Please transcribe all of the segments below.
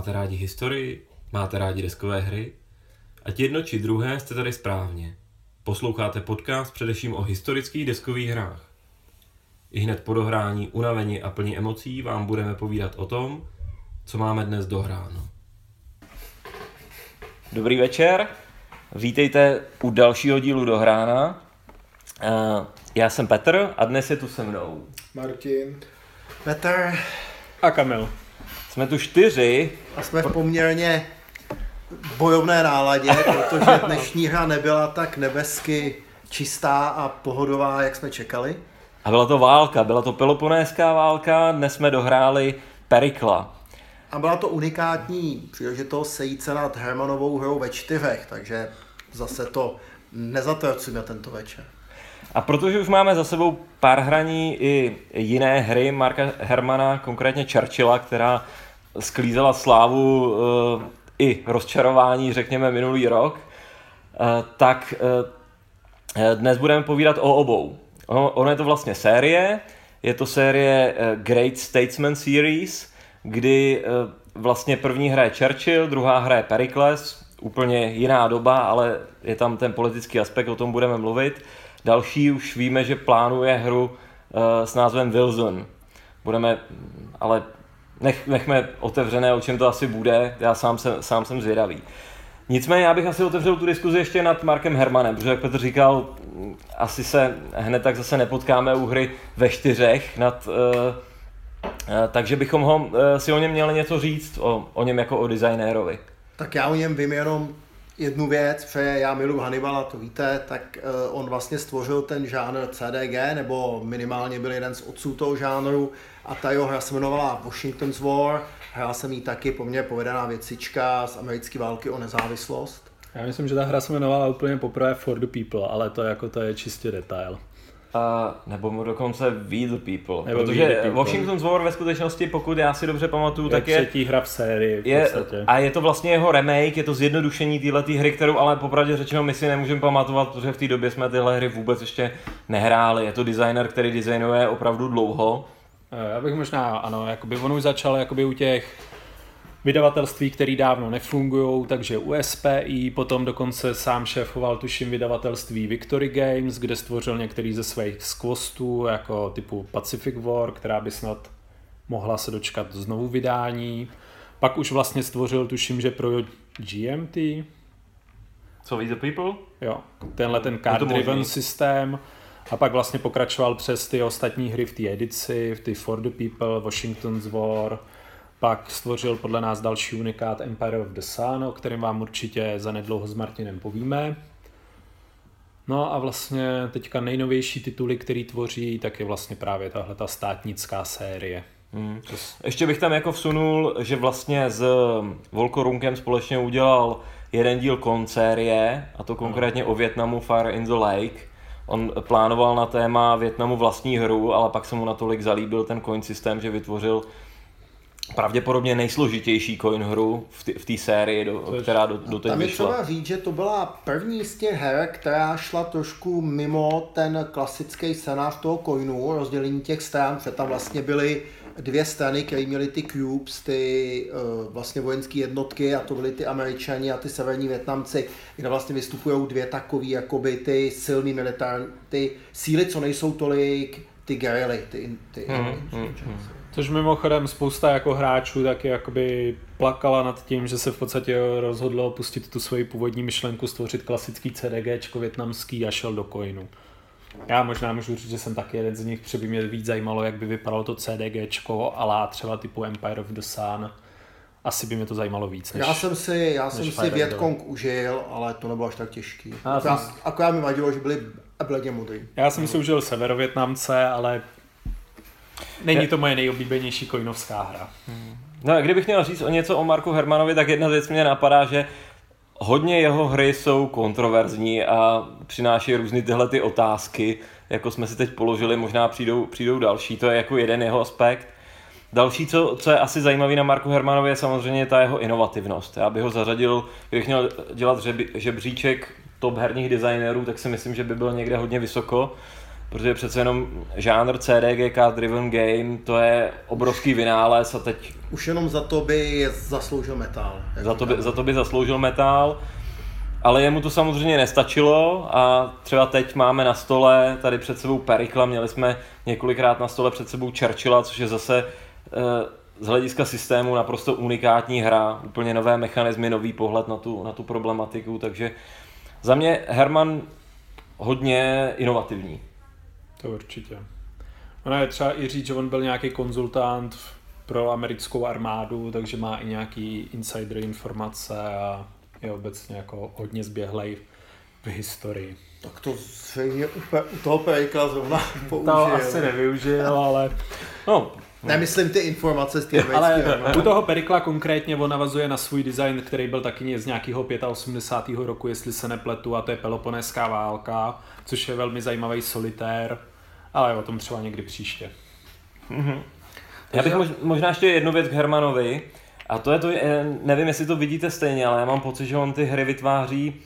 Máte rádi historii? Máte rádi deskové hry? Ať jedno či druhé jste tady správně. Posloucháte podcast především o historických deskových hrách. Ihned po dohrání, unavení a plní emocí vám budeme povídat o tom, co máme dnes dohráno. Dobrý večer, vítejte u dalšího dílu Dohrána. Já jsem Petr a dnes je tu se mnou Martin, Petr a Kamil. Jsme tu 4. A jsme v poměrně bojovné náladě, protože dnešní hra nebyla tak nebesky čistá a pohodová, jak jsme čekali. A byla to válka, byla to Peloponéská válka, dnes jsme dohráli Perikla. A byla to unikátní příležitost sejít se nad Hermanovou hrou ve 4, takže zase to nezatracujeme tento večer. A protože už máme za sebou pár hraní i jiné hry Marka Hermana, konkrétně Churchilla, která sklízela slávu i rozčarování, řekněme, minulý rok, tak dnes budeme povídat o obou. Ono je to vlastně série, je to série Great Statesman Series, kdy vlastně první hra je Churchill, druhá hra je Pericles, úplně jiná doba, ale je tam ten politický aspekt, o tom budeme mluvit. Další už víme, že plánuje hru s názvem Wilson. Ale nechme otevřené, o čem to asi bude, já sám jsem zvědavý. Nicméně já bych asi otevřel tu diskuzi ještě nad Markem Hermanem, protože jak Petr říkal, asi se hned tak zase nepotkáme u hry ve 4, takže bychom si o něm měli něco říct, o něm jako o designérovi. Tak já o něm vím jenom jednu věc, protože já miluji Hannibala, to víte, tak on vlastně stvořil ten žánr CDG, nebo minimálně byl jeden z otců toho žánru, a ta jeho hra se jmenovala Washington's War. Hrál jsem jí taky, po mně povedená věcička z americké války o nezávislost. Já myslím, že ta hra se jmenovala úplně poprvé For the People, ale to je čistě detail. Nebo mu dokonce We the People, protože Washington's War ve skutečnosti, pokud já si dobře pamatuju, tak je třetí hra v sérii v podstatě. A je to vlastně jeho remake, je to zjednodušení téhleté hry, kterou ale popravdě řečeno my si nemůžeme pamatovat, protože v té době jsme tyhle hry vůbec ještě nehráli. Je to designer, který designuje opravdu dlouho. Já bych možná, ano, on už začal u těch vydavatelství, které dávno nefungují, takže USPI, potom dokonce sám šéfoval tuším vydavatelství Victory Games, kde stvořil některý ze svých skvostů, jako typu Pacific War, která by snad mohla se dočkat znovu vydání. Pak už vlastně stvořil, tuším, že pro GMT. Co, We the People? Jo, tenhle ten card-driven systém. A pak vlastně pokračoval přes ty ostatní hry v té edici, v ty For the People, Washington's War. Pak stvořil podle nás další unikát Empire of the Sun, o kterém vám určitě zanedlouho s Martinem povíme. No a vlastně teďka nejnovější tituly, který tvoří, tak je vlastně právě tahleta státnická série. Ještě bych tam jako vsunul, že vlastně s Volko Runkem společně udělal jeden díl koncérie, a to konkrétně o Vietnamu Fire in the Lake. On plánoval na téma Vietnamu vlastní hru, ale pak se mu natolik zalíbil ten coin systém, že vytvořil pravděpodobně nejsložitější coin hru v té sérii, která doteď vyšla. Tam je třeba říct, že to byla první z těch her, která šla trošku mimo ten klasický scénář toho coinu, rozdělení těch stran, protože tam vlastně byly dvě strany, které měly ty cubes, ty vlastně vojenské jednotky, a to byly ty Američani a ty severní Vietnamci, kde vlastně vystupují dvě takový jakoby ty silný militární, ty síly, co nejsou tolik ty guerrilly, ty Což mimochodem spousta jako hráčů taky jakoby plakala nad tím, že se v podstatě rozhodlo opustit tu svoji původní myšlenku stvořit klasický CDGčko vietnamský a šel do coinu. Já možná můžu říct, že jsem taky jeden z nich, protože by mě víc zajímalo, jak by vypadalo to CDGčko, ale třeba typu Empire of the Sun. Asi by mě to zajímalo víc. Já jsem si Vietkong užil, ale to nebylo až tak těžký. Akorát mi vadilo, že byli bledě modrý. Já jsem si užil Severovietnamce, ale není to moje nejoblíbenější coinovská hra. No a kdybych měl říct něco o Marku Hermanovi, tak jedna věc mě napadá, že hodně jeho hry jsou kontroverzní a přináší různé tyhle ty otázky, jako jsme si teď položili, možná přijdou další, to je jako jeden jeho aspekt. Další, co je asi zajímavý na Marku Hermanovi, je samozřejmě ta jeho inovativnost. Já bych ho zařadil, kdybych měl dělat žebříček top herních designérů, tak si myslím, že by byl někde hodně vysoko. protože přece jenom žánr CDG Card Driven Game, to je obrovský vynález a teď... Už jenom za to by zasloužil metál. Za to by zasloužil metál, ale jemu to samozřejmě nestačilo a třeba teď máme na stole tady před sebou Perikla, měli jsme několikrát na stole před sebou Churchilla, což je zase z hlediska systému naprosto unikátní hra, úplně nové mechanismy, nový pohled na tu problematiku, takže za mě Herman hodně inovativní. To určitě. Ono je třeba i říct, že on byl nějaký konzultant pro americkou armádu, takže má i nějaký insider informace a je obecně jako hodně zběhlej v historii. Tak to zřejmě úplně u toho Perikla zrovna použil. To asi nevyužil, ale... No. Nemyslím ty informace z těch ale u toho Perikla konkrétně on navazuje na svůj design, který byl taky z nějakého 85. roku, jestli se nepletu, a to je Peloponéská válka, což je velmi zajímavý solitér, ale o tom třeba někdy příště. Mm-hmm. Já bych možná ještě jednu věc k Hermanovi, a to je to, nevím, jestli to vidíte stejně, ale já mám pocit, že on ty hry vytváří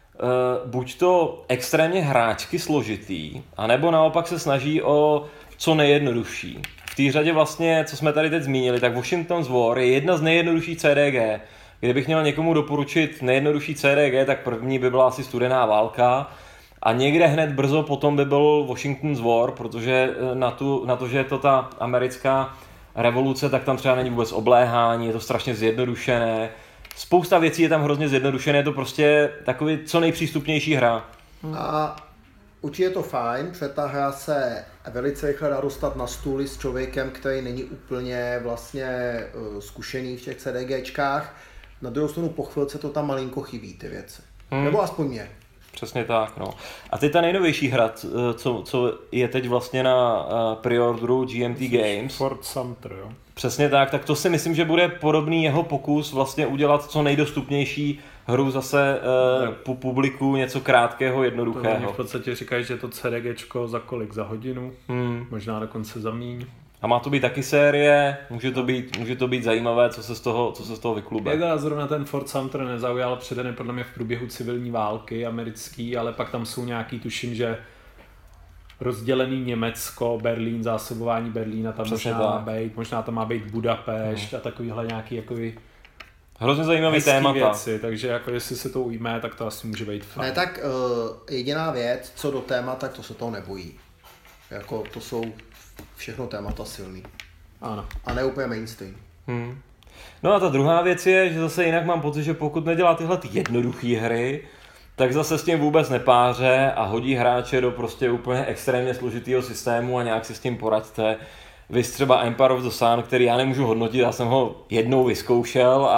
buď to extrémně hráčsky složitý, anebo naopak se snaží o co nejjednodušší. V té řadě vlastně, co jsme tady teď zmínili, tak Washington's War je jedna z nejjednodušších CDG. Kdybych měl někomu doporučit nejjednodušší CDG, tak první by byla asi Studená válka a někde hned brzo potom by byl Washington's War, protože na to, že je to ta americká revoluce, tak tam třeba není vůbec obléhání, je to strašně zjednodušené. Spousta věcí je tam hrozně zjednodušené, je to prostě takový co nejpřístupnější hra. A určitě je to fajn, protože ta hra se velice rychle dá dostat na stůl s člověkem, který není úplně vlastně zkušený v těch CDGčkách. Na druhou stranu po chvilce to tam malinko chybí ty věci. Nebo aspoň mě. Přesně tak, no. A teď ta nejnovější hra, co je teď vlastně na preorderu GMT Games. Fort Sumter, jo. Přesně tak to si myslím, že bude podobný jeho pokus vlastně udělat co nejdostupnější hru zase po publiku, něco krátkého, jednoduchého. To v podstatě říkají, že to CDGčko za kolik? Za hodinu? Možná dokonce za míň. A má to být taky série, může to být zajímavé, co se z toho vyklube. Jak teda zrovna ten Fort Sumter nezaujal předem podle mě v průběhu civilní války americký, ale pak tam jsou nějaký, tuším, že rozdělený Německo, Berlín, zásobování Berlína tam možná tam má být Budapešť a takovýhle nějaký jakoby hrozně zajímavý témata. Věci, takže jako jestli se to ujme, tak to asi může být fajn. Ne, tak jediná věc, co do témata, to se toho nebojí. Jako to jsou všechno témata silný. Ano. A ne úplně mainstream. No a ta druhá věc je, že zase jinak mám pocit, že pokud nedělá tyhle jednoduché hry, tak zase s tím vůbec nepáře a hodí hráče do prostě úplně extrémně složitýho systému a nějak si s tím poraďte. Vy třeba Empire of the Sun, který já nemůžu hodnotit, já jsem ho jednou vyzkoušel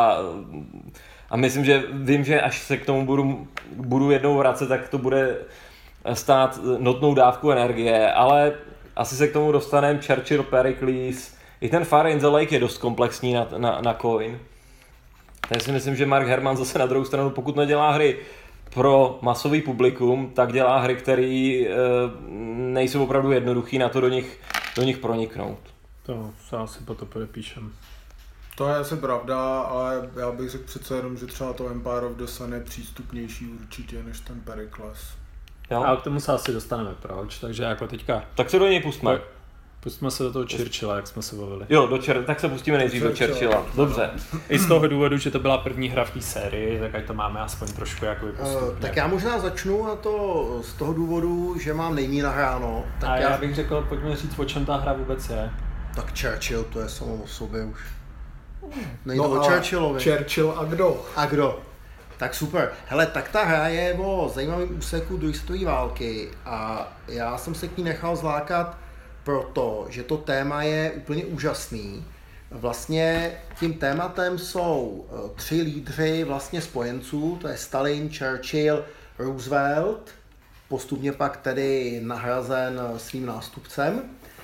a myslím, že vím, že až se k tomu budu jednou vracet, tak to bude stát notnou dávku energie, ale asi se k tomu dostaneme. Churchill, Pericles, i ten Fire in the Lake je dost komplexní na coin. Takže si myslím, že Mark Herman zase na druhou stranu, pokud nedělá hry pro masový publikum, tak dělá hry, které nejsou opravdu jednoduchý na to do nich proniknout. To se asi po to podepíšem. To je asi pravda, ale já bych řekl přece jenom, že třeba to Empire of the Sun je přístupnější určitě než ten Pericles. Jo? A k tomu se asi dostaneme, proč? Takže jako teďka... Tak se do něj pustme. Pustíme se do toho Churchilla, jak jsme se bavili. Jo, tak se pustíme nejdřív do Churchilla. Dobře. I z toho důvodu, že to byla první hra v té sérii, tak ať to máme aspoň trošku jako postupně. Tak já možná začnu a to z toho důvodu, že mám nejmíň nahráno. Tak a já bych řekl, pojďme říct, o čem ta hra vůbec je. Tak Churchill, to je samo o sobě už. Není to o Churchillovi. Churchill a kdo? A kdo? Tak super. Hele, tak ta hra je o zajímavém úseku druhé světové války a já jsem se k ní nechal zlákat proto, že to téma je úplně úžasný. Vlastně tím tématem jsou 3 lídři vlastně spojenců, to je Stalin, Churchill, Roosevelt, postupně pak tedy nahrazen svým nástupcem.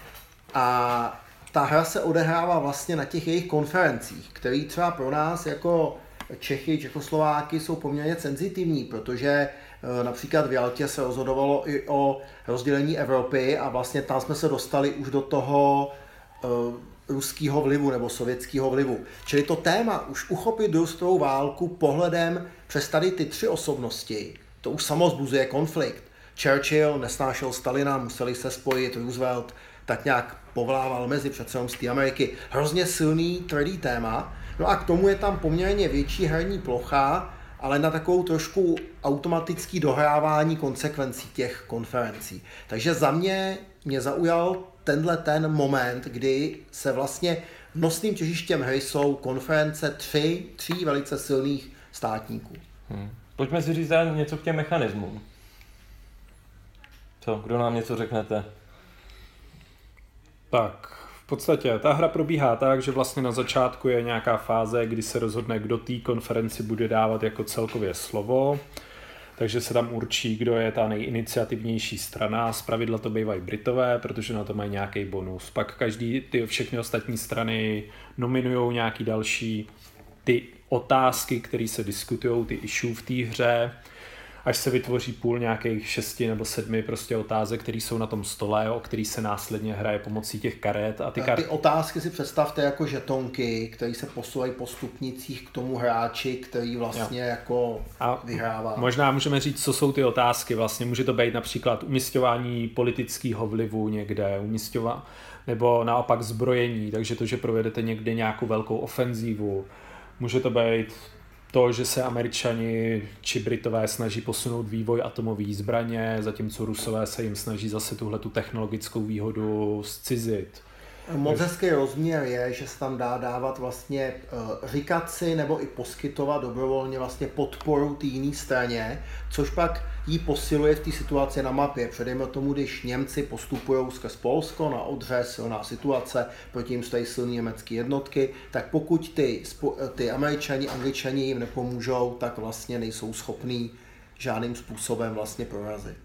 A ta hra se odehrává vlastně na těch jejich konferencích, které třeba pro nás jako Čechy, Čechoslováky jsou poměrně senzitivní, protože například v Jaltě se rozhodovalo i o rozdělení Evropy a vlastně tam jsme se dostali už do toho ruského vlivu nebo sovětského vlivu. Čili to téma už uchopit druhou světovou válku pohledem přes tady ty 3 osobnosti, to už samo vzbuzuje konflikt. Churchill nesnášel Stalina, museli se spojit, Roosevelt tak nějak povlával mezi přece jenom z té Ameriky. Hrozně silný, tvrdý téma. No a k tomu je tam poměrně větší herní plocha, ale na takovou trošku automatický dohrávání konsekvencí těch konferencí. Takže za mě zaujal ten moment, kdy se vlastně nosným těžištěm hry jsou konference tří velice silných státníků. Pojďme si říct něco k těm mechanismům. Co, kdo nám něco řeknete? Tak, v podstatě ta hra probíhá tak, že vlastně na začátku je nějaká fáze, kdy se rozhodne, kdo té konferenci bude dávat jako celkově slovo. Takže se tam určí, kdo je ta nejiniciativnější strana. Zpravidla to bývají Britové, protože na to mají nějaký bonus. Pak všechny ostatní strany nominují nějaký další ty otázky, které se diskutují, ty issue v té hře, až se vytvoří půl nějakých 6 nebo 7 prostě otázek, které jsou na tom stole, o který se následně hraje pomocí těch karet. A ty otázky si představte jako žetonky, které se posouvají po stupnicích k tomu hráči, který vlastně jako vyhrává. Možná můžeme říct, co jsou ty otázky. Vlastně může to být například umisťování politického vlivu někde, nebo naopak zbrojení, takže to, že provedete někde nějakou velkou ofenzívu. Může to být to, že se Američani či Britové snaží posunout vývoj atomové zbraně, zatímco Rusové se jim snaží zase tuhletu technologickou výhodu zcizit. Moc hezký rozměr je, že se tam dá dávat vlastně říkat si nebo i poskytovat dobrovolně vlastně podporu té jiné straně, což pak jí posiluje v té situaci na mapě. Předejme tomu, když Němci postupují skrz Polsko na Odře, silná situace, proti jim stojí silné německé jednotky, tak pokud ty Američani, Angličani jim nepomůžou, tak vlastně nejsou schopní žádným způsobem vlastně prorazit.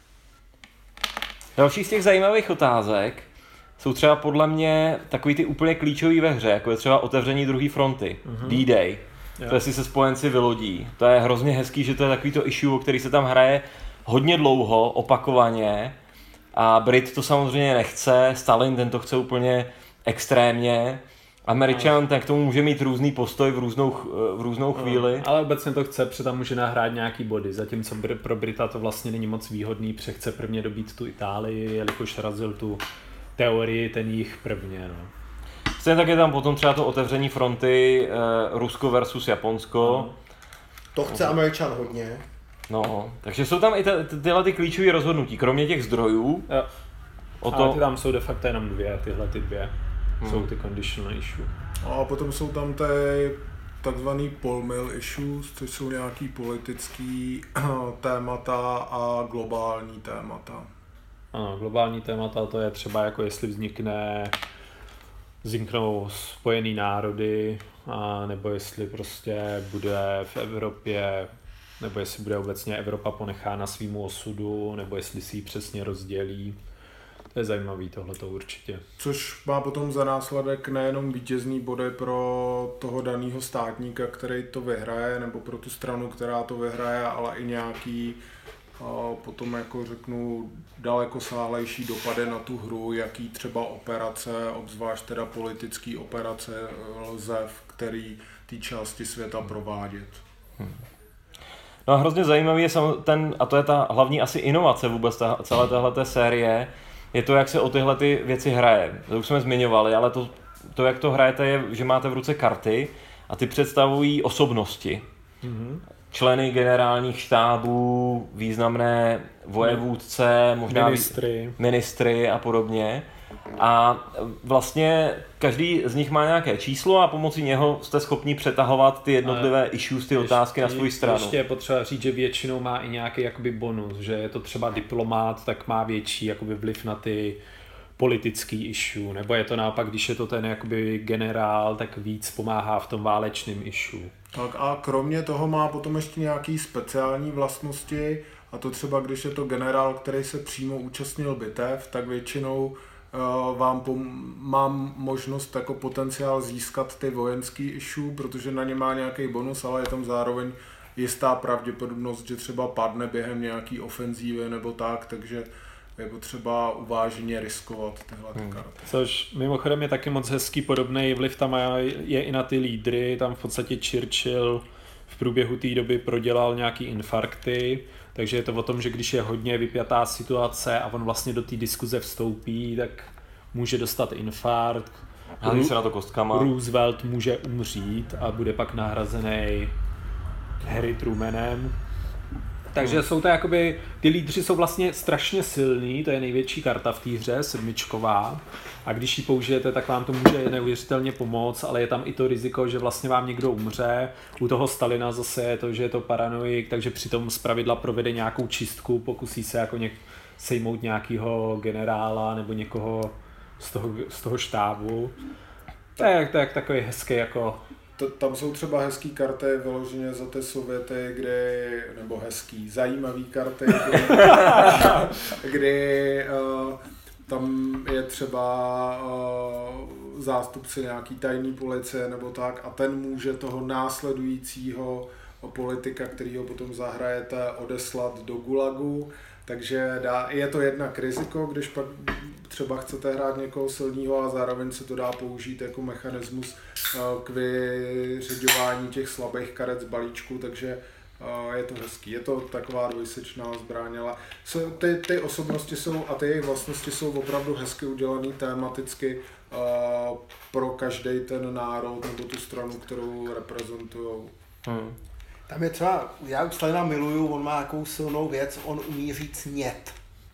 Další z těch zajímavých otázek jsou třeba podle mě takový ty úplně klíčový ve hře, jako je třeba otevření druhé fronty, D-Day, to jestli se spojenci vylodí. To je hrozně hezký, že to je takový to issue, o který se tam hraje hodně dlouho, opakovaně a Brit to samozřejmě nechce, Stalin ten to chce úplně extrémně, Američan ten k tomu může mít různý postoj v různou chvíli. Ale obecně to chce, protože tam může nahrát nějaký body, zatímco pro Brita to vlastně není moc výhodný, protože chce prvně dobít tu Itálii, jelikož razil tu teorii ten jich prvně. No. Stejně tak je tam potom třeba to otevření fronty Rusko versus Japonsko. To chce Američan hodně. No, takže jsou tam i tyhle ty klíčové rozhodnutí, kromě těch zdrojů. Ale ty tam jsou de facto jenom tyhle dvě. Jsou ty conditional issue. A potom jsou tam ty takzvaný Paul-Mill issues, což jsou nějaký politický témata a globální témata. Ano, globální témata to je třeba jako jestli vzniknou Spojený národy, nebo jestli prostě bude v Evropě, nebo jestli bude obecně Evropa ponechána svýmu osudu, nebo jestli si ji přesně rozdělí. To je zajímavý tohleto určitě. Což má potom za následek nejenom vítězný body pro toho daného státníka, který to vyhraje, nebo pro tu stranu, která to vyhraje, ale i nějaký potom jako řeknu dalekosáhlejší dopady na tu hru, jaký třeba operace, obzvlášť teda politický operace lze v který té části světa provádět. No a hrozně zajímavý je a to je ta hlavní asi inovace vůbec celé téhleté série, je to, jak se o tyhle ty věci hraje. To už jsme zmiňovali, ale to, jak to hrajete, je, že máte v ruce karty a ty představují osobnosti. Členy generálních štábů, významné vojevůdce, možná ministry a podobně. A vlastně každý z nich má nějaké číslo a pomocí něho jste schopni přetahovat ty jednotlivé issues, ty otázky na svou stranu. Ještě je potřeba říct, že většinou má i nějaký jakoby bonus, že je to třeba diplomát, tak má větší jakoby vliv na ty politický issue, nebo je to naopak, když je to ten jakoby generál, tak víc pomáhá v tom válečném issue. Tak a kromě toho má potom ještě nějaký speciální vlastnosti, a to třeba když je to generál, který se přímo účastnil bitev, tak většinou mám možnost jako potenciál získat ty vojenský issue, protože na ně má nějaký bonus, ale je tam zároveň jistá pravděpodobnost, že třeba padne během nějaký ofenzívy nebo tak, takže je potřeba uváženě riskovat tyhle karty. Což mimochodem je taky moc hezký, podobný vliv tam je i na ty lídry, tam v podstatě Churchill v průběhu té doby prodělal nějaký infarkty, takže je to o tom, že když je hodně vypjatá situace a on vlastně do té diskuze vstoupí, tak může dostat infarkt. Hází se na to kostkama. Roosevelt může umřít a bude pak nahrazený Harry Trumanem. Takže jsou to jakoby, ty lídři jsou vlastně strašně silní, to je největší karta v té hře, 7. A když ji použijete, tak vám to může neuvěřitelně pomoct, ale je tam i to riziko, že vlastně vám někdo umře. U toho Stalina zase je to, že je to paranoik, takže přitom zpravidla provede nějakou čistku, pokusí se jako sejmout nějakého generála nebo někoho z toho štábu. To je takový hezký jako... Tam jsou třeba hezký karty vyloženě za ty Sověty, nebo zajímavý karty, kdy tam je třeba zástupce nějaký tajný policie nebo tak a ten může toho následujícího politika, kterýho potom zahrajete, odeslat do gulagu. Takže je to jednak riziko, když pak třeba chcete hrát někoho silného a zároveň se to dá použít jako mechanismus k vyřiďování těch slabých karet z balíčku, takže je to hezký. Je to taková dvojsečná zbraň, ale ty osobnosti jsou a ty jejich vlastnosti jsou opravdu hezky udělaný tematicky pro každý ten národ nebo tu stranu, kterou reprezentujou. Tam je třeba, já už Stalina miluju, on má nějakou silnou věc, on umí říct niet.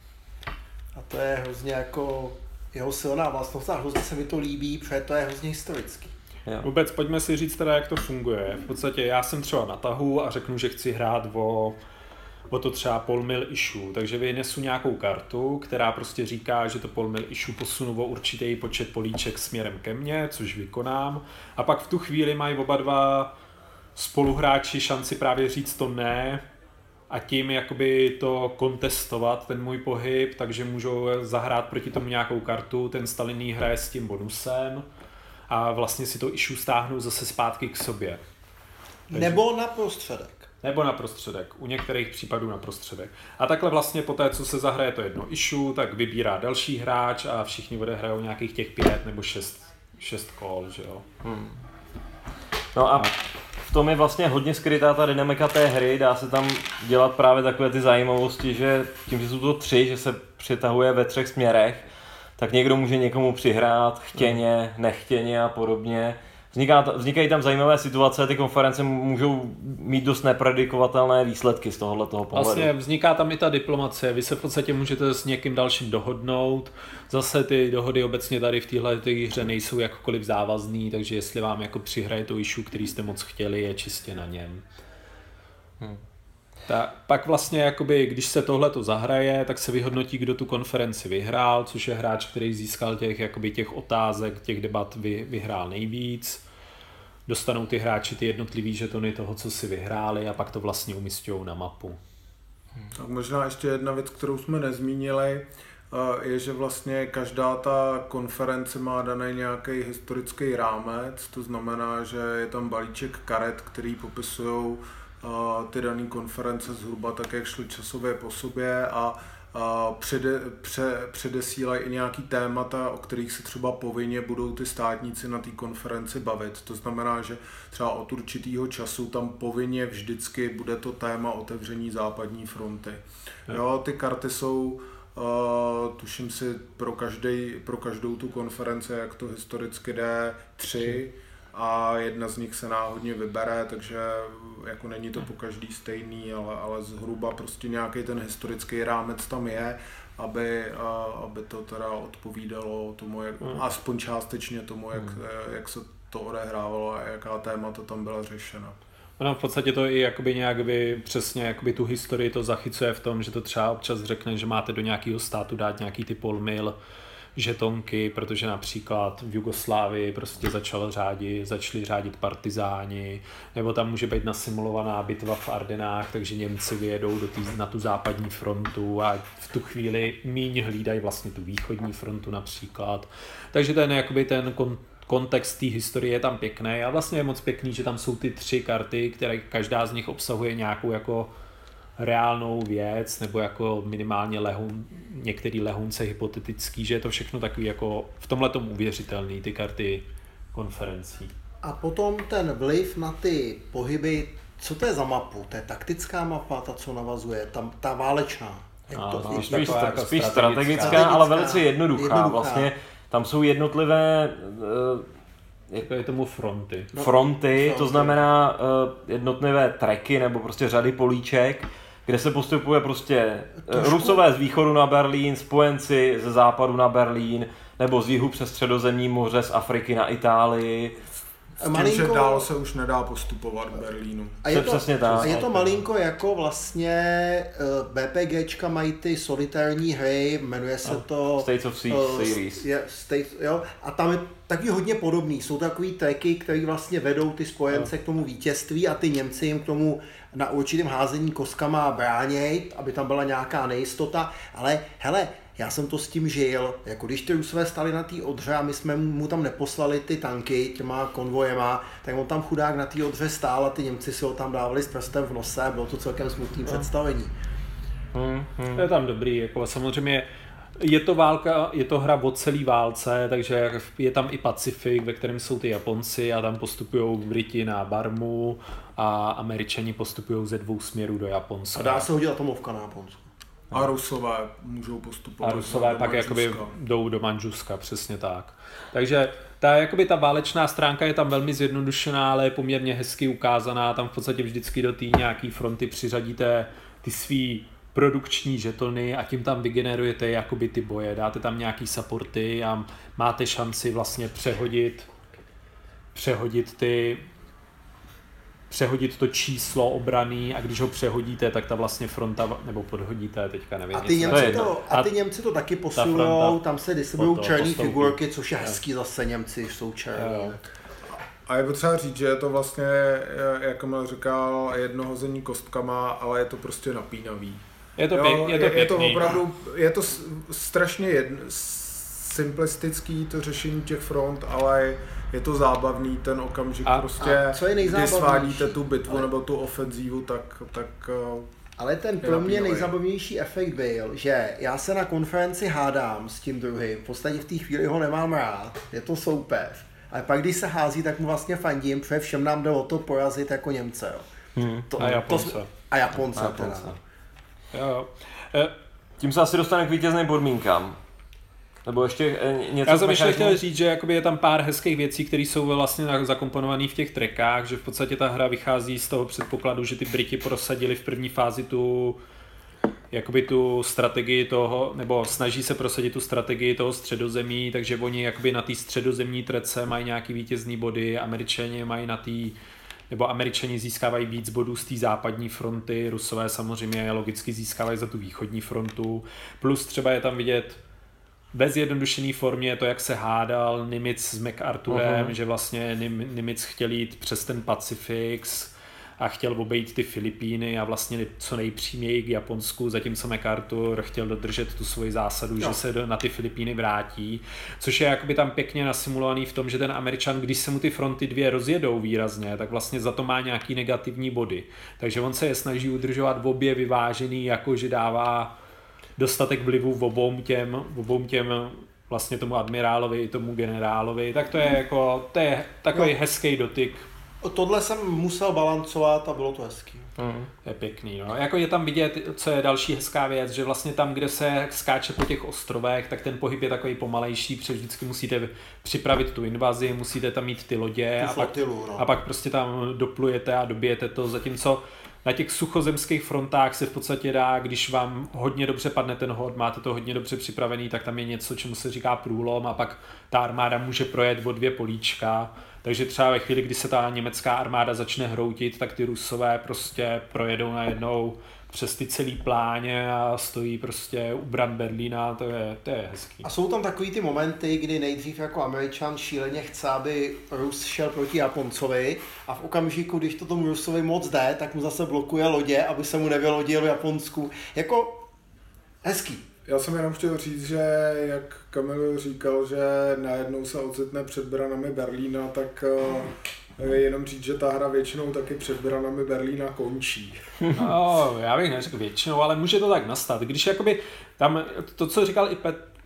A to je hrozně jako jeho silná vlastnost a hrozně se mi to líbí, protože to je hrozně historický. Vůbec pojďme si říct teda, jak to funguje. V podstatě já jsem třeba na tahu a řeknu, že chci hrát o to třeba polmil issue, takže vynesu nějakou kartu, která prostě říká, že to polmil issue posunu o určitý počet políček směrem ke mně, což vykonám. A pak v tu chvíli mají oba dva spoluhráči šanci právě říct to ne a tím jakoby to kontestovat, ten můj pohyb, takže můžou zahrát proti tomu nějakou kartu, ten Stalin hraje s tím bonusem a vlastně si to issue stáhnou zase zpátky k sobě. Takže... Nebo na prostředek. U některých případů na prostředek. A takhle vlastně po té, co se zahraje to jedno issue, tak vybírá další hráč a všichni odehrajou nějakých těch 5 nebo 6 kol, že jo. No a v tom je vlastně hodně skrytá ta dynamika té hry, dá se tam dělat právě takové ty zajímavosti, že tím, že jsou to 3, že se přitahuje ve 3 směrech, tak někdo může někomu přihrát chtěně, nechtěně a podobně. Vznikají tam zajímavé situace, ty konference můžou mít dost nepredikovatelné výsledky z tohoto pohledu. Vlastně vzniká tam i ta diplomacie, vy se v podstatě můžete s někým dalším dohodnout, zase ty dohody obecně tady v téhle hře nejsou jakkoliv závazný, takže jestli vám jako přihraje to issue, který jste moc chtěli, je čistě na něm. Pak vlastně, jakoby, když se tohleto zahraje, tak se vyhodnotí, kdo tu konferenci vyhrál, což je hráč, který získal těch otázek, těch debat vyhrál nejvíc. Dostanou ty hráči ty jednotlivý žetony toho, co si vyhráli a pak to vlastně umísťují na mapu. Tak možná ještě jedna věc, kterou jsme nezmínili, je, že vlastně každá ta konference má daný nějaký historický rámec, to znamená, že je tam balíček karet, který popisují ty dané konference zhruba tak, jak šly časově po sobě a předesílají i nějaký témata, o kterých se třeba povinně budou ty státníci na té konferenci bavit. To znamená, že třeba od určitého času tam povinně vždycky bude to téma otevření západní fronty. Jo, ty karty jsou, tuším si, pro každou tu konferenci, jak to historicky jde, 3, a jedna z nich se náhodně vybere, takže jako není to po každý stejný, ale zhruba prostě nějaký ten historický rámec tam je, aby to teda odpovídalo tomu, aspoň částečně tomu, jak se to odehrávalo a jaká témata tam byla řešena. No, v podstatě to i jakoby nějak přesně jakoby tu historii to zachycuje v tom, že to třeba občas řekne, že máte do nějakého státu dát nějaký ty polmil žetonky, protože například v Jugoslávii prostě začali řádit partizáni, nebo tam může být nasimulovaná bitva v Ardenách, takže Němci vyjedou na tu západní frontu a v tu chvíli míň hlídají vlastně tu východní frontu například. Takže ten kontext té historie je tam pěkný a vlastně je moc pěkný, že tam jsou ty 3 karty, které každá z nich obsahuje nějakou jako reálnou věc, nebo jako minimálně některý lehunce hypotetický, že je to všechno takový jako v tomhletom uvěřitelný, ty karty konferencí. A potom ten vliv na ty pohyby Co to je za mapu? To je taktická mapa, ta, co navazuje, ta válečná. Spíš strategická, ale velice jednoduchá. Vlastně tam jsou jednotlivé jako je tomu fronty, to znamená jednotlivé tracky nebo prostě řady políček, kde se postupuje prostě Rusové z východu na Berlín, spojenci ze západu na Berlín, nebo z jihu přes Středozemní moře, z Afriky na Itálii. S tím, že dál se už nedá postupovat v Berlínu. A je to malinko jako vlastně BPGčka mají ty solitární hry, jmenuje se to States of Siege Series. A tam je taky hodně podobný. Jsou takový tracky, které vlastně vedou ty spojence k tomu vítězství a ty Němci jim k tomu na určitém házení kostkama bráněj, aby tam byla nějaká nejistota. Ale hele, já jsem to s tím žil, jako když ty Rusové stali na té Odře a my jsme mu tam neposlali ty tanky těma konvojema, tak on tam chudák na té Odře stál a ty Němci si ho tam dávali s prstem v nose, bylo to celkem smutný představení. To je tam dobrý, jako samozřejmě je to válka, je to hra o celý válce, takže je tam i Pacifik, ve kterém jsou ty Japonci a tam postupují Briti na Barmu a Američani postupují ze 2 směrů do Japonska. A dá se hodit atomovka na Japonsku. A Rusové můžou postupovat. A Rusové pak jakoby jdou do Mandžuska, přesně tak. Takže ta válečná stránka je tam velmi zjednodušená, ale je poměrně hezky ukázaná. Tam v podstatě vždycky do té nějaký fronty přiřadíte ty svý produkční žetony a tím tam vygenerujete jakoby ty boje. Dáte tam nějaký supporty a máte šanci vlastně přehodit to číslo obraný a když ho přehodíte, tak ta vlastně fronta, nebo podhodíte, teďka nevím. A ty Němci to taky posilujou, tam se distribuují černý figurky, což je hezký zase, Němci jsou černý. A je potřeba říct, že je to vlastně, jak Kamil říkal, jedno hození kostkama, ale je to prostě napínavý. Je to opravdu, je to strašně simplistický to řešení těch front, ale je to zábavný ten okamžik kdy svádíte tu bitvu nebo tu ofenzívu, tak ale ten pro mě nejzábavnější efekt byl, že já se na konferenci hádám s tím druhým, v podstatě v té chvíli ho nemám rád, je to soupeř. Ale pak když se hází, tak mu vlastně fandím, protože všem nám jde o to porazit jako Němce. A Japonce. A Japonce. Jo. Tím se asi dostane k vítězným podmínkám. Nebo ještě něco. Já jsem ještě chtěl říct, že je tam pár hezkých věcí, které jsou vlastně zakomponované v těch trackách, že v podstatě ta hra vychází z toho předpokladu, že ty Briti prosadili v první fázi tu strategii toho, nebo snaží se prosadit tu strategii toho Středozemí, takže oni jakoby na té středozemní trece mají nějaký vítězný body, Američani získávají víc bodů z té západní fronty, Rusové samozřejmě logicky získávají za tu východní frontu, plus třeba je tam vidět ve zjednodušené formě to, jak se hádal Nimitz s MacArthurem, že vlastně Nimitz chtěl jít přes ten Pacifik a chtěl obejít ty Filipíny a vlastně co nejpříměji k Japonsku, zatímco MacArthur chtěl dodržet tu svoji zásadu, že se na ty Filipíny vrátí, což je jakoby tam pěkně nasimulovaný v tom, že ten Američan, když se mu ty fronty 2 rozjedou výrazně, tak vlastně za to má nějaký negativní body. Takže on se je snaží udržovat v obě vyvážený, jakože dává dostatek vlivu v obou těm vlastně tomu admirálovi i tomu generálovi, tak to je takový hezký dotyk. Tohle jsem musel balancovat a bylo to hezký. To je pěkný, no. Jako je tam vidět, co je další hezká věc, že vlastně tam, kde se skáče po těch ostrovech, tak ten pohyb je takový pomalejší, protože vždycky musíte připravit tu invazi, musíte tam mít ty lodě a pak prostě tam doplujete a dobijete to, zatímco na těch suchozemských frontách se v podstatě dá, když vám hodně dobře padne ten hod, máte to hodně dobře připravený, tak tam je něco, čemu se říká průlom a pak ta armáda může projet o 2 políčka. Takže třeba ve chvíli, kdy se ta německá armáda začne hroutit, tak ty Rusové prostě projedou najednou přes ty celý pláně a stojí prostě u bran Berlína, to je hezký. A jsou tam takový ty momenty, kdy nejdřív jako Američan šíleně chce, aby Rus šel proti Japoncovi a v okamžiku, když to tomu Rusovi moc jde, tak mu zase blokuje lodě, aby se mu nevylodil v Japonsku. Jako hezký. Já jsem jenom chtěl říct, že jak Kamil říkal, že najednou se ocitne před branami Berlína, tak jenom říct, že ta hra většinou taky před branami Berlína končí. No, já bych neřekl většinou, ale může to tak nastat. Když jakoby tam to, co říkal i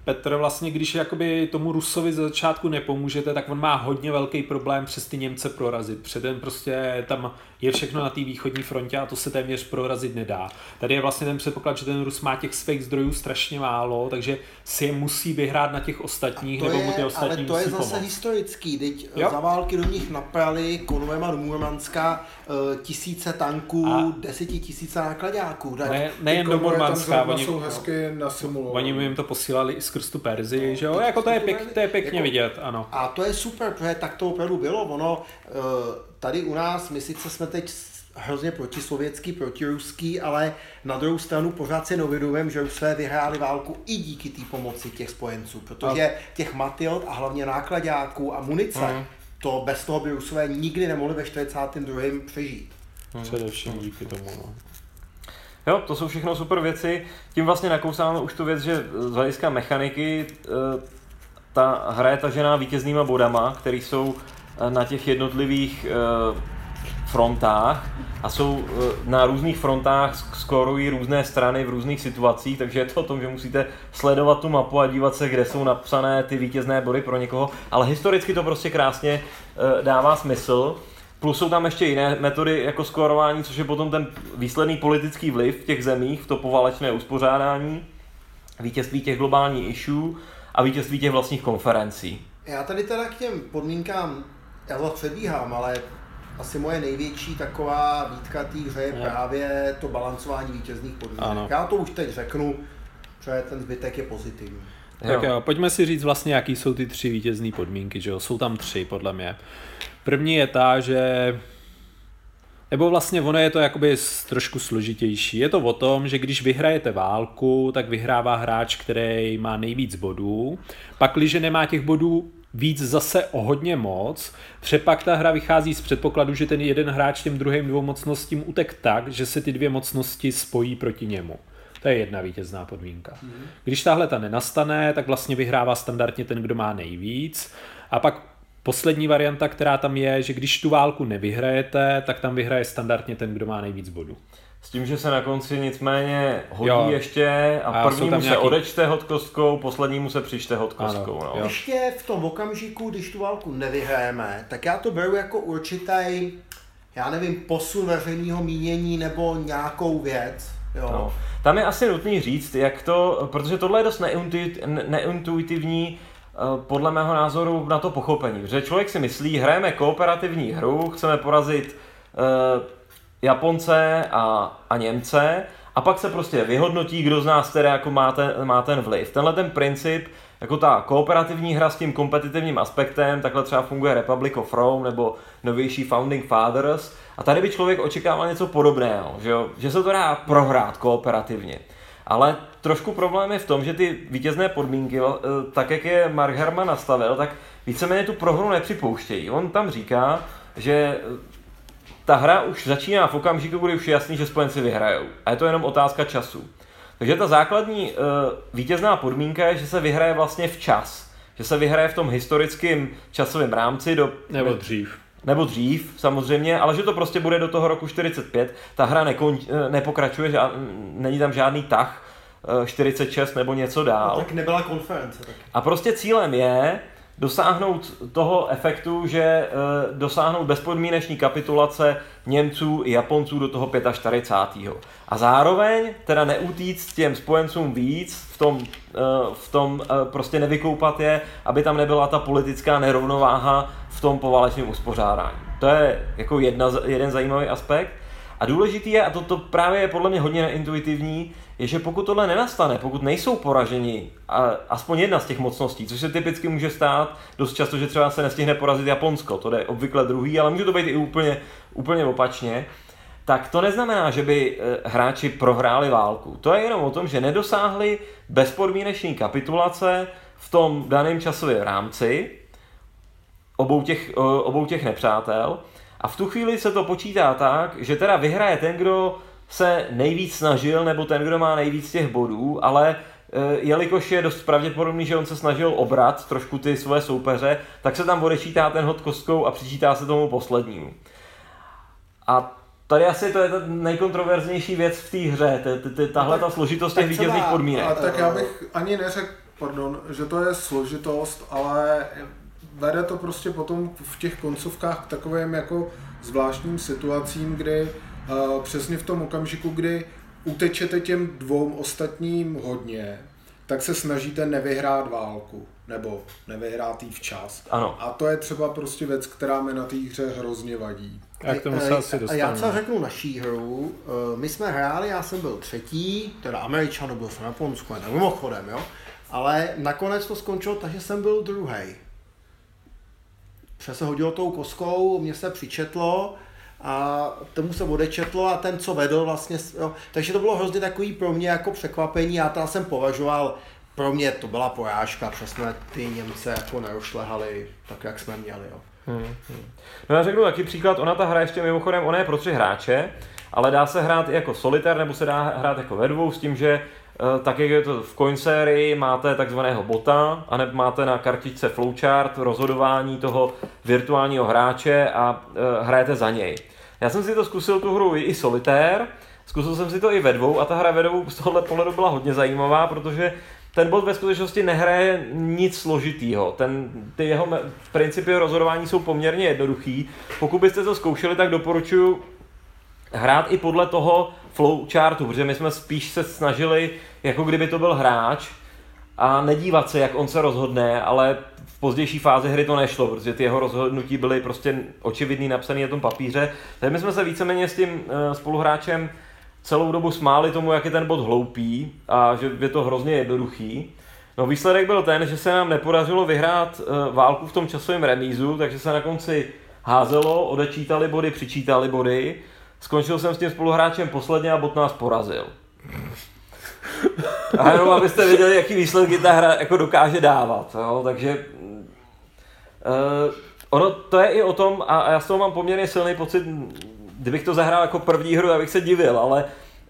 Petr, vlastně když jakoby tomu Rusovi ze začátku nepomůžete, tak on má hodně velký problém přes ty Němce prorazit. Předem prostě tam je všechno na té východní frontě a to se téměř prorazit nedá. Tady je vlastně ten předpoklad, že ten Rus má těch svých zdrojů strašně málo, takže si je musí vyhrát na těch ostatních, nebo mu ty ostatní musí ale to je pomoct. zase historický, teď za války do nich naprali konvojema do Murmanska tisíce tanků, 10 000 nákladáků. Nejen do Murmanska, oni jsou hezky nasimulovaní. Oni jim to posílali i skrz tu Perzii, že jo? Jako to je pěkně vidět, ano. A to je super, protože tak to opravdu bylo. Ono, tady u nás, my sice jsme teď hrozně protisovětský, protiruský, ale na druhou stranu pořád si neuvědomujeme, že Rusové vyhráli válku i díky té pomoci těch spojenců, protože těch Matilda a hlavně nákladáků a munice, to bez toho by Rusové nikdy nemohli ve 42. přežít. Především díky tomu. No. Jo, to jsou všechno super věci. Tím vlastně nakousáme už tu věc, že z hlediska mechaniky ta hra je tažená vítěznýma bodama, které jsou na těch jednotlivých frontách a jsou na různých frontách, skórují různé strany v různých situacích, takže je to o tom, že musíte sledovat tu mapu a dívat se, kde jsou napsané ty vítězné body pro někoho, ale historicky to prostě krásně dává smysl. Plus jsou tam ještě jiné metody jako skórování, což je potom ten výsledný politický vliv v těch zemích, v to poválečné uspořádání, vítězství těch globálních issue a vítězství těch vlastních konferencí. Já tady teda k těm podmínkám, já to předbíhám, ale asi moje největší taková výtka té hře je právě to balancování vítězných podmínek. Ano. Já to už teď řeknu, že ten zbytek je pozitivní. Tak jo, pojďme si říct vlastně, jaký jsou ty 3 vítězné podmínky, že jo? Jsou tam 3 podle mě. První je ta, že nebo vlastně ono je to jakoby trošku složitější. Je to o tom, že když vyhrajete válku, tak vyhrává hráč, který má nejvíc bodů. Pakliže nemá těch bodů víc zase o hodně moc, přepak ta hra vychází z předpokladu, že ten jeden hráč těm druhým 2 mocnostím utek tak, že se ty 2 mocnosti spojí proti němu. To je jedna vítězná podmínka. Když tahle ta nenastane, tak vlastně vyhrává standardně ten, kdo má nejvíc. A pak poslední varianta, která tam je, že když tu válku nevyhrajete, tak tam vyhraje standardně ten, kdo má nejvíc bodů. S tím, že se na konci nicméně hodí ještě a prvnímu se odečte hod kostkou, poslednímu se přičte hod kostkou. No. Ještě v tom okamžiku, když tu válku nevyhrajeme, tak já to beru jako určitý, já nevím, posun veřejného mínění nebo nějakou věc. Jo. No. Tam je asi nutný říct, jak to, protože tohle je dost neintuitivní podle mého názoru na to pochopení. Protože člověk si myslí, hrajeme kooperativní hru, chceme porazit Japonce a Němce a pak se prostě vyhodnotí, kdo z nás teda jako má ten vliv. Tenhle ten princip, jako ta kooperativní hra s tím kompetitivním aspektem, takhle třeba funguje Republic of Rome nebo novější Founding Fathers a tady by člověk očekával něco podobného, že se to dá prohrát kooperativně. Ale trošku problém je v tom, že ty vítězné podmínky, tak jak je Mark Herman nastavil, tak víceméně tu prohru nepřipouštějí. On tam říká, že ta hra už začíná v okamžiku, kdy už je jasný, že spojenci vyhrajou. A je to jenom otázka času. Takže ta základní vítězná podmínka je, že se vyhraje vlastně včas. Že se vyhraje v tom historickém časovém rámci Nebo dřív, samozřejmě, ale že to prostě bude do toho roku 45. Ta hra nepokračuje, není tam žádný tah 46 nebo něco dál. No, tak nebyla konference. Tak. A prostě cílem je dosáhnout toho efektu, že dosáhnout bezpodmíneční kapitulace Němců i Japonců do toho 45. A zároveň teda neutíct těm spojencům víc, v tom prostě nevykoupat je, aby tam nebyla ta politická nerovnováha v tom poválečném uspořádání. To je jako jeden zajímavý aspekt. A důležitý je, a to právě je podle mě hodně neintuitivní, je, že pokud tohle nenastane, pokud nejsou poraženi aspoň jedna z těch mocností, což se typicky může stát dost často, že třeba se nestihne porazit Japonsko, to jde obvykle druhý, ale může to být i úplně opačně, tak to neznamená, že by hráči prohráli válku. To je jenom o tom, že nedosáhli bezpodmíneční kapitulace v tom daném časovém rámci obou těch nepřátel. A v tu chvíli se to počítá tak, že teda vyhraje ten, kdo se nejvíc snažil, nebo ten, kdo má nejvíc těch bodů, ale jelikož je dost pravděpodobný, že on se snažil obrat trošku ty svoje soupeře, tak se tam odečítá ten hod kostkou a přičítá se tomu poslednímu. A tady asi to je ta nejkontroverznější věc v té hře, tahle ta složitost těch vítězných podmínek. A tak já bych ani neřekl že to je složitost, ale vede to prostě potom v těch koncovkách k takovým jako zvláštním situacím, kdy přesně v tom okamžiku, kdy utečete těm dvou ostatním hodně, tak se snažíte nevyhrát válku, nebo nevyhrát jí včas. Ano. A to je třeba prostě věc, která mi na té hře hrozně vadí. Jak tomu se asi a já dostanu. co řeknu naší hru, my jsme hráli, já jsem byl třetí, teda Američan, byl jsem na Japonsku, tak mimochodem, jo. Ale nakonec to skončilo tak, že jsem byl druhý. Se hodilo tou koskou, mě se přičetlo a tomu se odečetlo a ten, co vedl vlastně, jo. Takže to bylo hrozně takový pro mě jako překvapení, já to jsem považoval, pro mě to byla porážka, protože jsme ty Němce jako nerošlehali tak, jak jsme měli, jo. No já řeknu taky příklad, ona ta hra ještě mimochodem, ona je pro 3 hráče, ale dá se hrát i jako solitér, nebo se dá hrát jako ve dvou, s tím, že tak jak je to v coin sérii, máte takzvaného bota, anebo máte na kartičce flowchart rozhodování toho virtuálního hráče a hrajete za něj. Já jsem si to zkusil tu hru i solitér, zkusil jsem si to i ve dvou a ta hra ve dvou z tohohle pohledu byla hodně zajímavá, protože ten bot ve skutečnosti nehraje nic složitýho. Ty jeho principy rozhodování jsou poměrně jednoduchý. Pokud byste to zkoušeli, tak doporučuji hrát i podle toho flowchartu, protože my jsme spíš se snažili, jako kdyby to byl hráč a nedívat se, jak on se rozhodne, ale v pozdější fázi hry to nešlo, protože ty jeho rozhodnutí byly prostě očividný, napsaný na tom papíře. Takže my jsme se víceméně s tím spoluhráčem celou dobu smáli tomu, jak je ten bot hloupý a že je to hrozně jednoduchý. No výsledek byl ten, že se nám nepodařilo vyhrát válku v tom časovém remízu, takže se na konci házelo, odečítali body, přičítali body. Skončil jsem s tím spoluhráčem posledně a bot nás porazil. A jenom abyste věděli, jaký výsledky ta hra jako dokáže dávat. Jo? Takže ono to je i o tom, a já z toho mám poměrně silný pocit, kdybych to zahrál jako první hru, abych se divil, ale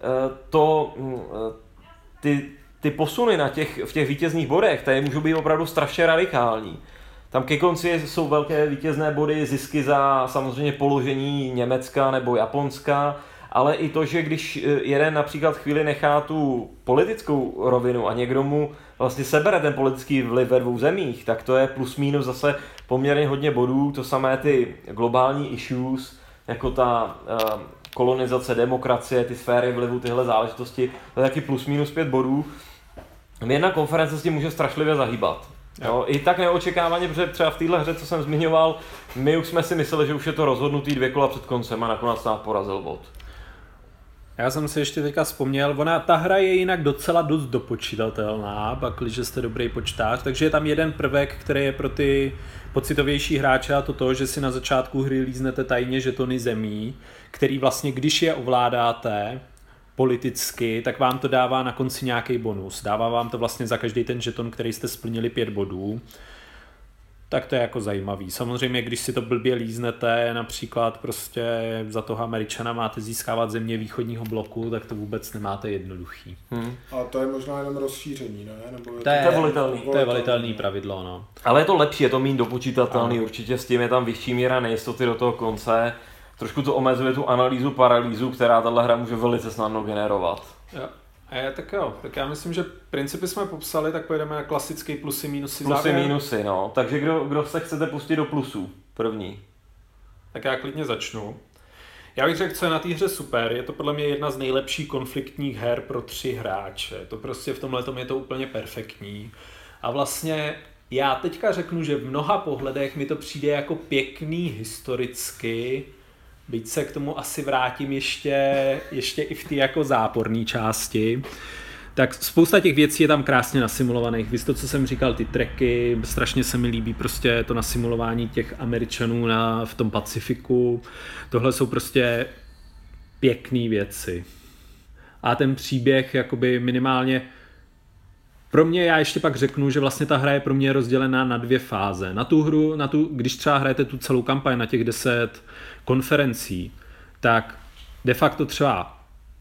ty posuny v těch vítězných bodech, tady můžou být opravdu strašně radikální. Tam ke konci jsou velké vítězné body, zisky za samozřejmě položení Německa nebo Japonska, ale i to, že když jeden například chvíli nechá tu politickou rovinu a někdo mu vlastně sebere ten politický vliv ve dvou zemích, tak to je plus minus zase poměrně hodně bodů, to samé ty globální issues, jako ta kolonizace, demokracie, ty sféry vlivu, tyhle záležitosti, to je taky plus minus 5 bodů. Jedna konference s tím může strašlivě zahýbat. Jo, i tak neočekávaně, protože třeba v téhle hře, co jsem zmiňoval, my už jsme si mysleli, že už je to rozhodnutý 2 kola před koncem a nakonec nás porazil bot. Já jsem si ještě teďka vzpomněl, ta hra je jinak docela dost dopočítatelná, pakliže jste dobrý počtář, takže je tam jeden prvek, který je pro ty pocitovější hráče, a to, že si na začátku hry líznete tajně žetony zemí, který vlastně, když je ovládáte politicky, tak vám to dává na konci nějaký bonus. Dává vám to vlastně za každý ten žeton, který jste splnili 5 bodů. Tak to je jako zajímavý. Samozřejmě, když si to blbě líznete, například prostě za toho Američana máte získávat země východního bloku, tak to vůbec nemáte jednoduchý. A to je možná jenom rozšíření, ne? Nebo to je volitelný pravidlo, no. Ale je to lepší, je to méně dopočítatelný, určitě s tím je tam vyšší míra nejistoty do toho konce. Trošku to omezuje tu analýzu, paralýzu, která tahle hra může velice snadno generovat. Jo. Tak já myslím, že principy jsme popsali, tak pojedeme na klasický plusy, minusy. Plusy, minusy, no. Takže kdo se chcete pustit do plusů? První. Tak já klidně začnu. Já bych řekl, co je na té hře super, je to podle mě jedna z nejlepších konfliktních her pro 3 hráče. To prostě v tomhletom je to úplně perfektní. A vlastně já teďka řeknu, že v mnoha pohledech mi to přijde jako pěkný historicky, byť se k tomu asi vrátím ještě i v té jako záporné části. Tak spousta těch věcí je tam krásně nasimulovaných. Víš to, co jsem říkal, ty treky, strašně se mi líbí prostě to nasimulování těch Američanů v tom Pacifiku. Tohle jsou prostě pěkné věci. A ten příběh jakoby minimálně pro mě, já ještě pak řeknu, že vlastně ta hra je pro mě rozdělená na 2 fáze. Na tu hru, když třeba hrajete tu celou kampaň na těch 10 konferencí, tak de facto třeba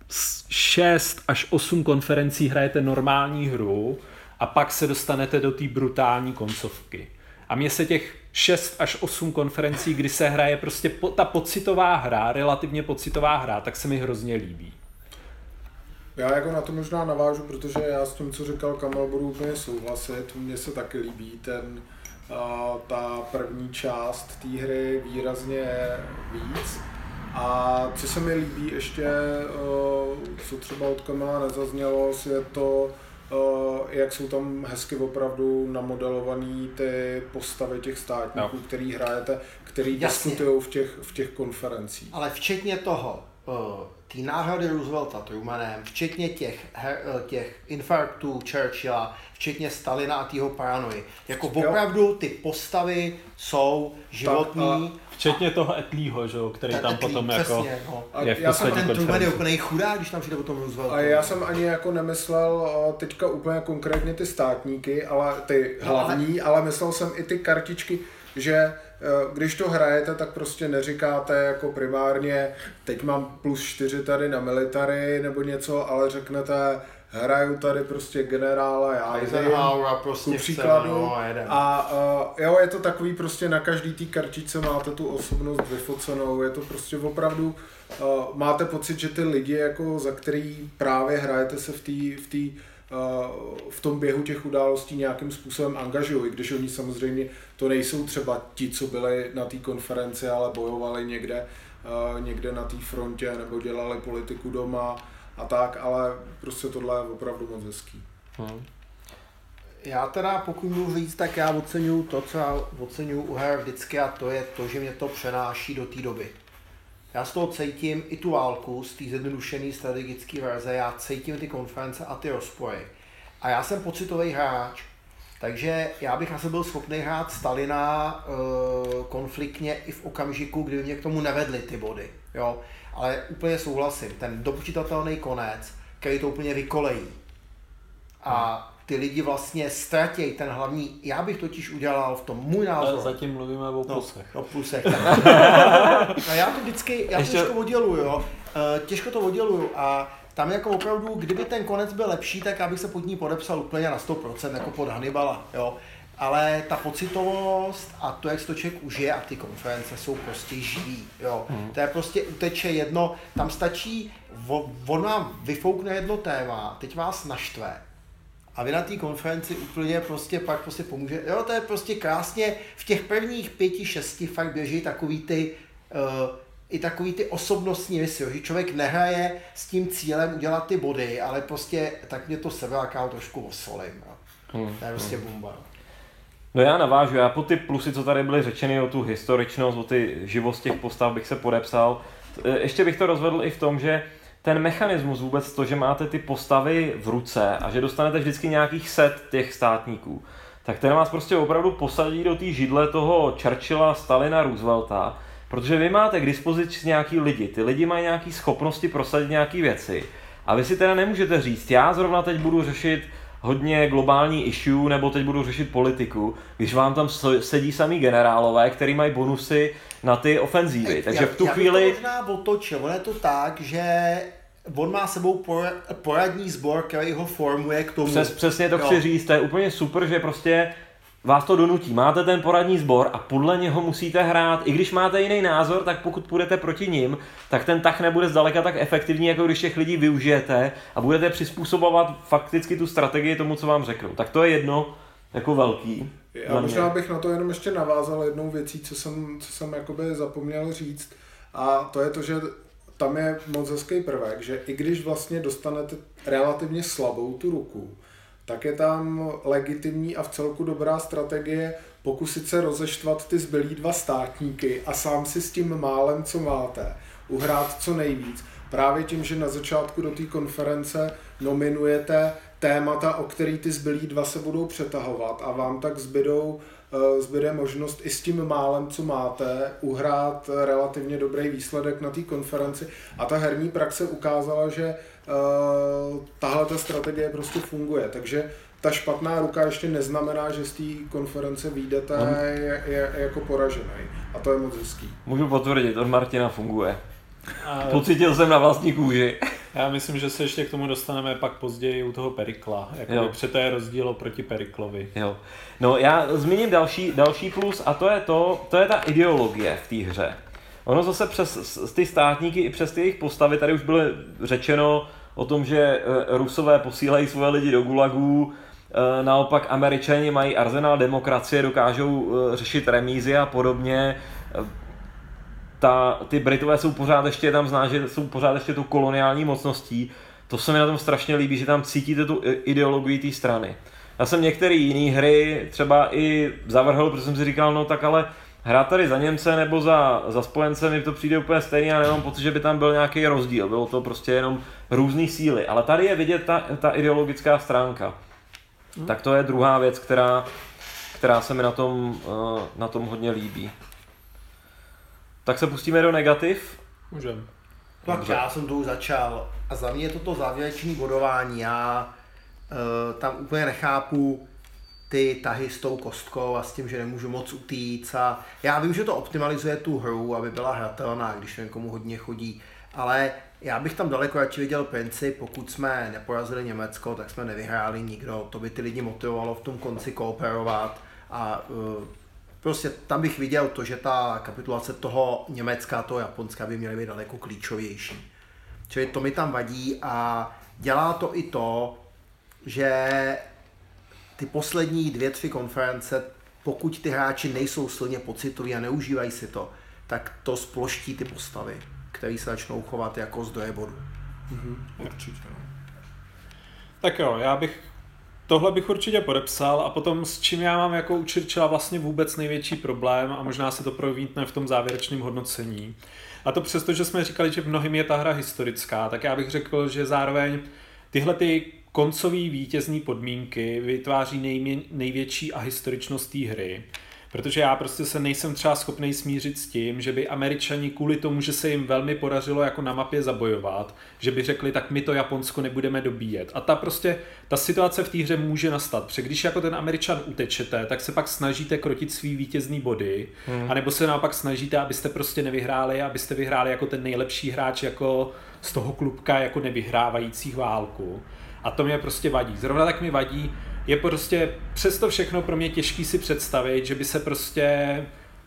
6 až 8 konferencí hrajete normální hru a pak se dostanete do té brutální koncovky. A mně se těch 6 až 8 konferencí, kdy se hraje prostě ta pocitová hra, relativně pocitová hra, tak se mi hrozně líbí. Já jako na to možná navážu, protože já s tím, co říkal Kamal, budu úplně souhlasit. Mně se taky líbí ta první část té hry výrazně víc. A co se mi líbí ještě, co třeba od Kamala nezaznělo, je to, jak jsou tam hezky opravdu namodelovaný ty postavy těch státníků, který hrajete, který diskutují v těch konferencích. Ale včetně toho, té náhrady Roosevelta Trumanem, včetně těch infarktů Churchilla, včetně Stalina a tého paranoji. Jako opravdu ty postavy jsou životní. Včetně toho Attleeho, že, který tam Attlee, potom přesně, jako je v poslední konferenci. Ten Truman je úplnej chudák, když tam přijde o tom Rooseveltu. A já jsem ani jako nemyslel teďka úplně konkrétně ty státníky, ale ty hlavní, ale myslel jsem i ty kartičky, že když to hrajete, tak prostě neříkáte jako primárně teď mám +4 tady na military nebo něco, ale řeknete hraju tady prostě generála, já Eisenhowera prostě ku příkladu a jo, je to takový prostě na každý té kartičce máte tu osobnost vyfocenou, je to prostě opravdu máte pocit, že ty lidi jako za který právě hrajete se v tom běhu těch událostí nějakým způsobem angažují, když oni samozřejmě to nejsou třeba ti, co byli na té konferenci, ale bojovali někde na té frontě nebo dělali politiku doma a tak, ale prostě tohle je opravdu moc hezký. Já teda, pokud můžu říct, tak já oceňuju to, co já oceňuju u her vždycky, a to je to, že mě to přenáší do té doby. Já z toho cítím i tu válku, z té zjednodušené strategické verze, já cítím ty konference a ty rozpory. A já jsem pocitový hráč, takže já bych asi byl schopný hrát Stalina konfliktně i v okamžiku, kdyby mě k tomu nevedly ty body. Jo? Ale úplně souhlasím, ten dopočítatelný konec, který to úplně vykolejí. A ty lidi vlastně ztratějí ten hlavní, já bych totiž udělal v tom můj názor. Ale zatím mluvíme o plusech. No plusech. A já to vždycky, těžko odděluju, jo. Těžko to odděluju a tam jako opravdu, kdyby ten konec byl lepší, tak já bych se pod ní podepsal úplně na 100%, jako pod Hannibala, jo. Ale ta pocitovost a to, jak se to člověk užije a ty konference jsou prostě živý, jo. To je prostě uteče jedno, tam stačí, on vám vyfoukne jedno téma, teď vás naštve. A vy na té konferenci úplně prostě pak prostě pomůže. Jo, to je prostě krásně, v těch prvních 5-6 fakt běží takový ty osobnostní věci, že člověk nehraje s tím cílem udělat ty body, ale prostě tak mě to sebeláká trošku osolím. To je prostě bomba. No já navážu, já po ty plusy, co tady byly řečeny, o tu historičnost, o ty živost těch postav bych se podepsal. Ještě bych to rozvedl i v tom, že ten mechanismus vůbec to, že máte ty postavy v ruce a že dostanete vždycky nějakých set těch státníků, tak ten vás prostě opravdu posadí do té židle toho Churchilla, Stalina, Roosevelta, protože vy máte k dispozici nějaký lidi, ty lidi mají nějaké schopnosti prosadit nějaké věci a vy si teda nemůžete říct, já zrovna teď budu řešit hodně globální issue, nebo teď budu řešit politiku, když vám tam sedí samý generálové, který mají bonusy na ty ofenzívy. Takže v tu chvíli... Já bych to možná otočil. On je to tak, že on má sebou poradní sbor, který ho formuje k tomu. Přesně to chci říct, to je úplně super, že prostě vás to donutí. Máte ten poradní sbor a podle něho musíte hrát. I když máte jiný názor, tak pokud půjdete proti nim, tak ten tah nebude zdaleka tak efektivní, jako když těch lidí využijete a budete přizpůsobovat fakticky tu strategii tomu, co vám řeknou. Tak to je jedno jako velký. Já možná bych na to jenom ještě navázal jednou věcí, co jsem jakoby zapomněl říct. A to je to, že tam je moc hezký prvek, že i když vlastně dostanete relativně slabou tu ruku, tak je tam legitimní a vcelku dobrá strategie pokusit se rozeštvat ty zbylý 2 státníky a sám si s tím málem, co máte, uhrát co nejvíc. Právě tím, že na začátku do té konference nominujete témata, o který ty zbylí 2 se budou přetahovat a vám tak zbyde možnost i s tím málem, co máte, uhrát relativně dobrý výsledek na té konferenci. A ta herní praxe ukázala, že tahle ta strategie prostě funguje. Takže ta špatná ruka ještě neznamená, že z té konference vyjdete jako poražený. A to je moc hezký. Můžu potvrdit, od Martina funguje. Pocítil jsem na vlastní kůži. Já myslím, že se ještě k tomu dostaneme pak později u toho Perikla. Jakoby to je rozdíl proti Periklovi. Jo. No já zmíním další plus a to je ta ideologie v té hře. Ono zase přes ty státníky i přes ty jejich postavy, tady už bylo řečeno o tom, že Rusové posílají svoje lidi do gulagů, naopak Američani mají arzenál demokracie, dokážou řešit remízy a podobně. Ty Britové jsou pořád ještě tam znát, že jsou pořád ještě tu koloniální mocností. To se mi na tom strašně líbí, že tam cítíte tu ideologii té strany. Já jsem některé jiné hry třeba i zavrhl, protože jsem si říkal, no tak ale hrát tady za Němce nebo za spojence mi to přijde úplně stejně a nemám pocit, že by tam byl nějaký rozdíl. Bylo to prostě jenom různý síly. Ale tady je vidět ta ideologická stránka. Tak to je druhá věc, která se mi na tom hodně líbí. Tak se pustíme do negativ. Můžeme. Tak já jsem to už začal a za mě je to závěrečné bodování. Já tam úplně nechápu ty tahy s tou kostkou a s tím, že nemůžu moc utíct. A já vím, že to optimalizuje tu hru, aby byla hratelná, když to někomu hodně chodí, ale já bych tam daleko radši viděl princip, pokud jsme neporazili Německo, tak jsme nevyhráli nikdo. To by ty lidi motivovalo v tom konci kooperovat a prostě tam bych viděl to, že ta kapitulace toho Německa a toho Japonska by měly být daleko klíčovější. Čili to mi tam vadí a dělá to i to, že ty poslední 2-3 konference, pokud ty hráči nejsou silně pocitoví a neužívají si to, tak to sploští ty postavy, které se začnou chovat jako zdroje bodů. Určitě. Tak jo, tohle bych určitě podepsal a potom s čím já mám jako u Churchilla vlastně vůbec největší problém a možná se to promítne v tom závěrečném hodnocení. A to přesto, že jsme říkali, že v mnohým je ta hra historická, tak já bych řekl, že zároveň tyhle ty koncové vítězné podmínky vytváří největší ahistoričnost té hry. Protože já prostě se nejsem třeba schopný smířit s tím, že by Američani kvůli tomu, že se jim velmi podařilo jako na mapě zabojovat, že by řekli, tak my to Japonsko nebudeme dobíjet. A ta situace v té hře může nastat, protože když jako ten Američan utečete, tak se pak snažíte krotit svý vítězný body, anebo se naopak snažíte, abyste prostě nevyhráli, abyste vyhráli jako ten nejlepší hráč jako z toho klubka jako nevyhrávajících válku. A to mě prostě vadí. Zrovna tak mi vadí, je prostě přesto všechno pro mě těžký si představit, že by se prostě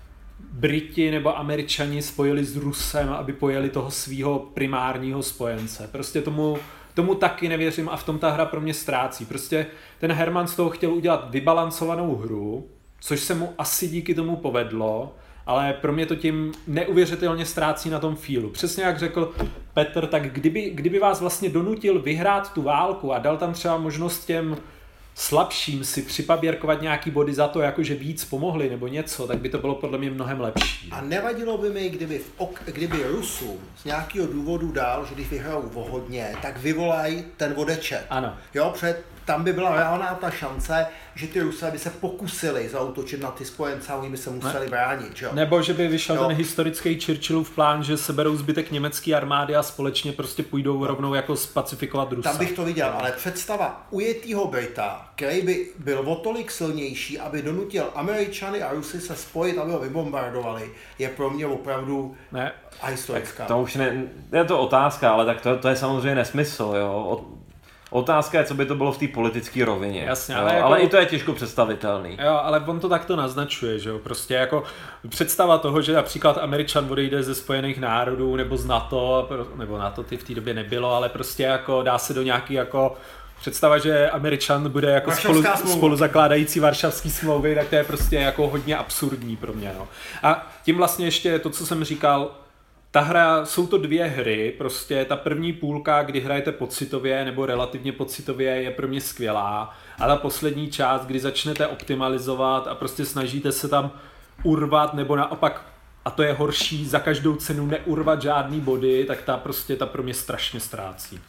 Briti nebo Američani spojili s Rusem, aby pojeli toho svýho primárního spojence. Prostě tomu taky nevěřím a v tom ta hra pro mě ztrácí. Prostě ten Herman z toho chtěl udělat vybalancovanou hru, což se mu asi díky tomu povedlo, ale pro mě to tím neuvěřitelně ztrácí na tom feelu. Přesně jak řekl Petr, tak kdyby vás vlastně donutil vyhrát tu válku a dal tam třeba možnost těm slabším si připaběrkovat nějaký body za to, jakože víc pomohli nebo něco, tak by to bylo podle mě mnohem lepší. A nevadilo by mi, kdyby Rusům z nějakého důvodu dal, že když vyhrajou o hodně, tak vyvolají ten vodeček. Ano. Jo, tam by byla reálná ta šance, že ty Rusové by se pokusili zaútočit na ty spojence a oni by se museli bránit. Jo? Nebo že by vyšel ten historický Churchillův plán, že seberou zbytek německé armády a společně prostě půjdou rovnou jako spacifikovat Rusa. Tam bych to viděl, ale představa ujetýho Brita, který by byl o tolik silnější, aby donutil Američany a Rusy se spojit, aby ho vybombardovali, je pro mě opravdu historická. To už je to otázka, ale tak to je samozřejmě nesmysl. Jo? Otázka je, co by to bylo v té politické rovině. Jasně, ale i to je těžko představitelný. Jo, ale on to takto naznačuje, že jo, prostě jako představa toho, že například Američan odejde ze Spojených národů nebo z NATO, nebo NATO ty v té době nebylo, ale prostě jako dá se do nějaký jako představa, že Američan bude jako spoluzakládající Varšavský smlouvy, tak to je prostě jako hodně absurdní pro mě, no. A tím vlastně ještě to, co jsem říkal, ta hra, jsou to 2 hry, prostě ta první půlka, kdy hrajete pocitově nebo relativně pocitově, je pro mě skvělá a ta poslední část, kdy začnete optimalizovat a prostě snažíte se tam urvat nebo naopak, a to je horší, za každou cenu neurvat žádný body, tak ta pro mě strašně ztrácí.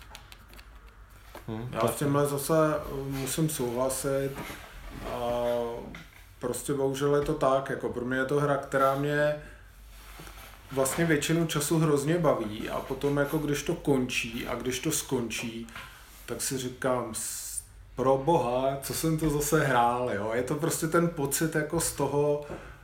Já s tímhle zase musím souhlasit a prostě bohužel je to tak, jako pro mě je to hra, která mě vlastně většinu času hrozně baví a potom jako když to končí a když to skončí, tak si říkám, pro boha, co jsem to zase hrál, jo? Je to prostě ten pocit jako z toho,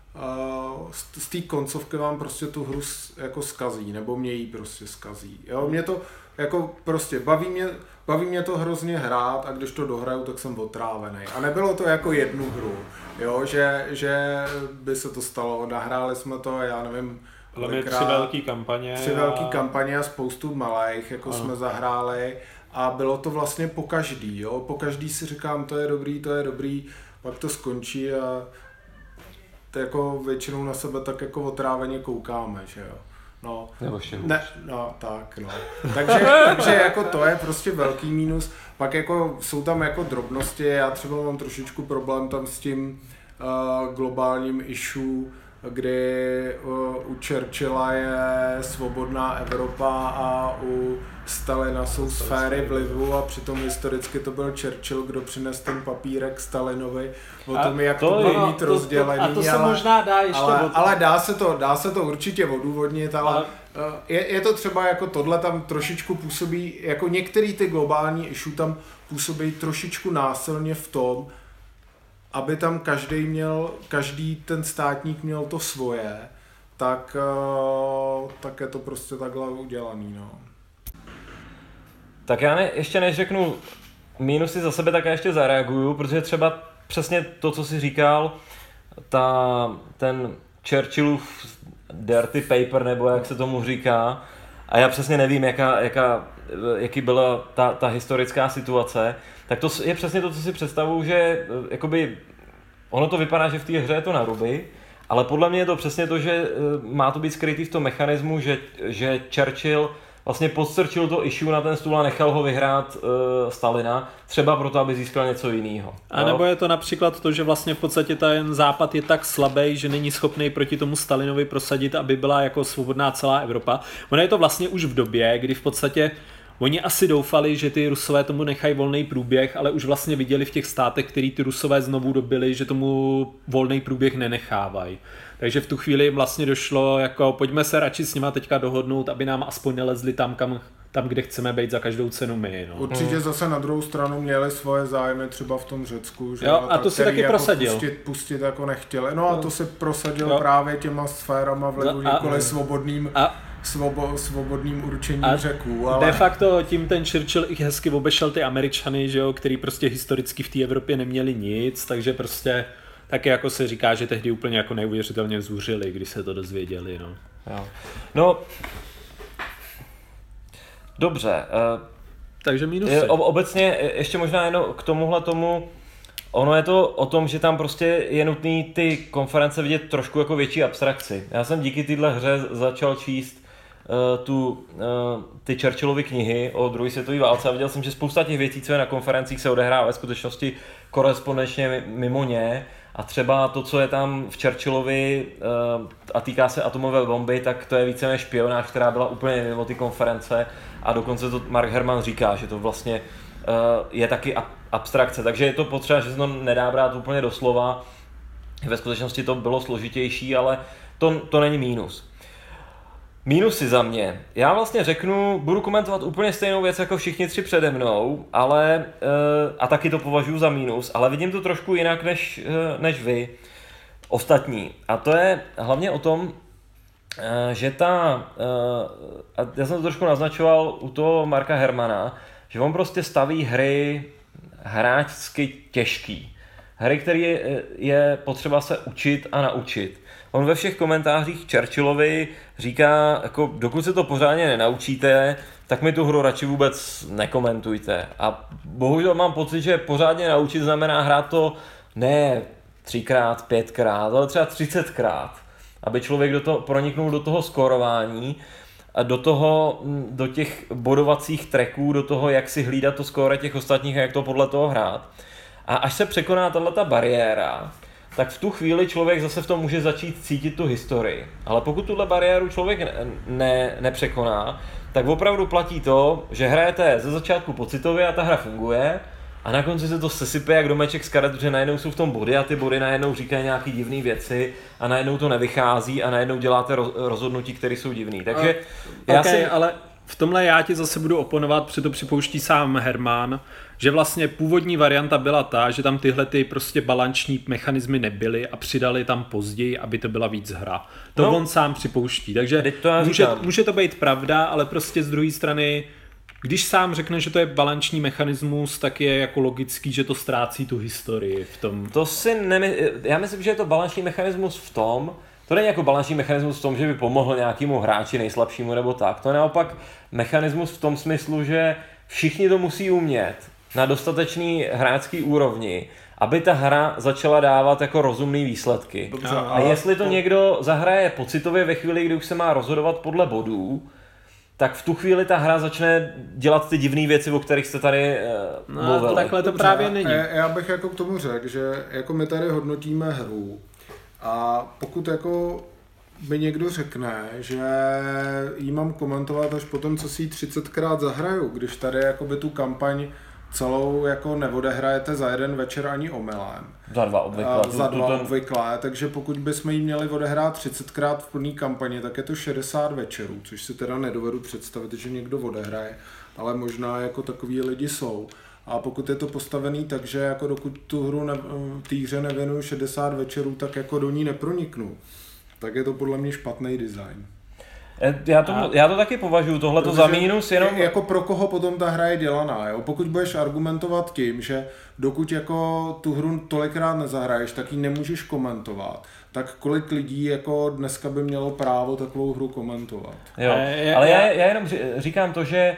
z té koncovky vám prostě tu hru jako zkazí, nebo mě ji prostě zkazí, jo? Mě to jako prostě baví mě to hrozně hrát a když to dohraju, tak jsem otrávený. A nebylo to jako jednu hru, jo? Že by se to stalo, nahráli jsme to, já nevím, Tři velký kampaně. Tři velký kampaně a spoustu malých, jako jsme zahráli. A bylo to vlastně po každý, jo. Po každý si říkám, to je dobrý, pak to skončí a to jako většinou na sebe tak jako otráveně koukáme, že jo. No, tak. Takže jako to je prostě velký mínus. Pak jako jsou tam jako drobnosti, já třeba mám trošičku problém tam s tím globálním issue, kdy u Churchilla je svobodná Evropa a u Stalina jsou sféry vlivu a přitom historicky to byl Churchill, kdo přines ten papírek Stalinovi o tom, jak to bude mít rozdělený. A to se možná dá ještě ale dá se to určitě odůvodnit, ale je to třeba jako tohle tam trošičku působí, jako některý ty globální issue tam působí trošičku násilně v tom, aby tam každý ten státník měl to svoje, tak je to prostě takhle udělaný, no. Tak já ještě než řeknu mínusy za sebe, tak já ještě zareaguju, protože třeba přesně to, co jsi říkal, ten Churchillův dirty paper, nebo jak se tomu říká, a já přesně nevím, jaký byla ta historická situace, tak to je přesně to, co si představuju, že jakoby ono to vypadá, že v té hře je to na ruby, ale podle mě je to přesně to, že má to být skrytý v tom mechanismu, že Churchill vlastně podstrčil to issue na ten stůl a nechal ho vyhrát Stalina, třeba proto, aby získal něco jiného. A nebo je to například to, že vlastně v podstatě ten západ je tak slabý, že není schopný proti tomu Stalinovi prosadit, aby byla jako svobodná celá Evropa. Ono je to vlastně už v době, kdy v podstatě oni asi doufali, že ty Rusové tomu nechají volný průběh, ale už vlastně viděli v těch státech, který ty Rusové znovu dobili, že tomu volný průběh nenechávají. Takže v tu chvíli vlastně došlo, jako pojďme se radši s nima teďka dohodnout, aby nám aspoň nelezli tam, kde chceme být za každou cenu my. No. Určitě zase na druhou stranu měli svoje zájmy třeba v tom Řecku, že jo, a to si taky jako prosadil. Pustit jako nechtěli. No a to si prosadil právě těma sférama vlivu, nikoli svobodným určením Řeků. Ale... De facto tím ten Churchill i hezky obešel ty Američany, že jo, který prostě historicky v té Evropě neměli nic, takže prostě taky jako se říká, že tehdy úplně jako neuvěřitelně zuřili, když se to dozvěděli. No, no dobře. Takže minusy. Obecně ještě možná jenom k tomuhle tomu, ono je to o tom, že tam prostě je nutný ty konference vidět trošku jako větší abstrakci. Já jsem díky téhle hře začal číst ty Churchillovy knihy o druhé světové válce a viděl jsem, že spousta těch věcí, co je na konferencích, se odehrává ve skutečnosti korespondenčně mimo ně. A třeba to, co je tam v Churchillovi a týká se atomové bomby, tak to je víceméně špionáž, která byla úplně mimo ty konference a dokonce to Mark Herman říká, že to vlastně je taky abstrakce, takže je to potřeba, že se to nedá brát úplně doslova. Ve skutečnosti to bylo složitější, ale to není mínus. Mínusy za mě. Já vlastně budu komentovat úplně stejnou věc jako všichni tři přede mnou, ale a taky to považuji za mínus, ale vidím to trošku jinak než vy ostatní. A to je hlavně o tom, že já jsem to trošku naznačoval u toho Marka Hermana, že on prostě staví hry hráčsky těžký. Hry, které je potřeba se učit a naučit. On ve všech komentářích Churchillovi říká, jako dokud se to pořádně nenaučíte, tak mi tu hru radši vůbec nekomentujte. A bohužel mám pocit, že pořádně naučit znamená hrát to ne 3x, 5x, ale třeba 30x. Aby člověk proniknul do toho skórování a do těch bodovacích tracků, do toho, jak si hlídat to skóre těch ostatních a jak to podle toho hrát. A až se překoná tato bariéra, tak v tu chvíli člověk zase v tom může začít cítit tu historii. Ale pokud tuhle bariéru člověk nepřekoná, tak opravdu platí to, že hrajete ze začátku pocitově a ta hra funguje a na konci se to sesype jak domeček z karet, že najednou jsou v tom body a ty body najednou říkají nějaký divné věci a najednou to nevychází a najednou děláte rozhodnutí, které jsou divný. Takže ale v tomhle já ti zase budu oponovat, protože to připouští sám Herman, že vlastně původní varianta byla ta, že tam tyhle ty prostě balanční mechanismy nebyly a přidali tam později, aby to byla víc hra. To on sám připouští, takže může to být pravda, ale prostě z druhé strany, když sám řekne, že to je balanční mechanismus, tak je jako logický, že to ztrácí tu historii v tom. Já myslím, že je to balanční mechanismus v tom, To není jako balanční mechanismus v tom, že by pomohl nějakému hráči nejslabšímu nebo tak. To je naopak mechanismus v tom smyslu, že všichni to musí umět na dostatečný hráčský úrovni, aby ta hra začala dávat jako rozumný výsledky. Dobře, a jestli to někdo zahraje pocitově ve chvíli, kdy už se má rozhodovat podle bodů, tak v tu chvíli ta hra začne dělat ty divné věci, o kterých jste tady mluvili. Takhle to právě není. Já bych jako k tomu řekl, že jako my tady hodnotíme hru a pokud jako mi někdo řekne, že jí mám komentovat až potom, co si ji 30krát zahraju, když tady jakoby tu kampaň celou jako neodehrajete za jeden večer ani omylem. Za dva obvykle. Takže pokud bychom ji měli odehrát 30krát v plný kampani, tak je to 60 večerů, což si teda nedovedu představit, že někdo odehraje, ale možná jako takový lidi jsou. A pokud je to postavený tak, že jako dokud tu hru té hře nevěnuju 60 večerů, tak jako do ní neproniknu, tak je to podle mě špatný design. Já to taky považuji, tohleto za mínus, jenom... Jako pro koho potom ta hra je dělaná, jo? Pokud budeš argumentovat tím, že dokud jako tu hru tolikrát nezahraješ, tak ji nemůžeš komentovat, tak kolik lidí jako dneska by mělo právo takovou hru komentovat? Jo, ale já jenom říkám to, že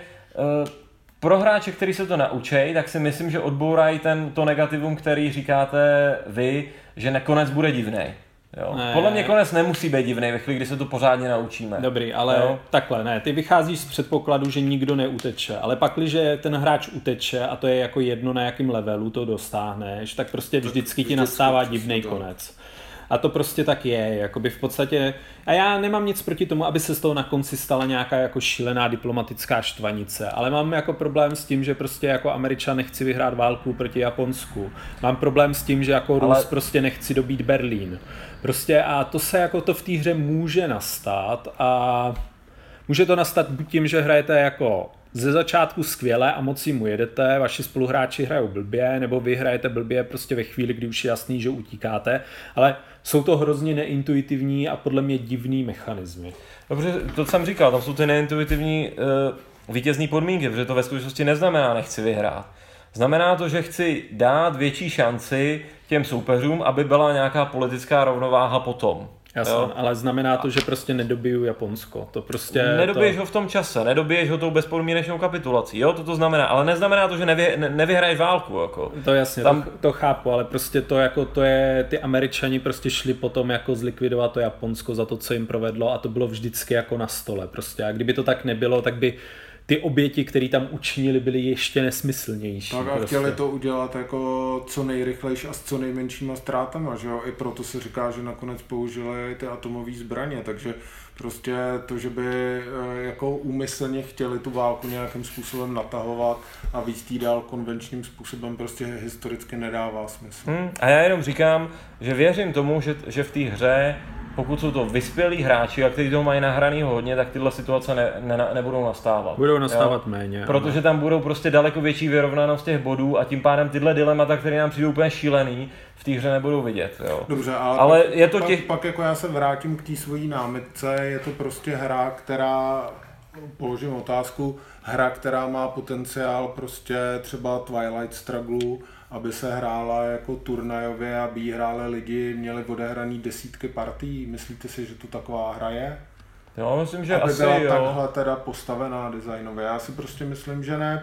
pro hráče, kteří se to naučí, tak si myslím, že odbourají to negativum, který říkáte vy, že nakonec bude divnej. Jo. Podle mě konec nemusí být divný ve chvíli, kdy se to pořádně naučíme. Dobrý, ale takhle ne. Ty vycházíš z předpokladu, že nikdo neuteče, ale pak, když ten hráč uteče a to je jako jedno na jakém levelu to dostáhneš, tak prostě vždycky ti nastává divný konec. A to prostě tak je, jakoby v podstatě, a já nemám nic proti tomu, aby se z toho na konci stala nějaká jako šílená diplomatická štvanice, ale mám jako problém s tím, že prostě jako Američan nechci vyhrát válku proti Japonsku. Mám problém s tím, že jako Rus prostě nechci dobít Berlín. Prostě a to se jako to v té hře může nastat a může to nastat buď tím, že hrajete jako ze začátku skvěle a moc jim ujedete, vaši spoluhráči hrajou blbě, nebo vy hrajete blbě prostě ve chvíli, kdy už je jasný, že utíkáte, ale jsou to hrozně neintuitivní a podle mě divný mechanismy. Dobře, to jsem říkal, tam jsou ty neintuitivní vítězní podmínky, protože to ve skutečnosti neznamená nechci vyhrát. Znamená to, že chci dát větší šanci těm soupeřům, aby byla nějaká politická rovnováha potom. Jasně, ale znamená to, že prostě nedobiju Japonsko. To prostě nedobiješ ho v tom čase, nedobiješ ho tou bezpodmínečnou kapitulací, jo, to znamená, ale neznamená to, že nevyhraješ válku, jako. To jasně, to chápu, ale prostě to je, ty Američani prostě šli potom jako zlikvidovat to Japonsko za to, co jim provedlo a to bylo vždycky jako na stole prostě a kdyby to tak nebylo, tak by ty oběti, které tam učinili, byly ještě nesmyslnější. Tak a prostě. chtěli to udělat jako co nejrychlejší a s co nejmenšíma ztrátama, že jo? I proto se říká, že nakonec použili ty atomové zbraně, takže prostě to, že by jako úmyslně chtěli tu válku nějakým způsobem natahovat a víc jí dál konvenčním způsobem prostě historicky nedává smysl. A já jenom říkám, že věřím tomu, že v té hře pokud jsou to vyspělí hráči a kteří toho mají nahranýho hodně, tak tyhle situace nebudou nastávat. Budou nastávat méně. Protože tam budou prostě daleko větší vyrovnanost těch bodů a tím pádem tyhle dilemata, které nám přijdou úplně šílený, v té hře nebudou vidět. Jo. Dobře, ale pak, je to pak jako já se vrátím k té svojí námitce, je to prostě hra, která, položím otázku, hra, která má potenciál prostě třeba Twilight Struggle, aby se hrála jako turnajově, aby jí hráli lidi, měli odehraný desítky partií. Myslíte si, že to taková hra je? Jo, myslím, že aby asi byla jo. takhle teda postavená designově. Já si prostě myslím, že ne.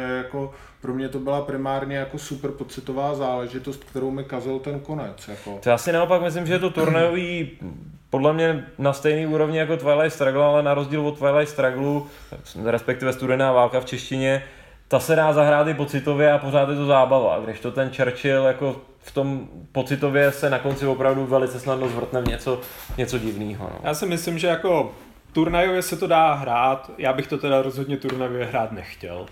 Pro mě to byla primárně jako super pocitová záležitost, kterou mi kazil ten konec. Jako. Já si naopak myslím, že je to turnajový podle mě na stejný úrovni jako Twilight Struggle, ale na rozdíl od Twilight Struggle, respektive Studená válka v češtině, ta se dá zahrát i pocitově a pořád je to zábava, když to ten Churchill jako v tom pocitově se na konci opravdu velice snadno zvrtne v něco divného. No. Já si myslím, že jako turnajově se to dá hrát, já bych to teda rozhodně turnajově hrát nechtěl.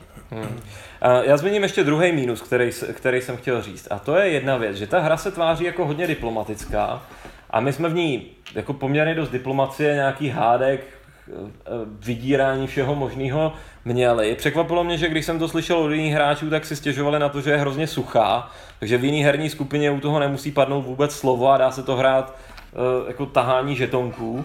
Já zmíním ještě druhý mínus, který jsem chtěl říct, a to je jedna věc, že ta hra se tváří jako hodně diplomatická a my jsme v ní jako poměrně dost diplomacie, nějaký hádek, vydírání všeho možného měli. Překvapilo mě, že když jsem to slyšel od jiných hráčů, tak si stěžovali na to, že je hrozně suchá, takže v jiný herní skupině u toho nemusí padnout vůbec slovo a dá se to hrát jako tahání žetonků.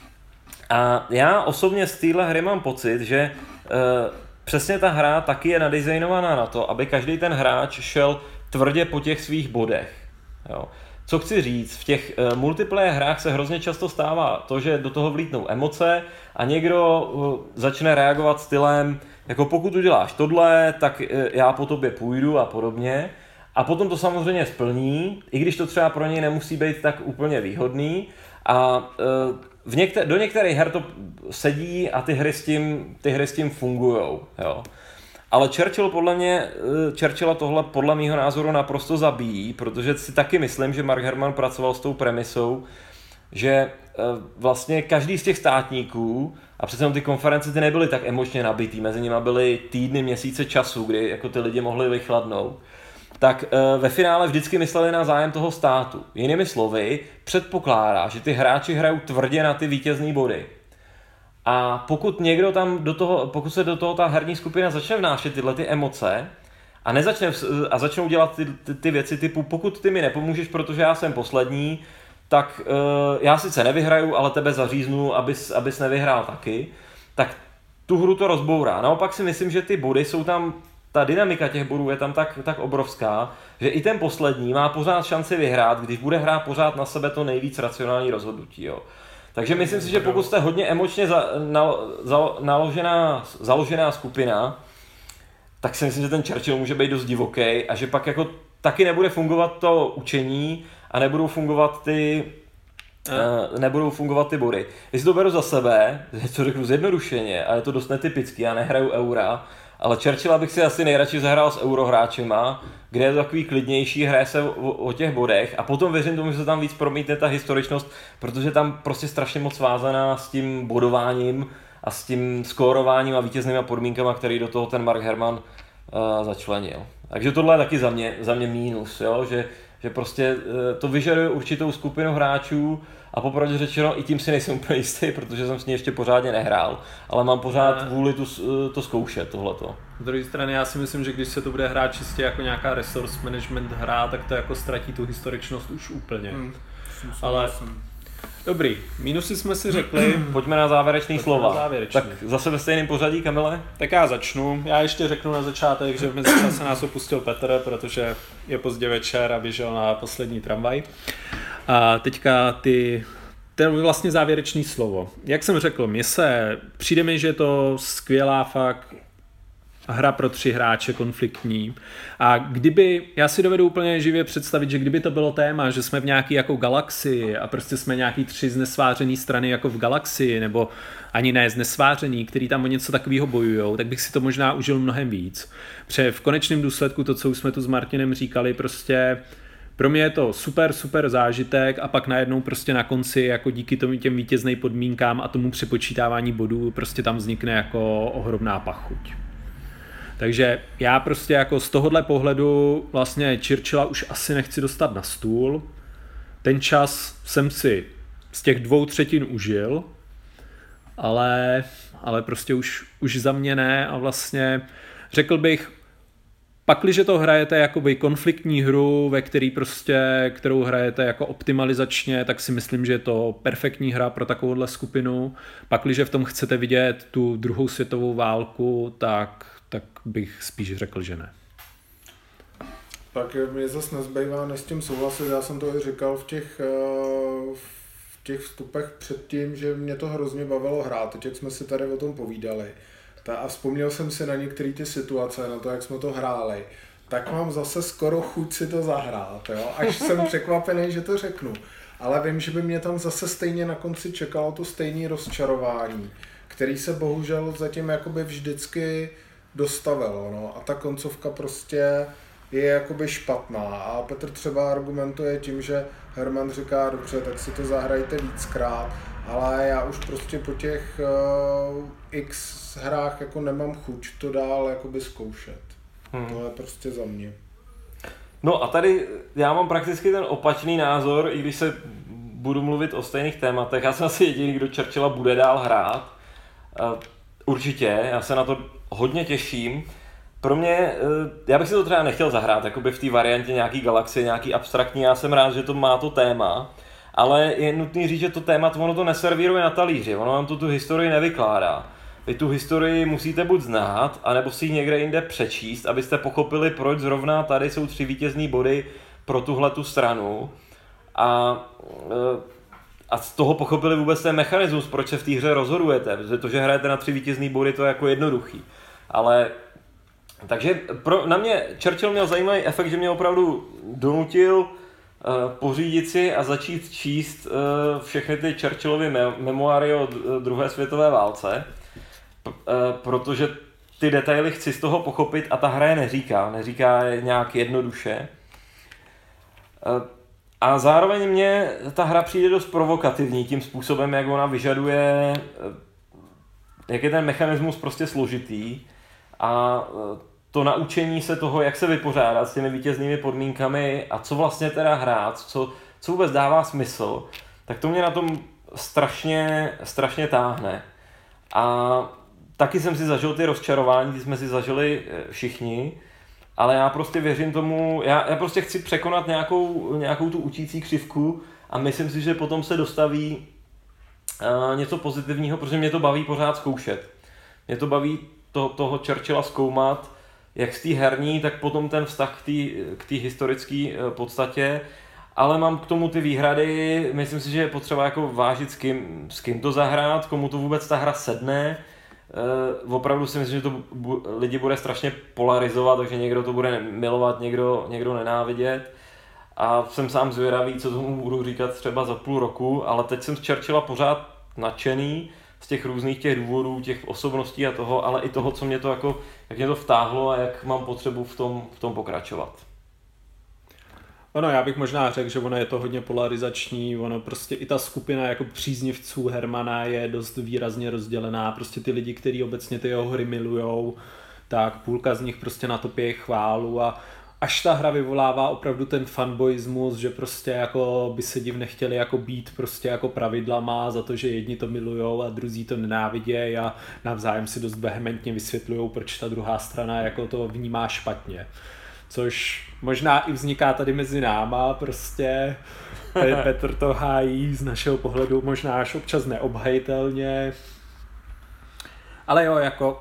A já osobně z téhle hry mám pocit, že přesně ta hra taky je nadizajnovaná na to, aby každý ten hráč šel tvrdě po těch svých bodech. Jo. co chci říct, v těch multiplayer hrách se hrozně často stává to, že do toho vlítnou emoce a někdo začne reagovat stylem, jako pokud uděláš tohle, tak já po tobě půjdu a podobně. A potom to samozřejmě splní, i když to třeba pro něj nemusí být tak úplně výhodný. A do některých her to sedí a ty hry s tím fungujou. Jo. Ale Churchilla tohle podle mýho názoru naprosto zabíjí, protože si taky myslím, že Mark Herman pracoval s tou premisou, že vlastně každý z těch státníků, a přece ty konference ty nebyly tak emočně nabitý, mezi nimi byly týdny, měsíce času, kdy jako ty lidi mohli vychladnout, tak ve finále vždycky mysleli na zájem toho státu. Jinými slovy, předpokládá, že ty hráči hrajou tvrdě na ty vítězné body. A pokud někdo tam pokud se do toho ta herní skupina začne vnášet tyhle ty emoce a začnou dělat ty věci typu pokud ty mi nepomůžeš, protože já jsem poslední, tak já sice nevyhraju, ale tebe zaříznu, abys nevyhrál taky, tak tu hru to rozbourá. Naopak si myslím, že ty body jsou tam, ta dynamika těch bodů je tam tak obrovská, že i ten poslední má pořád šanci vyhrát, když bude hrát pořád na sebe to nejvíc racionální rozhodnutí. Jo. Takže myslím si, že pokud jste hodně emočně založená skupina, tak si myslím, že ten Churchill může být dost divoký a že pak jako taky nebude fungovat to učení a nebudou fungovat ty body. Jestli to beru za sebe, to řeknu zjednodušeně a je to dost netypický, já nehraju eura, ale Churchilla bych si asi nejradši zahrál s eurohráčema, kde je to takový klidnější, hraje se o těch bodech a potom věřím tomu, že se tam víc promítne ta historičnost, protože tam prostě strašně moc vázaná s tím bodováním a s tím skórováním a vítěznýma podmínkama, který do toho ten Mark Herman začlenil. Takže tohle je taky za mě mínus, jo? Že prostě to vyžaduje určitou skupinu hráčů a popravdě řečeno i tím si nejsem úplně jistý, protože jsem s ní ještě pořádně nehrál, ale mám pořád vůli to zkoušet, tohleto. Z druhé strany já si myslím, že když se to bude hrát čistě jako nějaká resource management hra, tak to jako ztratí tu historičnost už úplně. Ale dobrý, minusy jsme si řekli. Pojďme na závěrečný slova. Tak zase ve stejném pořadí, Kamile? Tak já začnu. Já ještě řeknu na začátek, že v mezičase nás opustil Petr, protože je pozdě večer a běžel na poslední tramvaj. A teďka to je vlastně závěrečný slovo. Jak jsem řekl, přijde mi, že je to skvělá fakt hra pro 3 hráče, konfliktní. A já si dovedu úplně živě představit, že kdyby to bylo téma, že jsme v nějaký jako galaxii a prostě jsme nějaký 3 znesvářený strany jako v galaxii, nebo ani ne znesvářený, který tam o něco takového bojujou, tak bych si to možná užil mnohem víc. Protože v konečném důsledku to, co už jsme tu s Martinem říkali, prostě pro mě je to super zážitek a pak najednou prostě na konci jako díky těm vítězným podmínkám a tomu přepočítávání bodů prostě tam vznikne jako ohromná pachuť. Takže já prostě jako z tohohle pohledu vlastně Churchilla už asi nechci dostat na stůl. Ten čas jsem si z těch 2/3 užil, ale prostě už za mě ne a vlastně řekl bych, pakliže to hrajete jakoby konfliktní hru, kterou hrajete jako optimalizačně, tak si myslím, že je to perfektní hra pro takovouhle skupinu. Pakliže v tom chcete vidět tu 2. světovou válku, tak bych spíš řekl, že ne. Tak mě zase nezbývá než s tím souhlasit, já jsem to i říkal v těch vstupech předtím, že mě to hrozně bavilo hrát, teď jak jsme si tady o tom povídali. A vzpomněl jsem si na některé ty situace, na to, jak jsme to hráli, tak mám zase skoro chuť si to zahrát, jo? Až jsem překvapený, že to řeknu. Ale vím, že by mě tam zase stejně na konci čekalo to stejné rozčarování, který se bohužel zatím jakoby vždycky dostavilo, no. A ta koncovka prostě je jakoby špatná. A Petr třeba argumentuje tím, že Herman říká, dobře, tak si to zahrajte víckrát, ale já už prostě po těch x hrách jako nemám chuť to dál jakoby zkoušet. To je prostě za mě. No a tady já mám prakticky ten opačný názor, i když se budu mluvit o stejných tématech. Já jsem asi jediný, kdo Churchilla bude dál hrát. Určitě, já se na to hodně těším. Pro mě, já bych si to třeba nechtěl zahrát, jakoby v té variantě nějaký galaxie, nějaký abstraktní, já jsem rád, že to má to téma, ale je nutný říct, že to téma, ono to neservíruje na talíři, ono vám tu historii nevykládá. Vy tu historii musíte buď znát, anebo si ji někde jinde přečíst, abyste pochopili, proč zrovna tady jsou 3 vítězný body pro tuhletu stranu. A z toho pochopili vůbec ten mechanismus, proč se v té hře rozhodujete, protože to, že hrajete na 3 vítězný body, to je jako jednoduchý. Ale takže na mě Churchill měl zajímavý efekt, že mě opravdu donutil pořídit si a začít číst všechny ty Churchillovy memoáry o druhé světové válce, protože ty detaily chci z toho pochopit a ta hra je neříká je nějak jednoduše. A zároveň mě ta hra přijde dost provokativní tím způsobem, jak ona vyžaduje, jak je ten mechanismus prostě složitý a to naučení se toho, jak se vypořádat s těmi vítěznými podmínkami a co vlastně teda hrát, co vůbec dává smysl, tak to mě na tom strašně táhne. A taky jsem si zažil ty rozčarování, ty jsme si zažili všichni, ale já prostě věřím tomu, já prostě chci překonat nějakou tu učící křivku a myslím si, že potom se dostaví něco pozitivního, protože mě to baví pořád zkoušet. Mě to baví toho Churchilla zkoumat, jak z té herní, tak potom ten vztah k té historické podstatě, ale mám k tomu ty výhrady, myslím si, že je potřeba jako vážit s kým to zahrát, komu to vůbec ta hra sedne. Opravdu si myslím, že to lidi bude strašně polarizovat, takže někdo to bude milovat, někdo nenávidět. A jsem sám zvědavý, co tomu budu říkat třeba za půl roku, ale teď jsem z Churchilla pořád nadšený z těch různých těch důvodů, těch osobností a toho, ale i toho, co mě to jako, jak mě to vtáhlo a jak mám potřebu v tom pokračovat. Ono, já bych možná řekl, že ono je to hodně polarizační, ono prostě i ta skupina jako příznivců Hermana je dost výrazně rozdělená, prostě ty lidi, kteří obecně ty jeho hry milujou, tak půlka z nich prostě na to pije chválu a až ta hra vyvolává opravdu ten fanboismus, že prostě jako by se div nechtěli jako být prostě jako pravidlama za to, že jedni to milujou a druzí to nenávidějí a navzájem si dost vehementně vysvětlujou, proč ta druhá strana jako to vnímá špatně. Což možná i vzniká tady mezi náma, prostě Petr to hájí z našeho pohledu možná až občas neobhajitelně. Ale jo, jako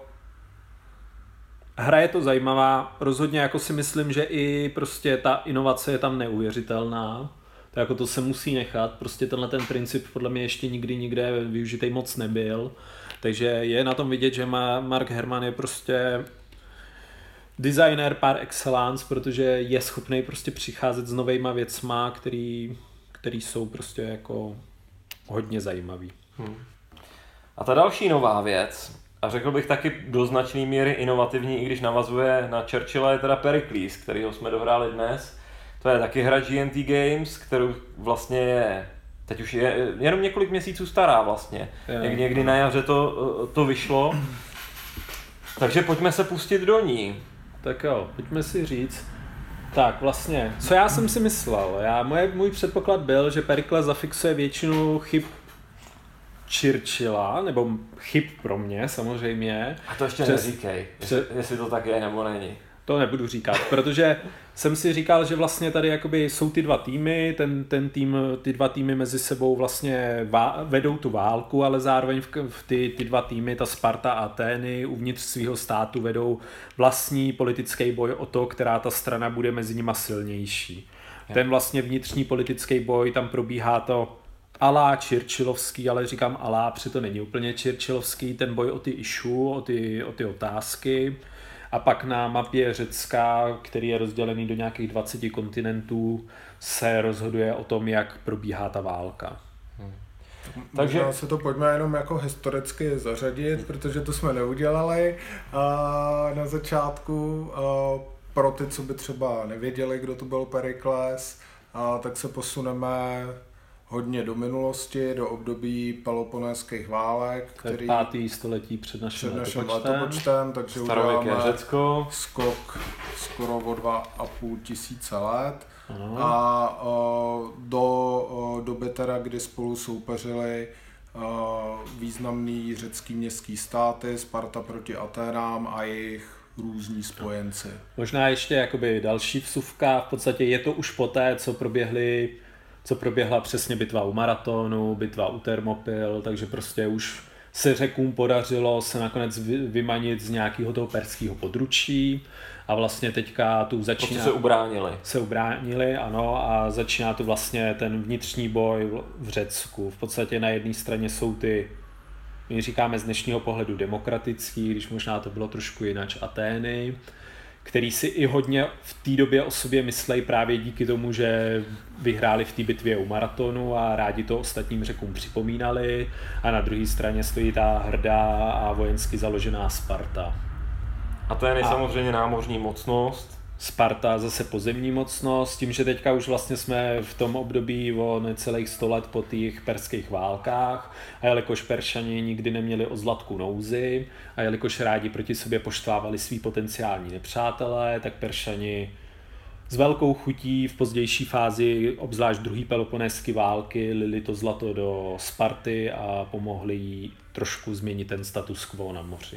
hra je to zajímavá, rozhodně jako si myslím, že i prostě ta inovace je tam neuvěřitelná. To jako to se musí nechat, prostě tenhle ten princip podle mě ještě nikde využitej moc nebyl. Takže je na tom vidět, že Mark Herman je prostě designer par excellence, protože je schopný prostě přicházet s novejma věcma, který jsou prostě jako hodně zajímavý. A ta další nová věc, a řekl bych taky do značné míry inovativní, i když navazuje na Churchilla, je teda Pericles, kterýho jsme dohráli dnes. To je taky hra GNT Games, kterou vlastně je, teď už je jenom několik měsíců stará vlastně. Někdy na jaře to vyšlo. Takže pojďme se pustit do ní. Tak jo, pojďme si říct. Tak vlastně, co já jsem si myslel? Můj předpoklad byl, že Pericles zafixuje většinu chyb Churchilla, nebo chyb pro mě samozřejmě. A to ještě neříkej, jestli to tak je nebo není. To nebudu říkat, protože jsem si říkal, že vlastně tady jakoby jsou ty dva týmy, ty dva týmy mezi sebou vlastně vedou tu válku, ale zároveň ty dva týmy, ta Sparta a Atény, uvnitř svého státu vedou vlastní politický boj o to, která ta strana bude mezi nima silnější. Ten vlastně vnitřní politický boj, tam probíhá to ala Churchillovský, ale říkám ala, protože to není úplně Churchillovský, ten boj o ty issue, o ty otázky. A pak na mapě Řecka, který je rozdělený do nějakých 20 kontinentů, se rozhoduje o tom, jak probíhá ta válka. Takže se to pojďme jenom jako historicky zařadit, protože to jsme neudělali na začátku. Pro ty, co by třeba nevěděli, kdo to byl Perikles, tak se posuneme hodně do minulosti, do období Peloponéských válek, který 5. století před naším letopočtem, takže uděláme skok skoro o 2,5 tisíce let. A do doby teda, kdy spolu soupeřili významný řecký městský státy, Sparta proti Aténám a jejich různí spojenci. Možná ještě jakoby další vsuvka, v podstatě je to už poté, co proběhla přesně bitva u Maratonu, bitva u Thermopyl, takže prostě už se Řekům podařilo se nakonec vymanit z nějakého toho perského područí a vlastně teďka tu začíná... Se ubránili, ano, a začíná tu vlastně ten vnitřní boj v Řecku. V podstatě na jedné straně jsou ty, my říkáme z dnešního pohledu demokratický, když možná to bylo trošku jinak, Atény, který si i hodně v té době o sobě myslejí právě díky tomu, že vyhráli v té bitvě u Maratonu a rádi to ostatním Řekům připomínali, a na druhé straně stojí ta hrdá a vojensky založená Sparta. Atény je samozřejmě námořní mocnost. Sparta zase pozemní mocnost, tím, že teďka už vlastně jsme v tom období o necelých 100 let po těch perských válkách, a jelikož Peršani nikdy neměli o zlatku nouzi a jelikož rádi proti sobě poštvávali svý potenciální nepřátelé, tak Peršani s velkou chutí v pozdější fázi, obzvlášť druhý Peloponéské války, lili to zlato do Sparty a pomohli jí trošku změnit ten status quo na moři.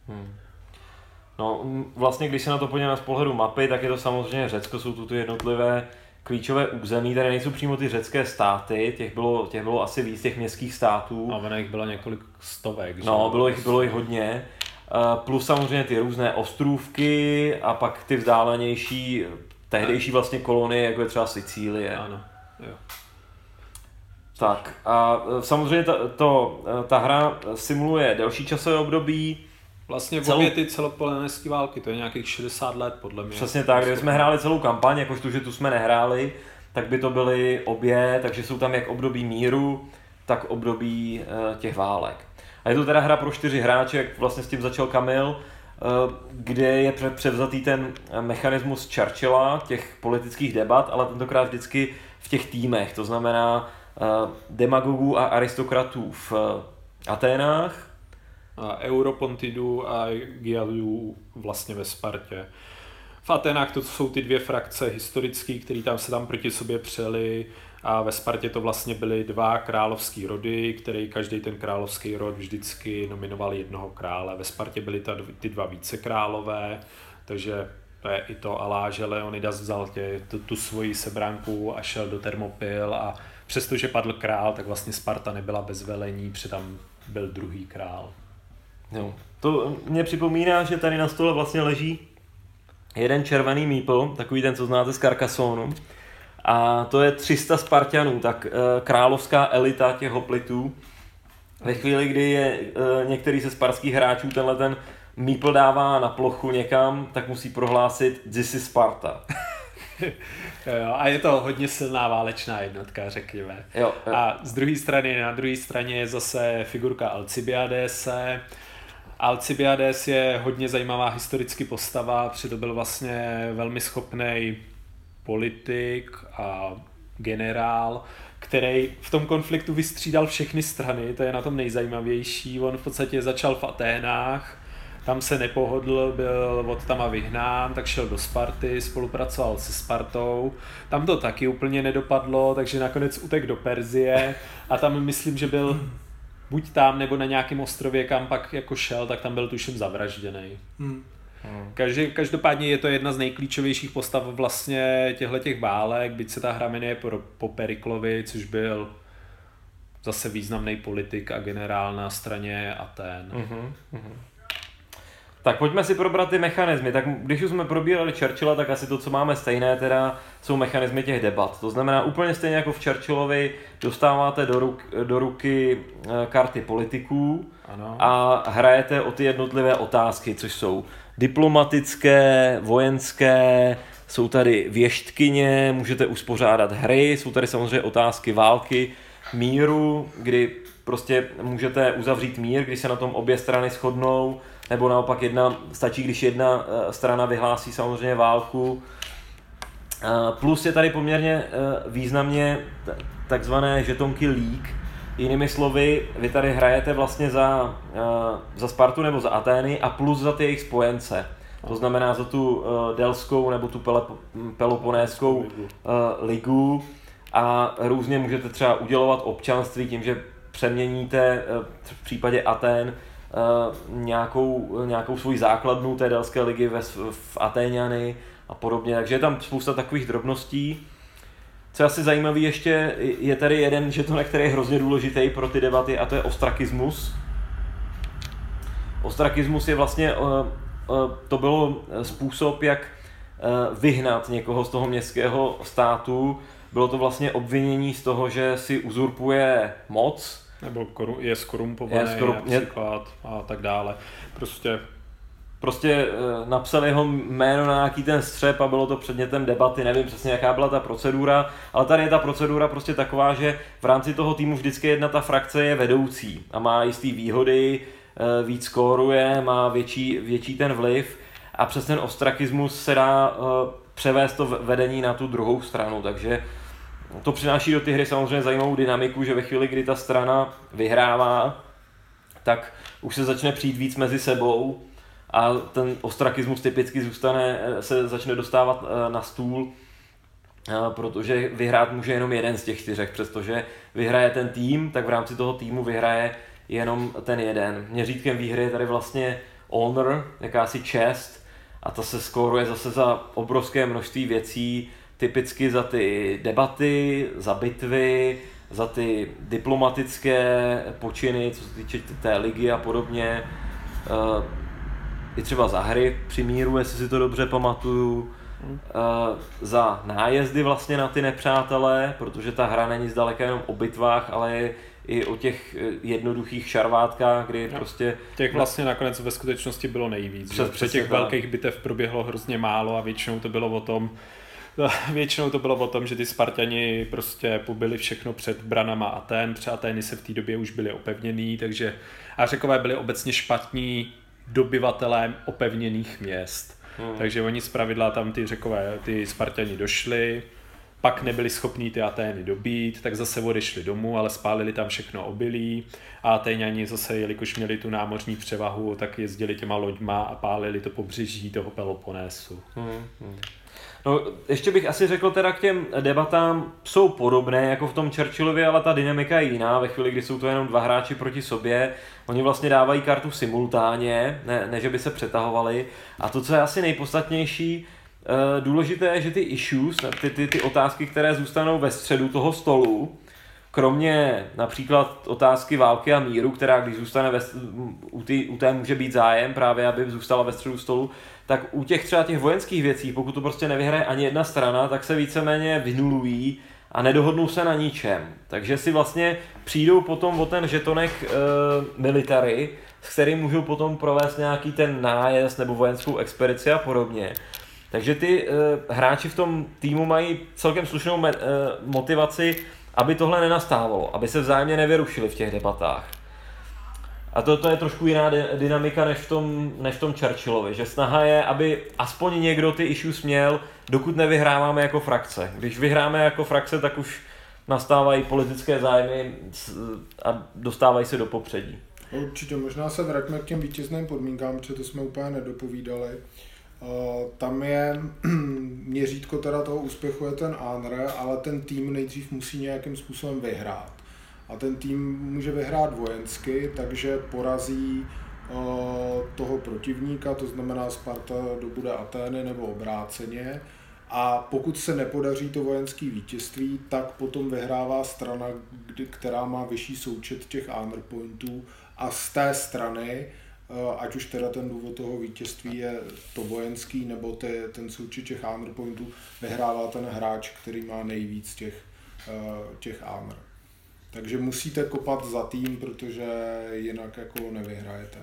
No, vlastně když se na to podíváme z pohledu mapy, tak je to samozřejmě Řecko, jsou tu ty jednotlivé klíčové území, tady nejsou přímo ty řecké státy, těch bylo asi víc těch městských států. A ono jich bylo několik stovek, že? No, bylo jich hodně. Plus samozřejmě ty různé ostrůvky a pak ty vzdálenější, tehdejší vlastně kolonie, jako je třeba Sicílie. Ano, jo. Tak a samozřejmě ta hra simuluje delší časové období. Vlastně obě ty celopolénecké války, to je nějakých 60 let podle mě. Přesně tak, kdyby jsme hráli celou kampaň, jakož tu, že tu jsme nehráli, tak by to byly obě, takže jsou tam jak období míru, tak období těch válek. A je to teda hra pro 4 hráče, jak vlastně s tím začal Kamil, kde je převzatý ten mechanismus Churchilla, těch politických debat, ale tentokrát vždycky v těch týmech, to znamená demagogů a aristokratů v Aténách, a Europontidu a Giadů vlastně ve Spartě. V Aténách to jsou ty dvě frakce historické, které se tam proti sobě přely, a ve Spartě to vlastně byly 2 královský rody, který každý ten královský rod vždycky nominoval jednoho krále. Ve Spartě byly ty 2 vícekrálové, takže to je i to alá, že Leonidas vzal tu svoji sebranku a šel do Termopyl, a přestože padl král, tak vlastně Sparta nebyla bez velení, protože tam byl druhý král. Jo. To mě připomíná, že tady na stole vlastně leží jeden červený meeple, takový ten, co znáte z Carcassonne, a to je 300 Spartanů, tak královská elita těch hoplitů. Ve chvíli, kdy je některý ze spartských hráčů tenhle ten meeple dává na plochu někam, tak musí prohlásit "This is Sparta". Jo, a je to hodně silná válečná jednotka, řekněme. Jo. A na druhé straně je zase figurka Alcibiadese. Alcibiades je hodně zajímavá historicky postava, protože to byl vlastně velmi schopný politik a generál, který v tom konfliktu vystřídal všechny strany, to je na tom nejzajímavější. On v podstatě začal v Aténách, tam se nepohodl, byl odtama vyhnán, tak šel do Sparty, spolupracoval se Spartou. Tam to taky úplně nedopadlo, takže nakonec utek do Perzie a tam myslím, že byl buď tam, nebo na nějakém ostrově, kam pak jako šel, tak tam byl tuším zavražděný. Každopádně je to jedna z nejklíčovějších postav vlastně těchto válek, byť se ta hra jmenuje po Periklovi, což byl zase významný politik a generál na straně Atén. Tak pojďme si probrat ty mechanismy. Tak když už jsme probírali Churchilla, tak asi to, co máme stejné, teda jsou mechanismy těch debat. To znamená úplně stejně jako v Churchillovi dostáváte do ruky karty politiků. Ano. A hrajete o ty jednotlivé otázky, což jsou diplomatické, vojenské, jsou tady věštkyně, můžete uspořádat hry, jsou tady samozřejmě otázky války, míru, kdy prostě můžete uzavřít mír, když se na tom obě strany shodnou, nebo naopak stačí, když jedna strana vyhlásí samozřejmě válku. Plus je tady poměrně významně takzvané žetonky league. Jinými slovy, vy tady hrajete vlastně za Spartu nebo za Atény a plus za ty jejich spojence. To znamená za tu Delskou nebo tu Peloponéskou ligu, a různě můžete třeba udělovat občanství tím, že přeměníte v případě Atén nějakou svoji základnu té Delské ligy v Atéňany a podobně. Takže je tam spousta takových drobností. Co je asi zajímavý ještě, je tady jeden žeton, který je hrozně důležitý pro ty debaty, a to je ostrakismus. ostrakismus je vlastně, to bylo způsob, jak vyhnat někoho z toho městského státu. Bylo to vlastně obvinění z toho, že si uzurpuje moc. Nebo je skorumpovaný například a tak dále. Prostě napsal jeho jméno na nějaký ten střep a bylo to předmětem debaty, nevím přesně jaká byla ta procedura, ale tady je ta procedura prostě taková, že v rámci toho týmu vždycky jedna ta frakce je vedoucí a má jistý výhody, víc skóruje, má větší ten vliv a přes ten ostrakismus se dá převést to vedení na tu druhou stranu, takže to přináší do ty hry samozřejmě zajímavou dynamiku, že ve chvíli, kdy ta strana vyhrává, tak už se začne přijít víc mezi sebou a ten ostrakismus typicky se začne dostávat na stůl, protože vyhrát může jenom jeden z těch 4, přestože vyhraje ten tým, tak v rámci toho týmu vyhraje jenom ten jeden. Měřítkem výhry je tady vlastně honor, jakási čest, a ta se skóruje zase za obrovské množství věcí, typicky za ty debaty, za bitvy, za ty diplomatické počiny, co se týče té ligy a podobně. I třeba za hry při míru, jestli si to dobře pamatuju. Za nájezdy vlastně na ty nepřátelé, protože ta hra není zdaleka jenom o bitvách, ale je i o těch jednoduchých šarvátkách, kdy prostě... Těch vlastně nakonec ve skutečnosti bylo nejvíc. Při těch velkých bitev proběhlo hrozně málo a většinou to bylo o tom, že ty Spartani prostě pobili všechno před branama Athén, protože Athény se v té době už byly opevněný, takže a Řekové byli obecně špatní dobyvatelé opevněných měst. Takže oni zpravidla tam ty Spartani došli, pak nebyli schopní ty Athény dobít, tak zase odešli domů, ale spálili tam všechno obilí a Athéňani zase, jelikož měli tu námořní převahu, tak jezdili těma loďma a pálili to pobřeží toho Peloponésu. No, ještě bych asi řekl teda k těm debatám, jsou podobné jako v tom Churchillově, ale ta dynamika je jiná. Ve chvíli, kdy jsou to jenom 2 hráči proti sobě, oni vlastně dávají kartu simultánně, ne že by se přetahovali. A to, co je asi nejpodstatnější, důležité je, že ty issues, ty otázky, které zůstanou ve středu toho stolu, kromě například otázky války a míru, která když zůstane u té může být zájem právě, aby zůstala ve středu stolu, tak u těch třeba těch vojenských věcí, pokud to prostě nevyhraje ani jedna strana, tak se víceméně vynulují a nedohodnou se na ničem. Takže si vlastně přijdou potom o ten žetonek military, s kterým můžou potom provést nějaký ten nájezd nebo vojenskou expedici a podobně. Takže ty hráči v tom týmu mají celkem slušnou motivaci, aby tohle nenastávalo, aby se vzájemně nevyrušili v těch debatách. A to je trošku jiná dynamika než v tom Churchillovi, že snaha je, aby aspoň někdo ty issues měl, dokud nevyhráváme jako frakce. Když vyhráme jako frakce, tak už nastávají politické zájmy a dostávají se do popředí. Určitě, možná se vraťme k těm vítězným podmínkám, protože to jsme úplně nedopovídali. Tam je měřítko teda toho úspěchu je ten honor, ale ten tým nejdřív musí nějakým způsobem vyhrát. A ten tým může vyhrát vojensky, takže porazí toho protivníka, to znamená Sparta dobude Athény nebo obráceně. A pokud se nepodaří to vojenské vítězství, tak potom vyhrává strana, která má vyšší součet těch honor pointů a z té strany, ať už teda ten důvod toho vítězství je to vojenský nebo ten součet těch honor pointů, vyhrává ten hráč, který má nejvíc těch honor. Takže musíte kopat za tým, protože jinak jako nevyhrajete.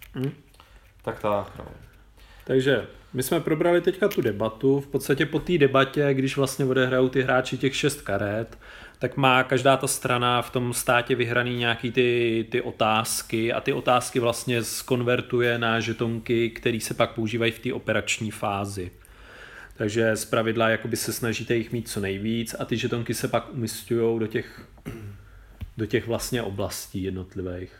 Tak. No. Takže my jsme probrali teďka tu debatu. V podstatě po té debatě, když vlastně odehrajou ty hráči těch 6 karet, tak má každá ta strana v tom státě vyhraný nějaký ty otázky a ty otázky vlastně zkonvertuje na žetonky, které se pak používají v té operační fázi. Takže zpravidla jakoby se snažíte jich mít co nejvíc a ty žetonky se pak umísťujou do těch vlastně oblastí jednotlivých.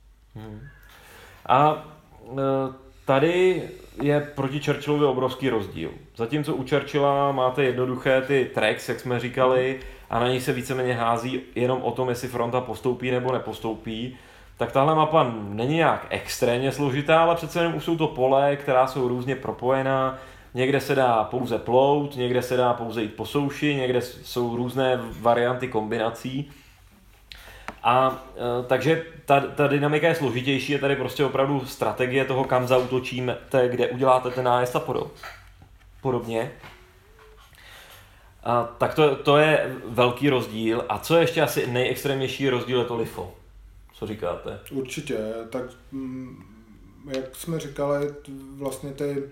A tady je proti Churchillovi obrovský rozdíl. Zatímco u Churchilla máte jednoduché ty tracks, jak jsme říkali, a na něj se víceméně hází jenom o tom, jestli fronta postoupí nebo nepostoupí, tak tahle mapa není nějak extrémně složitá, ale přece jenom už jsou to pole, která jsou různě propojená. Někde se dá pouze plout, někde se dá pouze jít po souši, někde jsou různé varianty kombinací. Takže ta dynamika je složitější, je tady prostě opravdu strategie toho, kam zaútočíte, kde uděláte ten nájezd a podobně. Tak to je velký rozdíl. A co je ještě asi nejextrémnější rozdíl, je to LIFO. Co říkáte? Určitě, tak jak jsme říkali, vlastně ty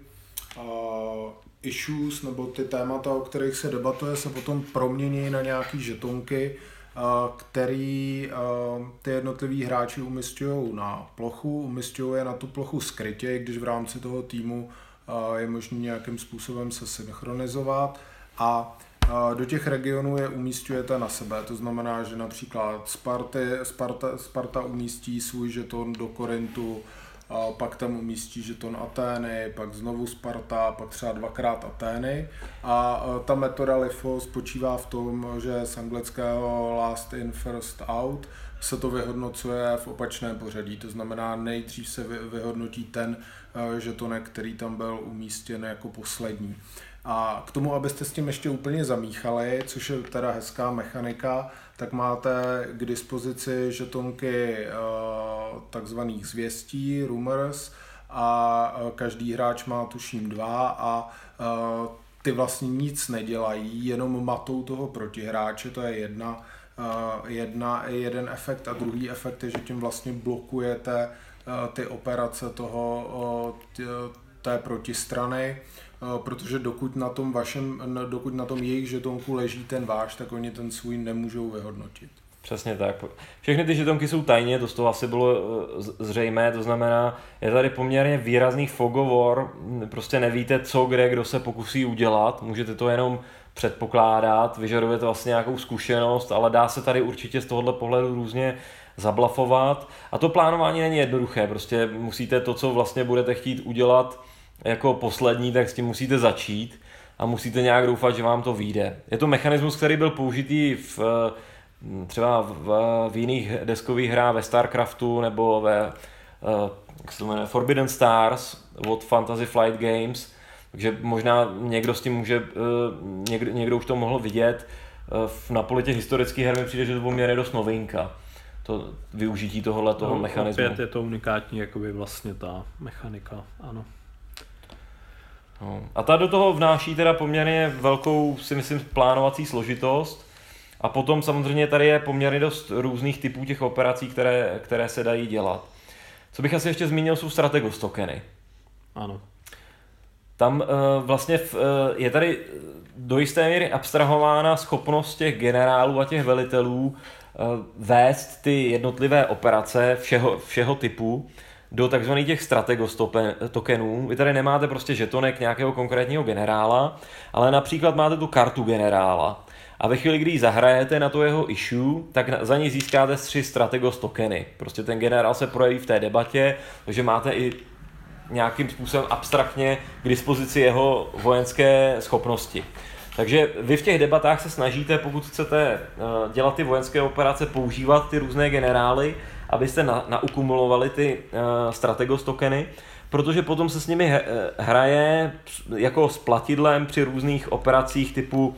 issues nebo ty témata, o kterých se debatuje, se potom promění na nějaký žetonky, který ty jednotliví hráči umisťují na plochu, umisťují je na tu plochu skrytě, když v rámci toho týmu je možné nějakým způsobem se synchronizovat a do těch regionů je umísťujete na sebe. To znamená, že například Sparta umístí svůj žeton do Korintu, pak tam umístí žeton Atény, pak znovu Sparta, pak třeba dvakrát Atény. A ta metoda LIFO spočívá v tom, že z anglického last in, first out se to vyhodnocuje v opačném pořadí. To znamená, nejdřív se vyhodnotí ten žetonek, který tam byl umístěn jako poslední. A k tomu, abyste s tím ještě úplně zamíchali, což je teda hezká mechanika, tak máte k dispozici žetonky takzvaných zvěstí, rumors, a každý hráč má tuším 2 a ty vlastně nic nedělají, jenom matou toho protihráče, to je jeden efekt a druhý efekt je, že tím vlastně blokujete ty operace té protistrany, protože dokud na tom jejich žetonku leží ten váš, tak oni ten svůj nemůžou vyhodnotit. Přesně tak. Všechny ty žetonky jsou tajně, to z toho asi bylo zřejmé, to znamená, je tady poměrně výrazný fog of war, prostě nevíte co, kde, kdo se pokusí udělat, můžete to jenom předpokládat, vyžaduje to vlastně nějakou zkušenost, ale dá se tady určitě z tohohle pohledu různě zablafovat a to plánování není jednoduché, prostě musíte to, co vlastně budete chtít udělat jako poslední, tak s tím musíte začít a musíte nějak doufat, že vám to vyjde. Je to mechanismus, který byl použitý třeba v jiných deskových hrách, ve StarCraftu nebo ve Forbidden Stars od Fantasy Flight Games, takže možná někdo s tím může, někdo už to mohl vidět. Na poli těch historických her mi přijde, že to poměrně dost novinka. To využití toho mechanismu. Opět je to unikátní, jakoby vlastně ta mechanika, ano. No. A ta do toho vnáší teda poměrně velkou, si myslím, plánovací složitost. A potom samozřejmě tady je poměrně dost různých typů těch operací, které se dají dělat. Co bych asi ještě zmínil, jsou strategos tokeny. Ano. Tam vlastně je tady do jisté míry abstrahována schopnost těch generálů a těch velitelů vést ty jednotlivé operace všeho typu do takzvaných těch strategos tokenů. Vy tady nemáte prostě žetonek nějakého konkrétního generála, ale například máte tu kartu generála. A ve chvíli, kdy ji zahrajete na to jeho issue, tak za ní získáte 3 strategos tokeny. Prostě ten generál se projeví v té debatě, takže máte i nějakým způsobem abstraktně k dispozici jeho vojenské schopnosti. Takže vy v těch debatách se snažíte, pokud chcete dělat ty vojenské operace, používat ty různé generály, abyste naukumulovali ty strategos tokeny, protože potom se s nimi hraje jako s platidlem při různých operacích typu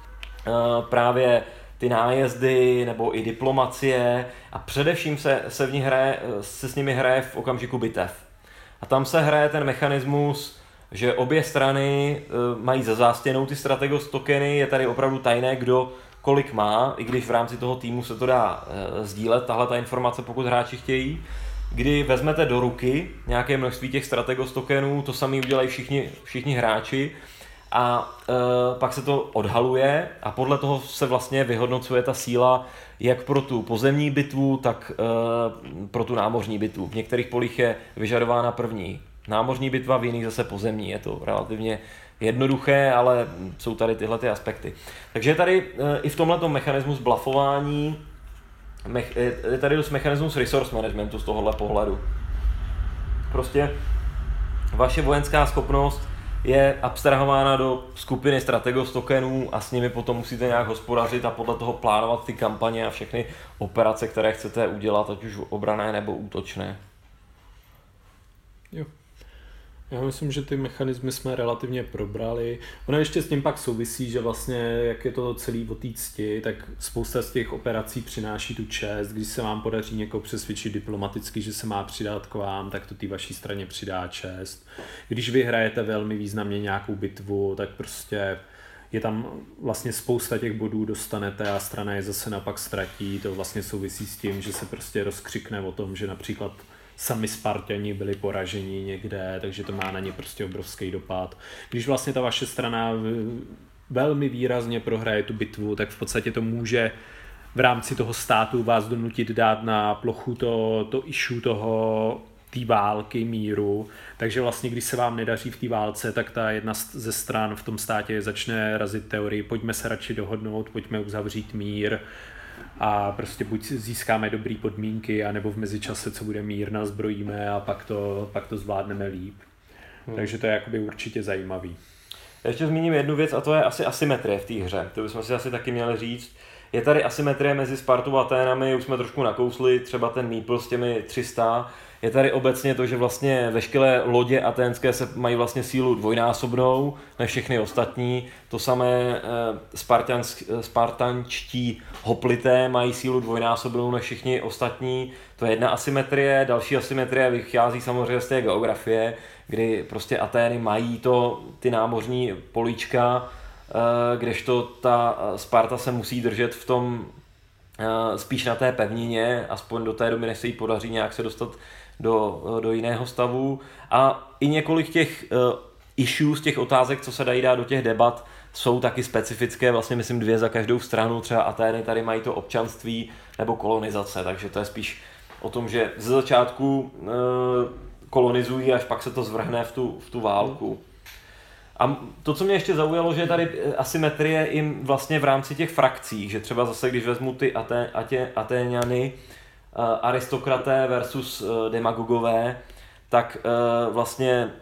právě ty nájezdy nebo i diplomacie a především se s nimi hraje v okamžiku bitev. A tam se hraje ten mechanismus, že obě strany mají za zástěnou ty strategos tokeny, je tady opravdu tajné, kdo kolik má, i když v rámci toho týmu se to dá sdílet, tahle ta informace, pokud hráči chtějí. Kdy vezmete do ruky nějaké množství těch strategos tokenů, to samý udělají všichni hráči a pak se to odhaluje a podle toho se vlastně vyhodnocuje ta síla jak pro tu pozemní bitvu, tak pro tu námořní bitvu. V některých polích je vyžadována první námořní bitva, v jiných zase pozemní. Je to relativně jednoduché, ale jsou tady tyhle ty aspekty. Takže tady i v tomhleto mechanismus blafování, je tady dost mechanismus resource managementu z tohohle pohledu. Prostě vaše vojenská schopnost je abstrahována do skupiny strategos tokenů a s nimi potom musíte nějak hospodařit a podle toho plánovat ty kampaně a všechny operace, které chcete udělat, ať už obranné nebo útočné. Jo. Já myslím, že ty mechanismy jsme relativně probrali. Ono ještě s tím pak souvisí, že vlastně, jak je to celý o té cti, tak spousta z těch operací přináší tu čest. Když se vám podaří někoho přesvědčit diplomaticky, že se má přidat k vám, tak to té vaší straně přidá čest. Když vyhrajete velmi významně nějakou bitvu, tak prostě je tam vlastně spousta těch bodů dostanete a strana je zase napak ztratí. To vlastně souvisí s tím, že se prostě rozkřikne o tom, že například sami Spartani byli poraženi někde, takže to má na ně prostě obrovský dopad. Když vlastně ta vaše strana velmi výrazně prohraje tu bitvu, tak v podstatě to může v rámci toho státu vás donutit dát na plochu to issue té války, míru. Takže vlastně, když se vám nedaří v té válce, tak ta jedna ze stran v tom státě začne razit teorii, pojďme se radši dohodnout, pojďme uzavřít mír, a prostě buď získáme dobrý podmínky, anebo v mezičase, co bude mír, nazbrojíme a pak to zvládneme líp. Takže to je jakoby určitě zajímavý. Já ještě zmíním jednu věc a to je asi asymetrie v té hře. To bychom si asi taky měli říct. Je tady asymetrie mezi Spartou a Aténami, už jsme trošku nakousli, třeba ten Mípl s těmi 300. Je tady obecně to, že vlastně veškeré lodě aténské se mají vlastně sílu dvojnásobnou než všechny ostatní. To samé spartančtí hoplité mají sílu dvojnásobnou než všichni ostatní. To je jedna asymetrie. Další asymetrie vychází samozřejmě z té geografie, kdy prostě Atény mají ty námořní políčka, kdežto ta Sparta se musí držet v tom spíš na té pevnině, aspoň do té doby, než se jí podaří nějak se dostat do jiného stavu. A i několik těch issues, těch otázek, co se dají dát do těch debat, jsou taky specifické, vlastně myslím 2 za každou stranu, třeba Atény tady mají to občanství nebo kolonizace, takže to je spíš o tom, že ze začátku kolonizují, až pak se to zvrhne v tu válku. A to, co mě ještě zaujalo, že je tady asymetrie i vlastně v rámci těch frakcí, že třeba zase, když vezmu ty Atéňany, aristokraté versus demagogové, tak vlastně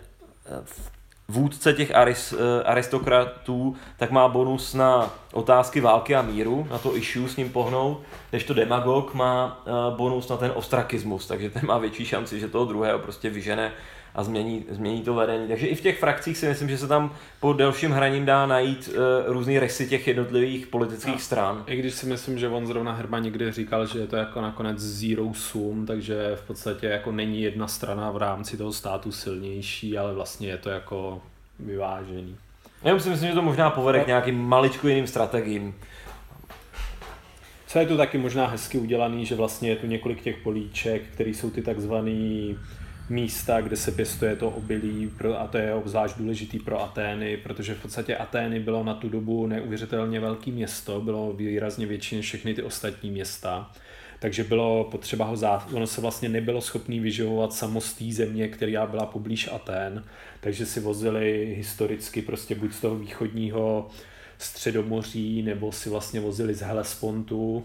vůdce těch aristokratů tak má bonus na otázky války a míru, na to issue s ním pohnout, kdežto demagog má bonus na ten ostrakismus, takže ten má větší šanci, že toho druhého prostě vyžene a změní to vedení. Takže i v těch frakcích si myslím, že se tam po delším hraním dá najít různý rysy těch jednotlivých politických stran. I když si myslím, že on zrovna Herman někdy říkal, že je to jako nakonec zero sum, takže v podstatě jako není jedna strana v rámci toho státu silnější, ale vlastně je to jako vyvážený. Já si myslím, že to možná povede k nějakým maličku jiným strategiím. Co je tu taky možná hezky udělaný, že vlastně je tu několik těch políček, které jsou ty takzvaný místa, kde se pěstuje to obilí, a to je obzvlášť důležitý pro Atény, protože v podstatě Atény bylo na tu dobu neuvěřitelně velké město, bylo výrazně větší než všechny ty ostatní města, takže bylo potřeba ono se vlastně nebylo schopný vyživovat samo z té země, která byla poblíž Atén, takže si vozili historicky prostě buď z toho východního Středomoří, nebo si vlastně vozili z Hellespontu,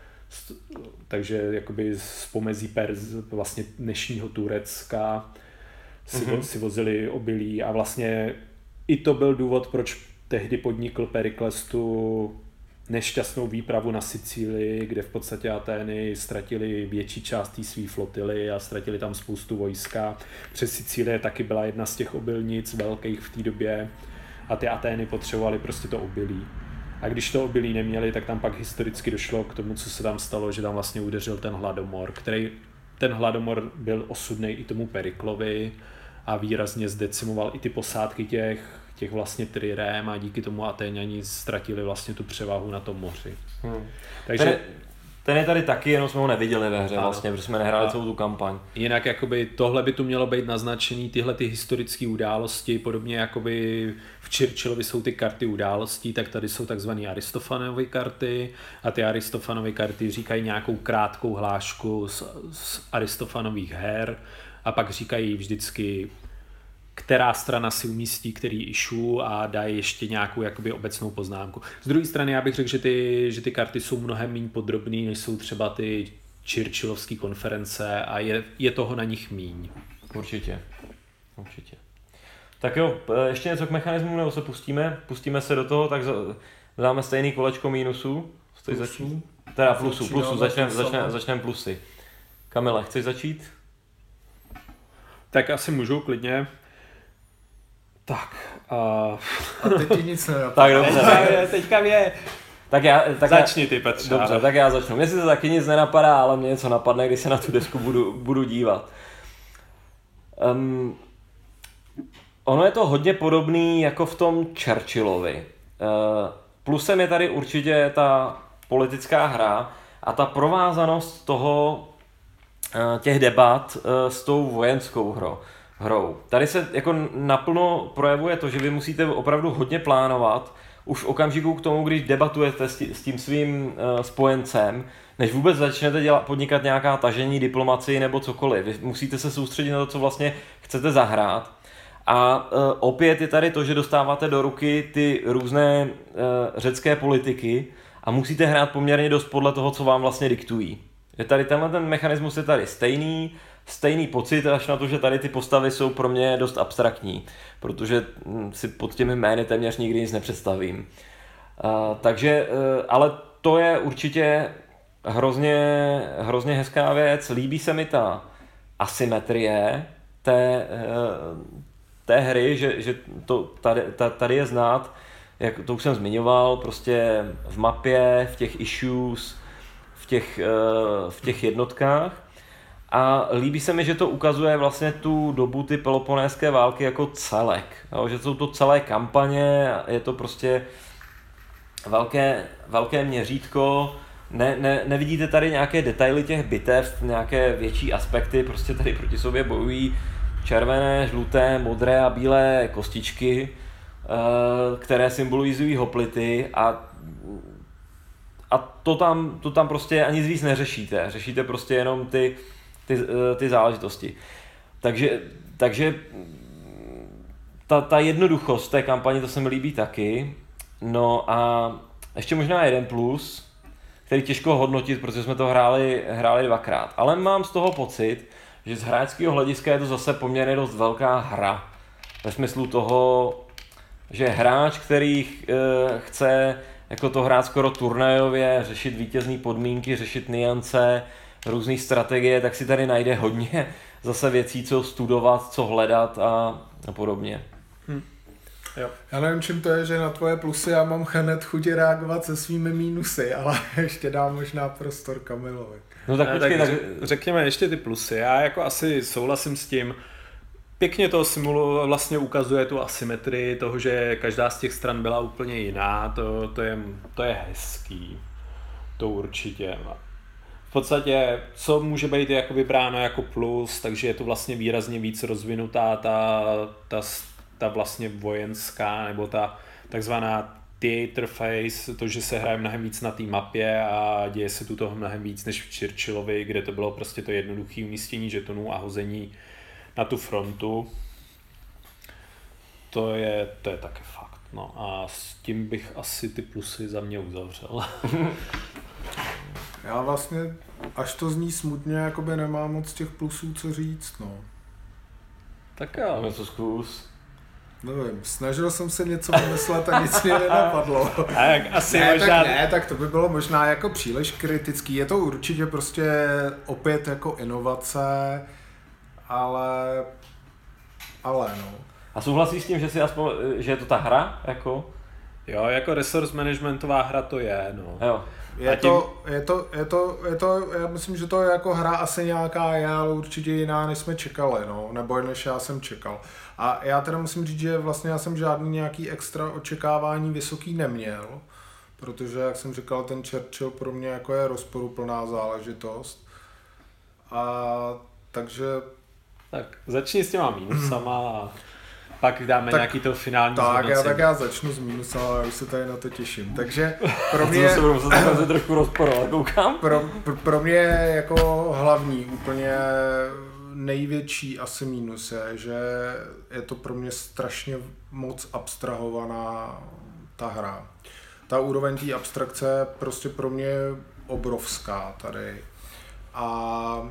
takže jakoby z pomezí vlastně dnešního Turecka si vozili obilí a vlastně i to byl důvod, proč tehdy podnikl Perikles tu nešťastnou výpravu na Sicílii, kde v podstatě Atény ztratili větší část té své flotily a ztratili tam spoustu vojska. Přes Sicílie taky byla jedna z těch obilnic velkých v té době a ty Atény potřebovaly prostě to obilí. A když to obilí neměli, tak tam pak historicky došlo k tomu, co se tam stalo, že tam vlastně udeřil ten hladomor, ten hladomor byl osudný i tomu Periklovi a výrazně zdecimoval i ty posádky těch vlastně trirém a díky tomu Atéňani ztratili vlastně tu převahu na tom moři. Takže ten je tady taky, jenom jsme ho neviděli ve hře vlastně, protože jsme nehráli celou tu kampaň. Jinak jakoby tohle by tu mělo být naznačený, tyhle ty historické události, podobně jakoby v Churchillovi jsou ty karty událostí, tak tady jsou takzvané Aristofanovy karty a ty Aristofanovy karty říkají nějakou krátkou hlášku z Aristofanových her a pak říkají vždycky, která strana si umístí který issue a dají ještě nějakou jakoby obecnou poznámku. Z druhé strany já bych řekl, že ty karty jsou mnohem méně podrobný, než jsou třeba ty Churchillovské konference a je toho na nich míň. Určitě. Tak jo, ještě něco k mechanismu, nebo se pustíme se do toho, tak dáme stejný kolečko mínusů. Chceš začít? Teda plusu, začneme plusy. Kamile, chceš začít? Tak asi můžu klidně. Tak. A teď ti nic nenapadá. Tak dobře. Teďka mě... Začni ty, Petře. Dobře, tak já začnu. Mně si to taky nic nenapadá, ale mě něco napadne, když se na tu desku budu dívat. Ono je to hodně podobný jako v tom Churchillovi. Plusem je tady určitě ta politická hra a ta provázanost těch debat s tou vojenskou hrou. Tady se jako naplno projevuje to, že vy musíte opravdu hodně plánovat už v okamžiku k tomu, když debatujete s tím svým spojencem, než vůbec začnete podnikat nějaká tažení, diplomacii nebo cokoliv. Vy musíte se soustředit na to, co vlastně chcete zahrát. A opět je tady to, že dostáváte do ruky ty různé řecké politiky a musíte hrát poměrně dost podle toho, co vám vlastně diktují. Je tady tenhle ten mechanismus je tady stejný pocit, až na to, že tady ty postavy jsou pro mě dost abstraktní, protože si pod těmi jmény téměř nikdy nic nepředstavím. Takže, ale to je určitě hrozně hezká věc. Líbí se mi ta asymetrie té hry, že to tady je znát, jak to už jsem zmiňoval, prostě v mapě, v těch issues, v těch jednotkách. A líbí se mi, že to ukazuje vlastně tu dobu ty peloponéské války jako celek. Jo? Že jsou to celé kampaně, je to prostě velké měřítko. Nevidíte tady nějaké detaily těch bitev, nějaké větší aspekty, prostě tady proti sobě bojují červené, žluté, modré a bílé kostičky, které symbolizují hoplity a to tam prostě ani víc neřešíte. Řešíte prostě jenom ty záležitosti. Takže ta jednoduchost té kampaně, to se mi líbí taky. No a ještě možná jeden plus, který těžko hodnotit, protože jsme to hráli dvakrát. Ale mám z toho pocit, že z hráčského hlediska je to zase poměrně dost velká hra. Ve smyslu toho, že hráč, který chce jako to hrát skoro turnajově, řešit vítězné podmínky, řešit niance, různé strategie, tak si tady najde hodně zase věcí, co studovat, co hledat a podobně. Jo. Já nevím, čím to je, že na tvoje plusy já mám hned chutě reagovat se svými mínusy, ale ještě dám možná prostor Kamilovi. No tak počkej, tak řekněme ještě ty plusy. Já jako asi souhlasím s tím. Pěkně to vlastně ukazuje tu asymetrii toho, že každá z těch stran byla úplně jiná. To je hezký. To určitě. V podstatě, co může být jako vybráno jako plus, takže je to vlastně výrazně víc rozvinutá ta vlastně vojenská, nebo ta takzvaná theater phase, to, že se hraje mnohem víc na té mapě a děje se tu toho mnohem víc než v Churchillovi, kde to bylo prostě to jednoduché umístění žetonů a hození na tu frontu. To je taky fakt. No a s tím bych asi ty plusy za mě uzavřel. Já vlastně, až to zní smutně, jakoby nemám moc těch plusů co říct, no. Tak já, něco zkus. Nevím, snažil jsem se něco vymyslet a nic mě nenapadlo. Tak to by bylo možná jako příliš kritický. Je to určitě prostě opět jako inovace, ale no. A souhlasíš s tím, že je to ta hra, jako? Jo, jako resource managementová hra to je, no. Jo. Je to, já myslím, že to je jako hra asi nějaká je, ale určitě jiná, než jsme čekali, no, nebo než já jsem čekal. A já teda musím říct, že vlastně já jsem žádný nějaký extra očekávání vysoký neměl, protože, jak jsem říkal, ten Churchill pro mě jako je rozporuplná záležitost. A takže... Tak začni s těma mínusama a pak dáme nějaký to finální zhodnocení. Tak já začnu s mínusem, ale už se tady na to těším. Takže pro mě... se budu muset trochu rozporovat, koukám. Pro mě jako hlavní, úplně největší asi mínus je, že je to pro mě strašně moc abstrahovaná ta hra. Ta úroveň té abstrakce je prostě pro mě obrovská tady. A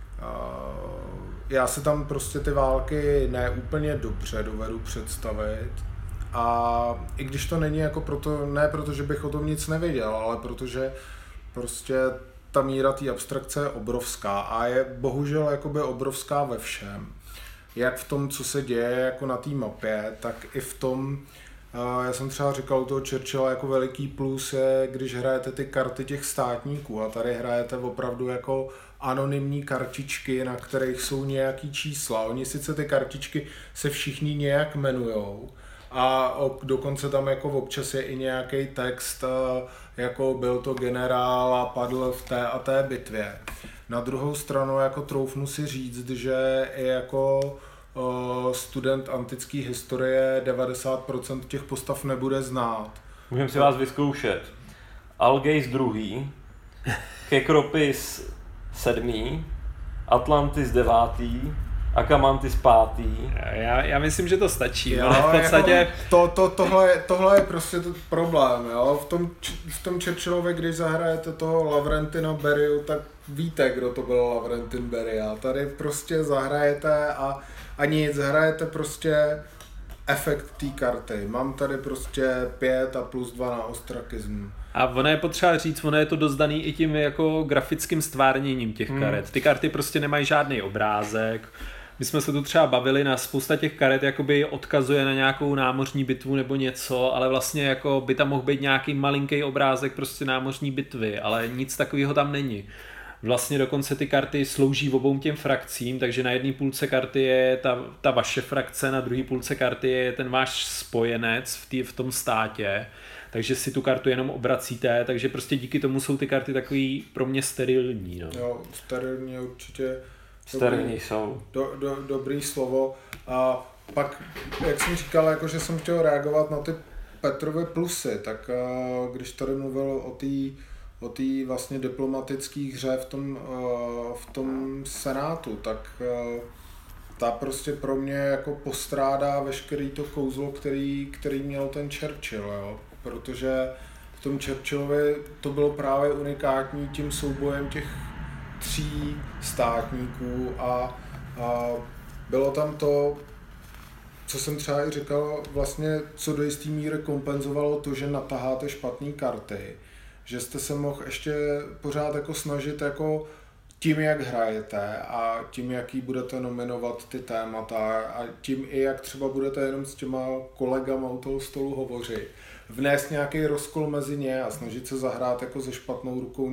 já si tam prostě ty války neúplně dobře dovedu představit. A i když to není jako proto, že bych o tom nic nevěděl, ale protože prostě ta míra té abstrakce je obrovská a je bohužel jakoby obrovská ve všem. jak v tom, co se děje jako na té mapě, tak i v tom, já jsem třeba říkal u toho Churchilla, jako veliký plus je, když hrajete ty karty těch státníků a tady hrajete opravdu jako anonymní kartičky, na kterých jsou nějaký čísla. Oni sice ty kartičky se všichni nějak jmenujou a dokonce tam jako občas je i nějaký text, jako byl to generál a padl v té a té bitvě. Na druhou stranu jako troufnu si říct, že i jako student antické historie 90% těch postav nebude znát. Můžeme si vás vyzkoušet. Algejs 2., Kekropis 7., Atlantis 9., Akamantis 5. Já myslím, že to stačí. Jo, ale v podstatě... jako tohle je prostě problém. Jo? V tom Churchillově, když zahrajete toho Lavrentina Berryu, tak víte, kdo to byl Lavrentin Berry. A tady prostě zahrajete a nic, hrajete prostě efekt té karty. Mám tady prostě 5 a plus 2 na ostrakismu. A ono je potřeba říct, ono je to dozdaný i tím jako grafickým stvárněním těch karet. Ty karty prostě nemají žádný obrázek. My jsme se tu třeba bavili, na spousta těch karet jakoby odkazuje na nějakou námořní bitvu nebo něco, ale vlastně jako by tam mohl být nějaký malinký obrázek prostě námořní bitvy, ale nic takového tam není. Vlastně dokonce ty karty slouží obou těm frakcím, takže na jedné půlce karty je ta vaše frakce, na druhé půlce karty je ten váš spojenec v tom státě, takže si tu kartu jenom obracíte, takže prostě díky tomu jsou ty karty takový pro mě sterilní. No. Jo, sterilní určitě. Sterilní jsou. Dobrý slovo. A pak, jak jsem říkal, jako, že jsem chtěl reagovat na ty Petrovy plusy, tak když tady mluvil o té vlastně diplomatické hře v tom senátu, tak ta prostě pro mě jako postrádá veškerý to kouzlo, který měl ten Churchill, jo? Protože v tom Churchillovi to bylo právě unikátní tím soubojem těch 3 státníků a bylo tam to, co jsem třeba i říkal, vlastně co do jistý míry kompenzovalo to, že nataháte špatné karty, že jste se mohl ještě pořád jako snažit jako tím, jak hrajete a tím, jaký budete nominovat ty témata a tím i jak třeba budete jenom s těma kolegama u toho stolu hovořit, vnést nějaký rozkol mezi ně a snažit se zahrát jako se špatnou rukou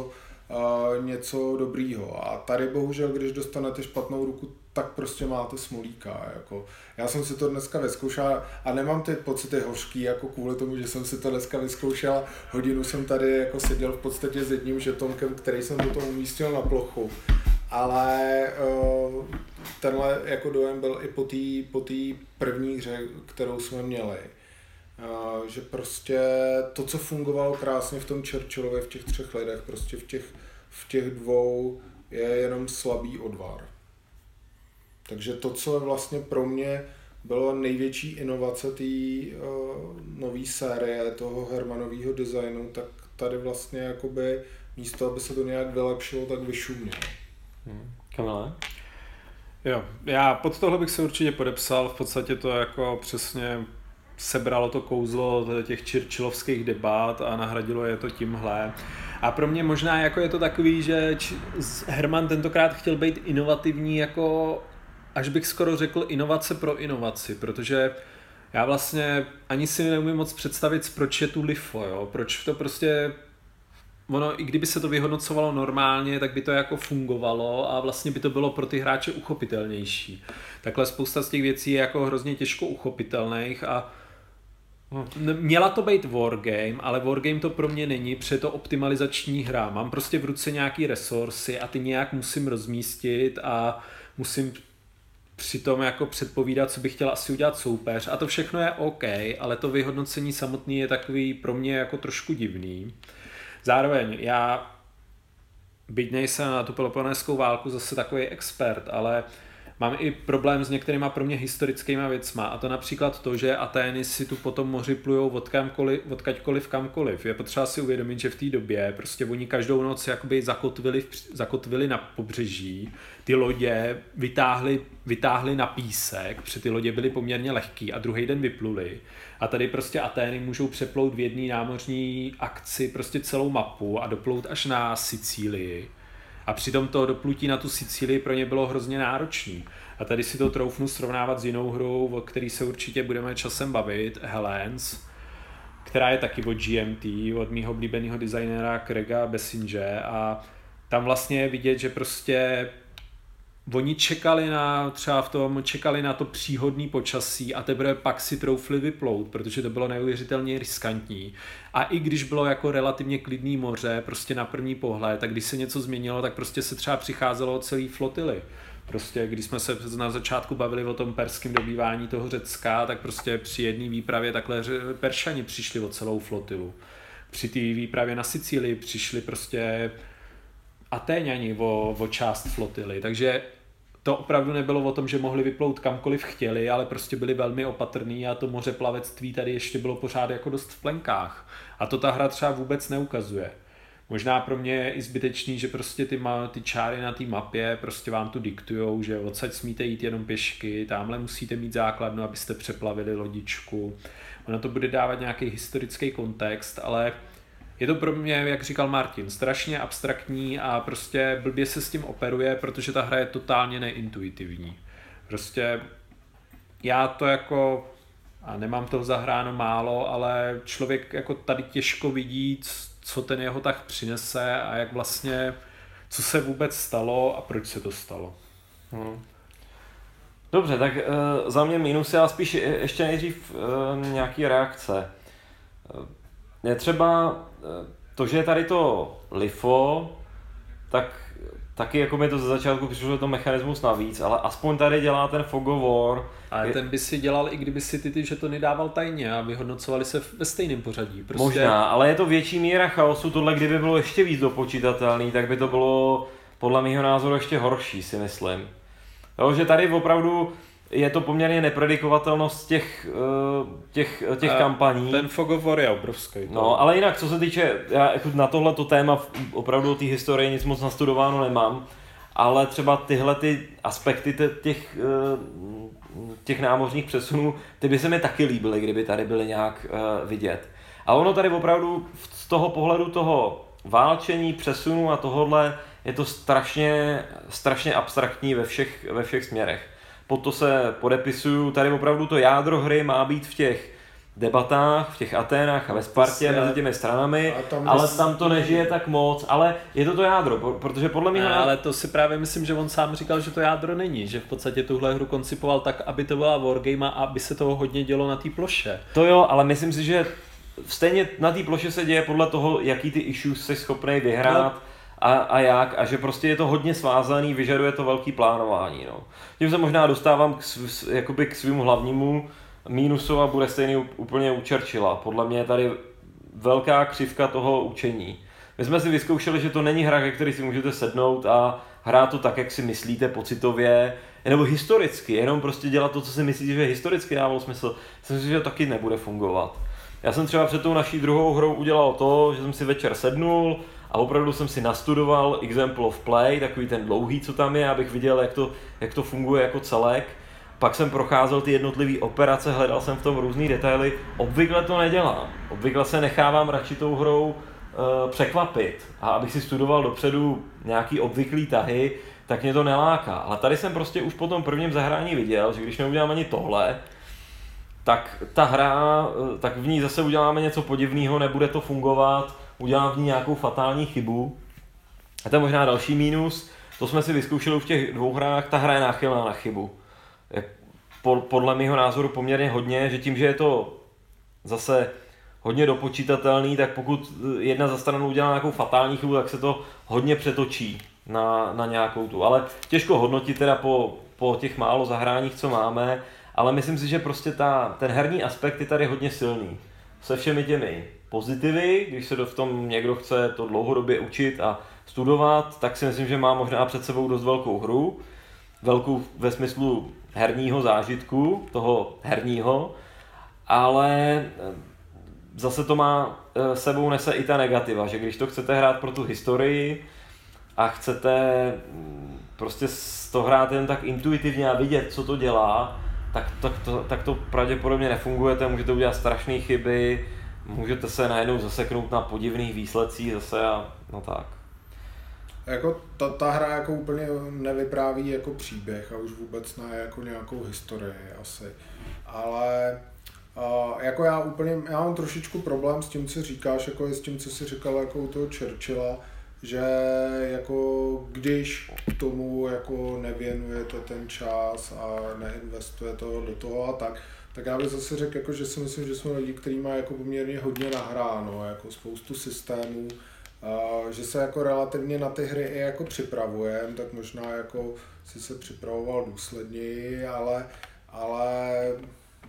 něco dobrýho. A tady bohužel, když dostanete špatnou ruku, tak prostě máte smolíka. Jako. Já jsem si to dneska vyzkoušel a nemám ty pocity hořký, jako kvůli tomu, že jsem si to dneska vyzkoušel. Hodinu jsem tady jako seděl v podstatě s jedním žetonkem, který jsem do toho umístil na plochu. Ale tenhle jako dojem byl i po té první hře, kterou jsme měli. Že prostě to, co fungovalo krásně v tom Churchillově, v těch 3 lidech, prostě v těch 2 je jenom slabý odvar. Takže to, co vlastně pro mě bylo největší inovace té nové série, toho Hermanového designu, tak tady vlastně jakoby místo, aby se to nějak vylepšilo, tak vyšumělo. Kamile? Jo, já pod tohle bych se určitě podepsal, v podstatě to jako přesně sebralo to kouzlo těch churchillovských debat a nahradilo je to tímhle. A pro mě možná jako je to takový, že Herman tentokrát chtěl být inovativní jako, až bych skoro řekl, inovace pro inovaci, protože já vlastně ani si neumím moc představit, proč je tu LIFO, jo? Proč to prostě, ono, i kdyby se to vyhodnocovalo normálně, tak by to jako fungovalo a vlastně by to bylo pro ty hráče uchopitelnější. Takhle spousta z těch věcí je jako hrozně těžko uchopitelných a měla to být wargame, ale wargame to pro mě není, protože je to optimalizační hra. Mám prostě v ruce nějaký resursy a ty nějak musím rozmístit a musím přitom jako předpovídat, co bych chtěl asi udělat soupeř. A to všechno je OK, ale to vyhodnocení samotný je takový pro mě jako trošku divný. Zároveň já, byť nejsem na tu Peloponéskou válku zase takový expert, ale mám i problém s některýma pro mě historickýma věcma, a to například to, že Atény si tu potom moři plujou odkaďkoliv kamkoliv. Je potřeba si uvědomit, že v té době prostě oni každou noc jakoby zakotvili na pobřeží, ty lodě vytáhli na písek, protože ty lodě byly poměrně lehký a druhý den vypluli. A tady prostě Atény můžou přeplout v jedné námořní akci prostě celou mapu a doplout až na Sicílii. A přitom to doplutí na tu Sicílii pro ně bylo hrozně náročný. A tady si to troufnu srovnávat s jinou hrou, o který se určitě budeme časem bavit, Helens, která je taky od GMT, od mýho oblíbeného designéra Craiga Bessinge, a tam vlastně je vidět, že prostě oni čekali na to příhodný počasí a teprve pak si troufli vyplout, protože to bylo neuvěřitelně riskantní. A i když bylo jako relativně klidný moře, prostě na první pohled, tak když se něco změnilo, tak prostě se třeba přicházelo o celý flotily. Prostě když jsme se na začátku bavili o tom perském dobývání toho Řecka, tak prostě při jedné výpravě takhle Peršani přišli o celou flotilu. Při té výpravě na Sicílii přišli prostě Atéňani o část flotily, takže to opravdu nebylo o tom, že mohli vyplout kamkoliv chtěli, ale prostě byli velmi opatrní a to mořeplavectví tady ještě bylo pořád jako dost v plenkách. A to ta hra třeba vůbec neukazuje. Možná pro mě je i zbytečný, že prostě ty čáry na té mapě prostě vám tu diktujou, že odsaď smíte jít jenom pěšky, tamhle musíte mít základnu, abyste přeplavili lodičku. Ono to bude dávat nějaký historický kontext, ale je to pro mě, jak říkal Martin, strašně abstraktní a prostě blbě se s tím operuje, protože ta hra je totálně neintuitivní. Prostě já to jako, a nemám toho zahráno málo, ale člověk jako tady těžko vidí, co ten jeho tah přinese a jak vlastně, co se vůbec stalo a proč se to stalo. Dobře, tak za mě minusy, ale spíš ještě nejdřív nějaký reakce. Je třeba to, že je tady to LIFO, tak taky jako mi to ze začátku přišlo, že to mechanismus navíc, ale aspoň tady dělá ten Fog of War. Ale ten by si dělal, i kdyby si ty žetony dával tajně a vyhodnocovali se ve stejném pořadí. Prostě... Možná, ale je to větší míra chaosu, tohle kdyby bylo ještě víc dopočítatelný, tak by to bylo podle mého názoru ještě horší, si myslím. Jo, že tady opravdu je to poměrně nepredikovatelnost těch kampaní. Ten Fog of War je obrovský. No, ale jinak, co se týče, já na tohleto téma opravdu té historie nic moc nastudováno nemám, ale třeba tyhle ty aspekty těch námořních přesunů, ty by se mi taky líbily, kdyby tady byly nějak vidět. A ono tady opravdu z toho pohledu toho válčení, přesunu a tohodle je to strašně abstraktní ve všech směrech. Pod to se podepisuju, tady opravdu to jádro hry má být v těch debatách, v těch Aténách a ve Spartě mezi těmi stranami, ale tam to nežije tak moc, ale je to jádro, protože podle mě... Ale to si právě myslím, že on sám říkal, že to jádro není, že v podstatě tuhle hru koncipoval tak, aby to byla wargame a aby se toho hodně dělo na té ploše. To jo, ale myslím si, že stejně na té ploše se děje podle toho, jaký ty issues jsi schopnej vyhrát a jak, a že prostě je to hodně svázaný, vyžaduje to velký plánování. No. Tím se možná dostávám k svému hlavnímu mínusu a bude stejný úplně u Churchilla. Podle mě je tady velká křivka toho učení. My jsme si vyzkoušeli, že to není hra, ke který si můžete sednout a hrát to tak, jak si myslíte pocitově, nebo historicky, jenom prostě dělat to, co si myslíte, že historicky dávalo smysl. Myslím si, že to taky nebude fungovat. Já jsem třeba před tou naší druhou hrou udělal to, že jsem si večer sednul a opravdu jsem si nastudoval Example of Play, takový ten dlouhý, co tam je, abych viděl, jak to funguje jako celek. Pak jsem procházel ty jednotlivé operace, hledal jsem v tom různý detaily. Obvykle to nedělám. Obvykle se nechávám radši tou hrou překvapit. A abych si studoval dopředu nějaký obvyklý tahy, tak mě to neláká. Ale tady jsem prostě už po tom prvním zahrání viděl, že když neudělám ani tohle, tak ta hra, tak v ní zase uděláme něco podivného, nebude to fungovat, udělám v ní nějakou fatální chybu. A to je možná další mínus, to jsme si vyzkoušeli v těch dvou hrách, ta hra je náchylná na chybu. Podle mého názoru poměrně hodně, že tím, že je to zase hodně dopočítatelný, tak pokud jedna za stranu udělá nějakou fatální chybu, tak se to hodně přetočí na nějakou tu. Ale těžko hodnotit teda po těch málo zahráních, co máme, ale myslím si, že prostě ten herní aspekt je tady hodně silný. Se všemi těmi pozitivy, když se v tom někdo chce to dlouhodobě učit a studovat, tak si myslím, že má možná před sebou dost velkou hru. Velkou ve smyslu herního zážitku, toho herního, ale zase to má sebou nese i ta negativa, že když to chcete hrát pro tu historii a chcete prostě to hrát jen tak intuitivně a vidět, co to dělá, tak to pravděpodobně nefungujete, můžete udělat strašné chyby, můžete se najednou zaseknout na podivných výsledcích zase a no tak. jako ta hra jako úplně nevypráví jako příběh a už vůbec ne jako nějakou historii asi. Ale jako já mám trošičku problém s tím, co říkáš, jako s tím, co jsi říkal jako u toho Churchilla, že jako když k tomu jako nevěnujete ten čas a neinvestujete do toho a tak já bych zase řekl, jako, že si myslím, že jsme lidi, kteří mají jako poměrně hodně nahráno, jako spoustu systémů, že se jako relativně na ty hry i jako připravujeme, tak možná jako si se připravoval důsledněji, ale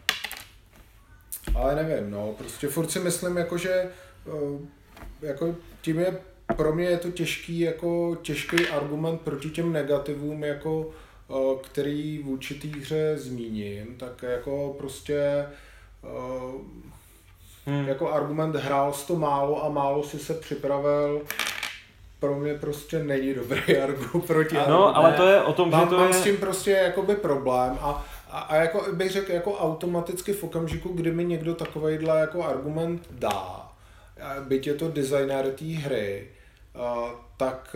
nevím, no, prostě furt si myslím, jako, že jako tím je, pro mě je to těžký argument proti těm negativům, jako, který v určitý hře zmíním, tak jako prostě jako argument hrál jsi to málo a málo si se připravil, pro mě prostě není dobrý argument proti. No, ale to je o tom, že to mám je... s tím prostě jakoby problém a jako bych řekl, jako automaticky v okamžiku, kdy mi někdo takovejhle jako argument dá, byť je to designér té hry, tak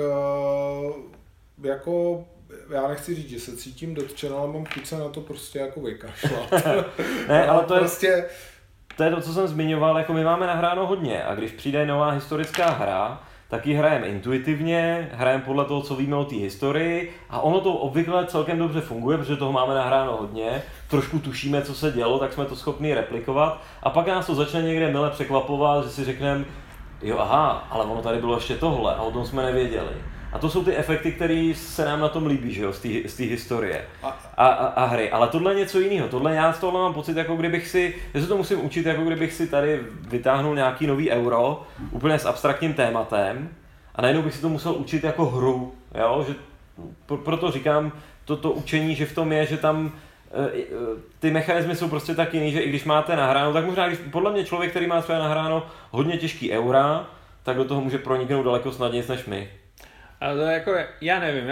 jako já nechci říct, že se cítím dotčen, ale mám chuť se na to prostě jako vykašlat. Ne, ale to je to, co jsem zmiňoval, jako my máme nahráno hodně a když přijde nová historická hra, tak ji hrajeme intuitivně, hrajeme podle toho, co víme o té historii a ono to obvykle celkem dobře funguje, protože toho máme nahráno hodně, trošku tušíme, co se dělo, tak jsme to schopni replikovat a pak nás to začne někde mile překvapovat, že si řekneme, jo aha, ale ono tady bylo ještě tohle a o tom jsme nevěděli. A to jsou ty efekty, které se nám na tom líbí, že jo, z té historie a hry. Ale tohle je něco jiného. Já z tohle mám pocit, jako kdybych si, já se to musím učit, jako kdybych si tady vytáhnul nějaký nový euro, úplně s abstraktním tématem a najednou bych si to musel učit jako hru, jo, že proto říkám to učení, že v tom je, že tam ty mechanismy jsou prostě tak jiný, že i když máte nahráno, tak možná, podle mě člověk, který má třeba nahráno hodně těžký eura, tak do toho může proniknout daleko snadněji než my. Ale to jako, já nevím,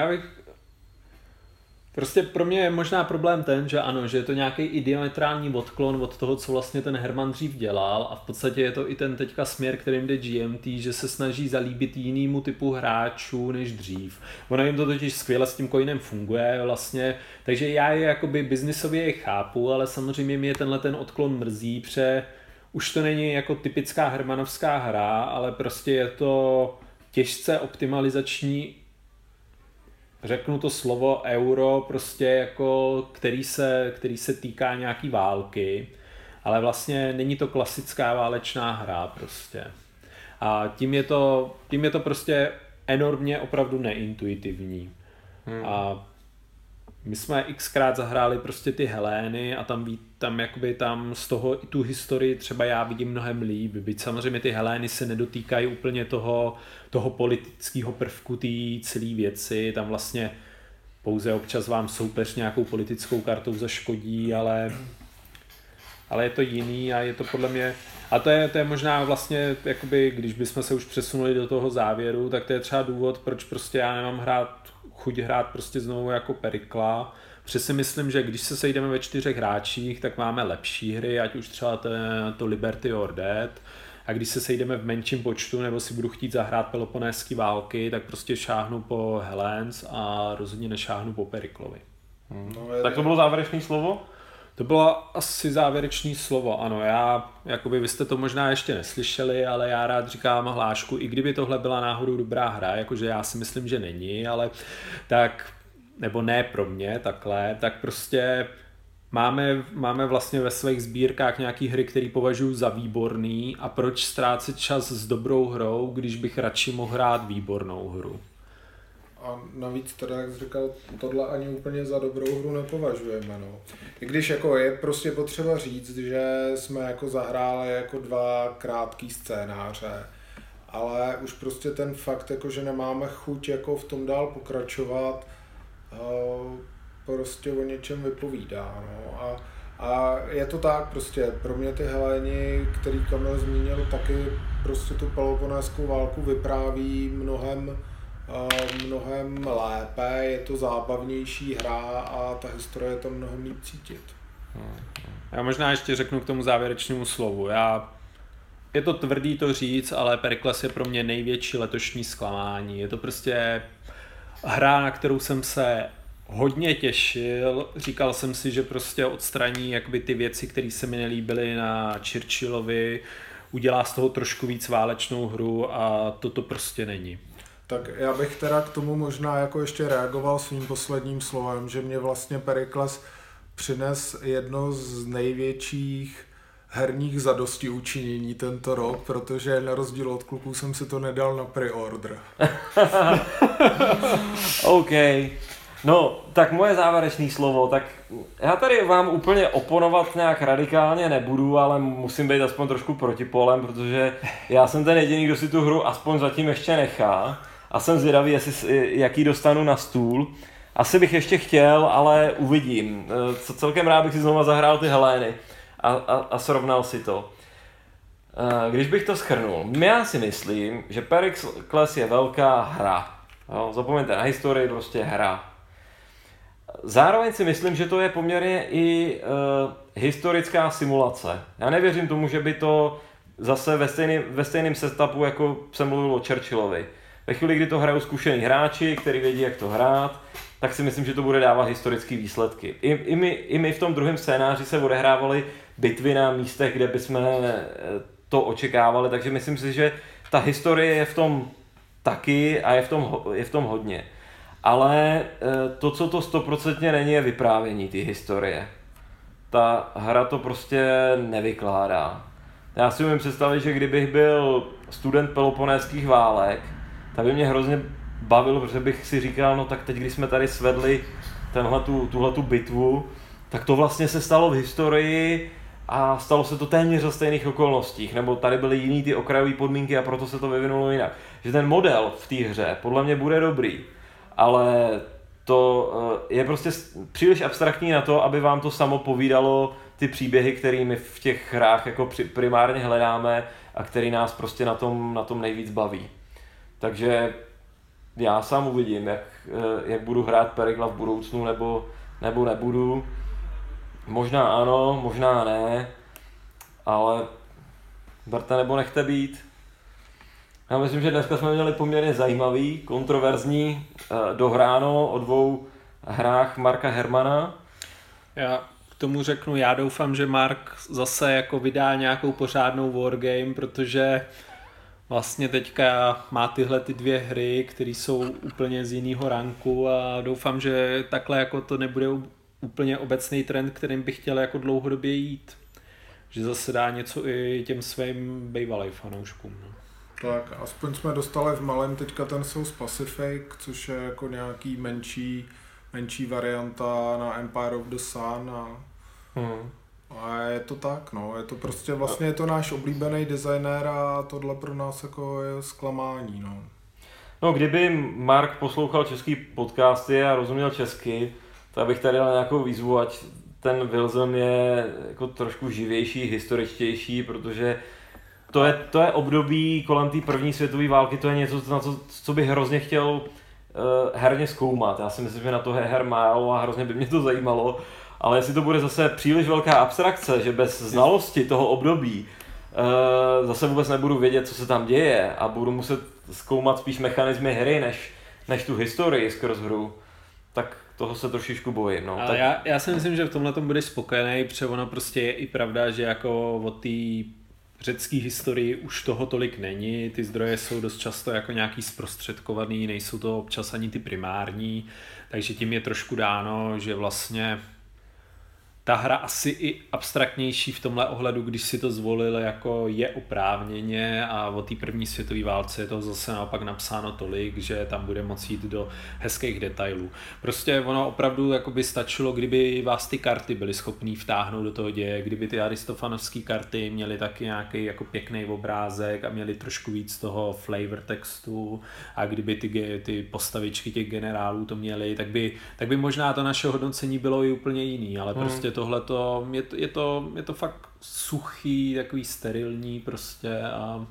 prostě pro mě je možná problém ten, že ano, že je to nějaký diametrální odklon od toho, co vlastně ten Herman dřív dělal a v podstatě je to i ten teďka směr, kterým jde GMT, že se snaží zalíbit jinému typu hráčů než dřív. Ono jim to totiž skvěle s tím coinem funguje vlastně, takže já je jakoby biznisově chápu, ale samozřejmě mě tenhle ten odklon mrzí, protože už to není jako typická hermanovská hra, ale prostě je to těžce optimalizační, řeknu to slovo euro, prostě jako, který se týká nějaký války, ale vlastně není to klasická válečná hra prostě. A tím je to prostě enormně opravdu neintuitivní. A my jsme xkrát zahráli prostě ty Helény a tam z toho i tu historii třeba já vidím mnohem líp, byť samozřejmě ty Helény se nedotýkají úplně toho politického prvku té celé věci, tam vlastně pouze občas vám soupeř nějakou politickou kartou zaškodí, ale je to jiný a je to podle mě, a to je možná vlastně, jakoby, když bychom se už přesunuli do toho závěru, tak to je třeba důvod, proč prostě já nemám chuť hrát prostě znovu jako Perikla. Protože si myslím, že když se sejdeme ve 4 hráčích, tak máme lepší hry, ať už třeba to Liberty or Dead. A když se sejdeme v menším počtu, nebo si budu chtít zahrát Peloponéské války, tak prostě šáhnu po Helens a rozhodně nešáhnu po Periklovi. Tak to bylo závěrečné slovo? To bylo asi závěrečné slovo, ano. Vy jste to možná ještě neslyšeli, ale já rád říkám hlášku, i kdyby tohle byla náhodou dobrá hra, jakože já si myslím, že není, ale tak, nebo ne pro mě takhle, tak prostě máme vlastně ve svých sbírkách nějaký hry, které považuji za výborný a proč ztrácet čas s dobrou hrou, když bych radši mohl hrát výbornou hru. A navíc teda, jak jsi říkal, tohle ani úplně za dobrou hru nepovažujeme, no. I když jako je prostě potřeba říct, že jsme jako zahráli jako 2 krátký scénáře, ale už prostě ten fakt, jako že nemáme chuť jako v tom dál pokračovat, prostě o něčem vypovídá, no. A je to tak prostě, pro mě ty Heléni, který Kamil zmínil, taky prostě tu Peloponéskou válku vypráví mnohem lépe, je to zábavnější hra a ta historie je tam mnohem líp cítit. Já možná ještě řeknu k tomu závěrečnému slovu. je to tvrdý to říct, ale Perikles je pro mě největší letošní zklamání. Je to prostě hra, na kterou jsem se hodně těšil. Říkal jsem si, že prostě odstraní jakby ty věci, které se mi nelíbily na Churchillovi, udělá z toho trošku víc válečnou hru a toto prostě není. Tak já bych teda k tomu možná jako ještě reagoval svým posledním slovem, že mě vlastně Perikles přines jedno z největších herních zadostiučinění tento rok, protože na rozdíl od kluků jsem si to nedal na pre-order. OK. No, tak moje závěrečné slovo, tak já tady vám úplně oponovat nějak radikálně nebudu, ale musím být aspoň trošku protipolem, protože já jsem ten jediný, kdo si tu hru aspoň zatím ještě nechá a jsem zvědavý, jaký dostanu na stůl. Asi bych ještě chtěl, ale uvidím. Celkem rád bych si znovu zahrál ty Helény a srovnal si to. Když bych to shrnul, já si myslím, že Perikles je velká hra. Jo, zapomeňte na historii, prostě hra. Zároveň si myslím, že to je poměrně i historická simulace. Já nevěřím tomu, že by to zase ve stejném setupu, jako jsem mluvil o Churchillovi. Ve chvíli, kdy to hrajou zkušení hráči, kteří vědí, jak to hrát, tak si myslím, že to bude dávat historické výsledky. I my v tom druhém scénáři se odehrávaly bitvy na místech, kde bychom to očekávali, takže myslím si, že ta historie je v tom taky a je v tom hodně. Ale to, co to 100% není, je vyprávění té historie. Ta hra to prostě nevykládá. Já si umím představit, že kdybych byl student peloponéských válek, tak by mě hrozně bavilo, protože bych si říkal, no tak teď, když jsme tady svedli tuhletu bitvu, tak to vlastně se stalo v historii a stalo se to téměř za stejných okolnostích, nebo tady byly jiný ty okrajové podmínky a proto se to vyvinulo jinak. Že ten model v té hře podle mě bude dobrý, ale to je prostě příliš abstraktní na to, aby vám to samo povídalo ty příběhy, které my v těch hrách jako primárně hledáme a který nás prostě na tom nejvíc baví. Takže já sám uvidím, jak budu hrát Perikla v budoucnu nebo nebudu. Možná ano, možná ne, ale berte nebo nechte být. Já myslím, že dneska jsme měli poměrně zajímavý, kontroverzní dohráno o 2 hrách Marka Hermana. Já k tomu řeknu, já doufám, že Mark zase jako vydá nějakou pořádnou wargame, protože vlastně teďka má tyhle ty 2 hry, které jsou úplně z jiného ranku a doufám, že takhle jako to nebude úplně obecný trend, kterým bych chtěl jako dlouhodobě jít. Že zase dá něco i těm svým bývalým fanouškům. No. Tak, aspoň jsme dostali v malém teďka ten South Pacific, což je jako nějaký menší varianta na Empire of the Sun a je to tak, no, je to prostě vlastně je to náš oblíbený designér a tohle pro nás jako je zklamání, no. No, kdyby Mark poslouchal český podcasty a rozuměl česky, tak bych tady dal nějakou výzvu, ať ten Wilson je jako trošku živější, historičtější, protože to je období kolem té první světové války, to je něco, co bych hrozně chtěl herně zkoumat. Já si myslím, že na to je her málo a hrozně by mě to zajímalo, ale jestli to bude zase příliš velká abstrakce, že bez znalosti toho období zase vůbec nebudu vědět, co se tam děje a budu muset zkoumat spíš mechanismy hry, než tu historii skrz hru, tak toho se trošičku bojím. No. Ale já si myslím, že v tomhle tom budeš spokojený, protože ono prostě je i pravda, že jako o té řecké historii už toho tolik není, ty zdroje jsou dost často jako nějaký zprostředkovaný, nejsou to občas ani ty primární, takže tím je trošku dáno, že vlastně ta hra asi i abstraktnější v tomhle ohledu, když si to zvolili, jako je oprávněně a o té první světové válce je to zase naopak napsáno tolik, že tam bude moci jít do hezkých detailů. Prostě ono opravdu jako by stačilo, kdyby vás ty karty byly schopný vtáhnout do toho děje, kdyby ty aristofanovské karty měly taky nějaký jako pěkný obrázek a měly trošku víc toho flavor textu a kdyby ty postavičky těch generálů to měly, tak by možná to naše hodnocení bylo i úplně jiný, ale prostě tohleto, je to fakt suchý, takový sterilní prostě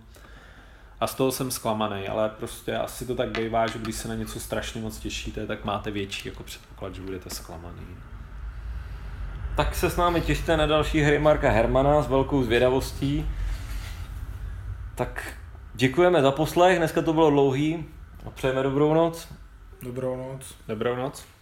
a z toho jsem zklamaný, ale prostě asi to tak bývá, že když se na něco strašně moc těšíte, tak máte větší jako předpoklad, že budete zklamaný. Tak se s námi těšte na další hry Marka Hermana s velkou zvědavostí. Tak děkujeme za poslech, dneska to bylo dlouhý a přejeme dobrou noc. Dobrou noc. Dobrou noc.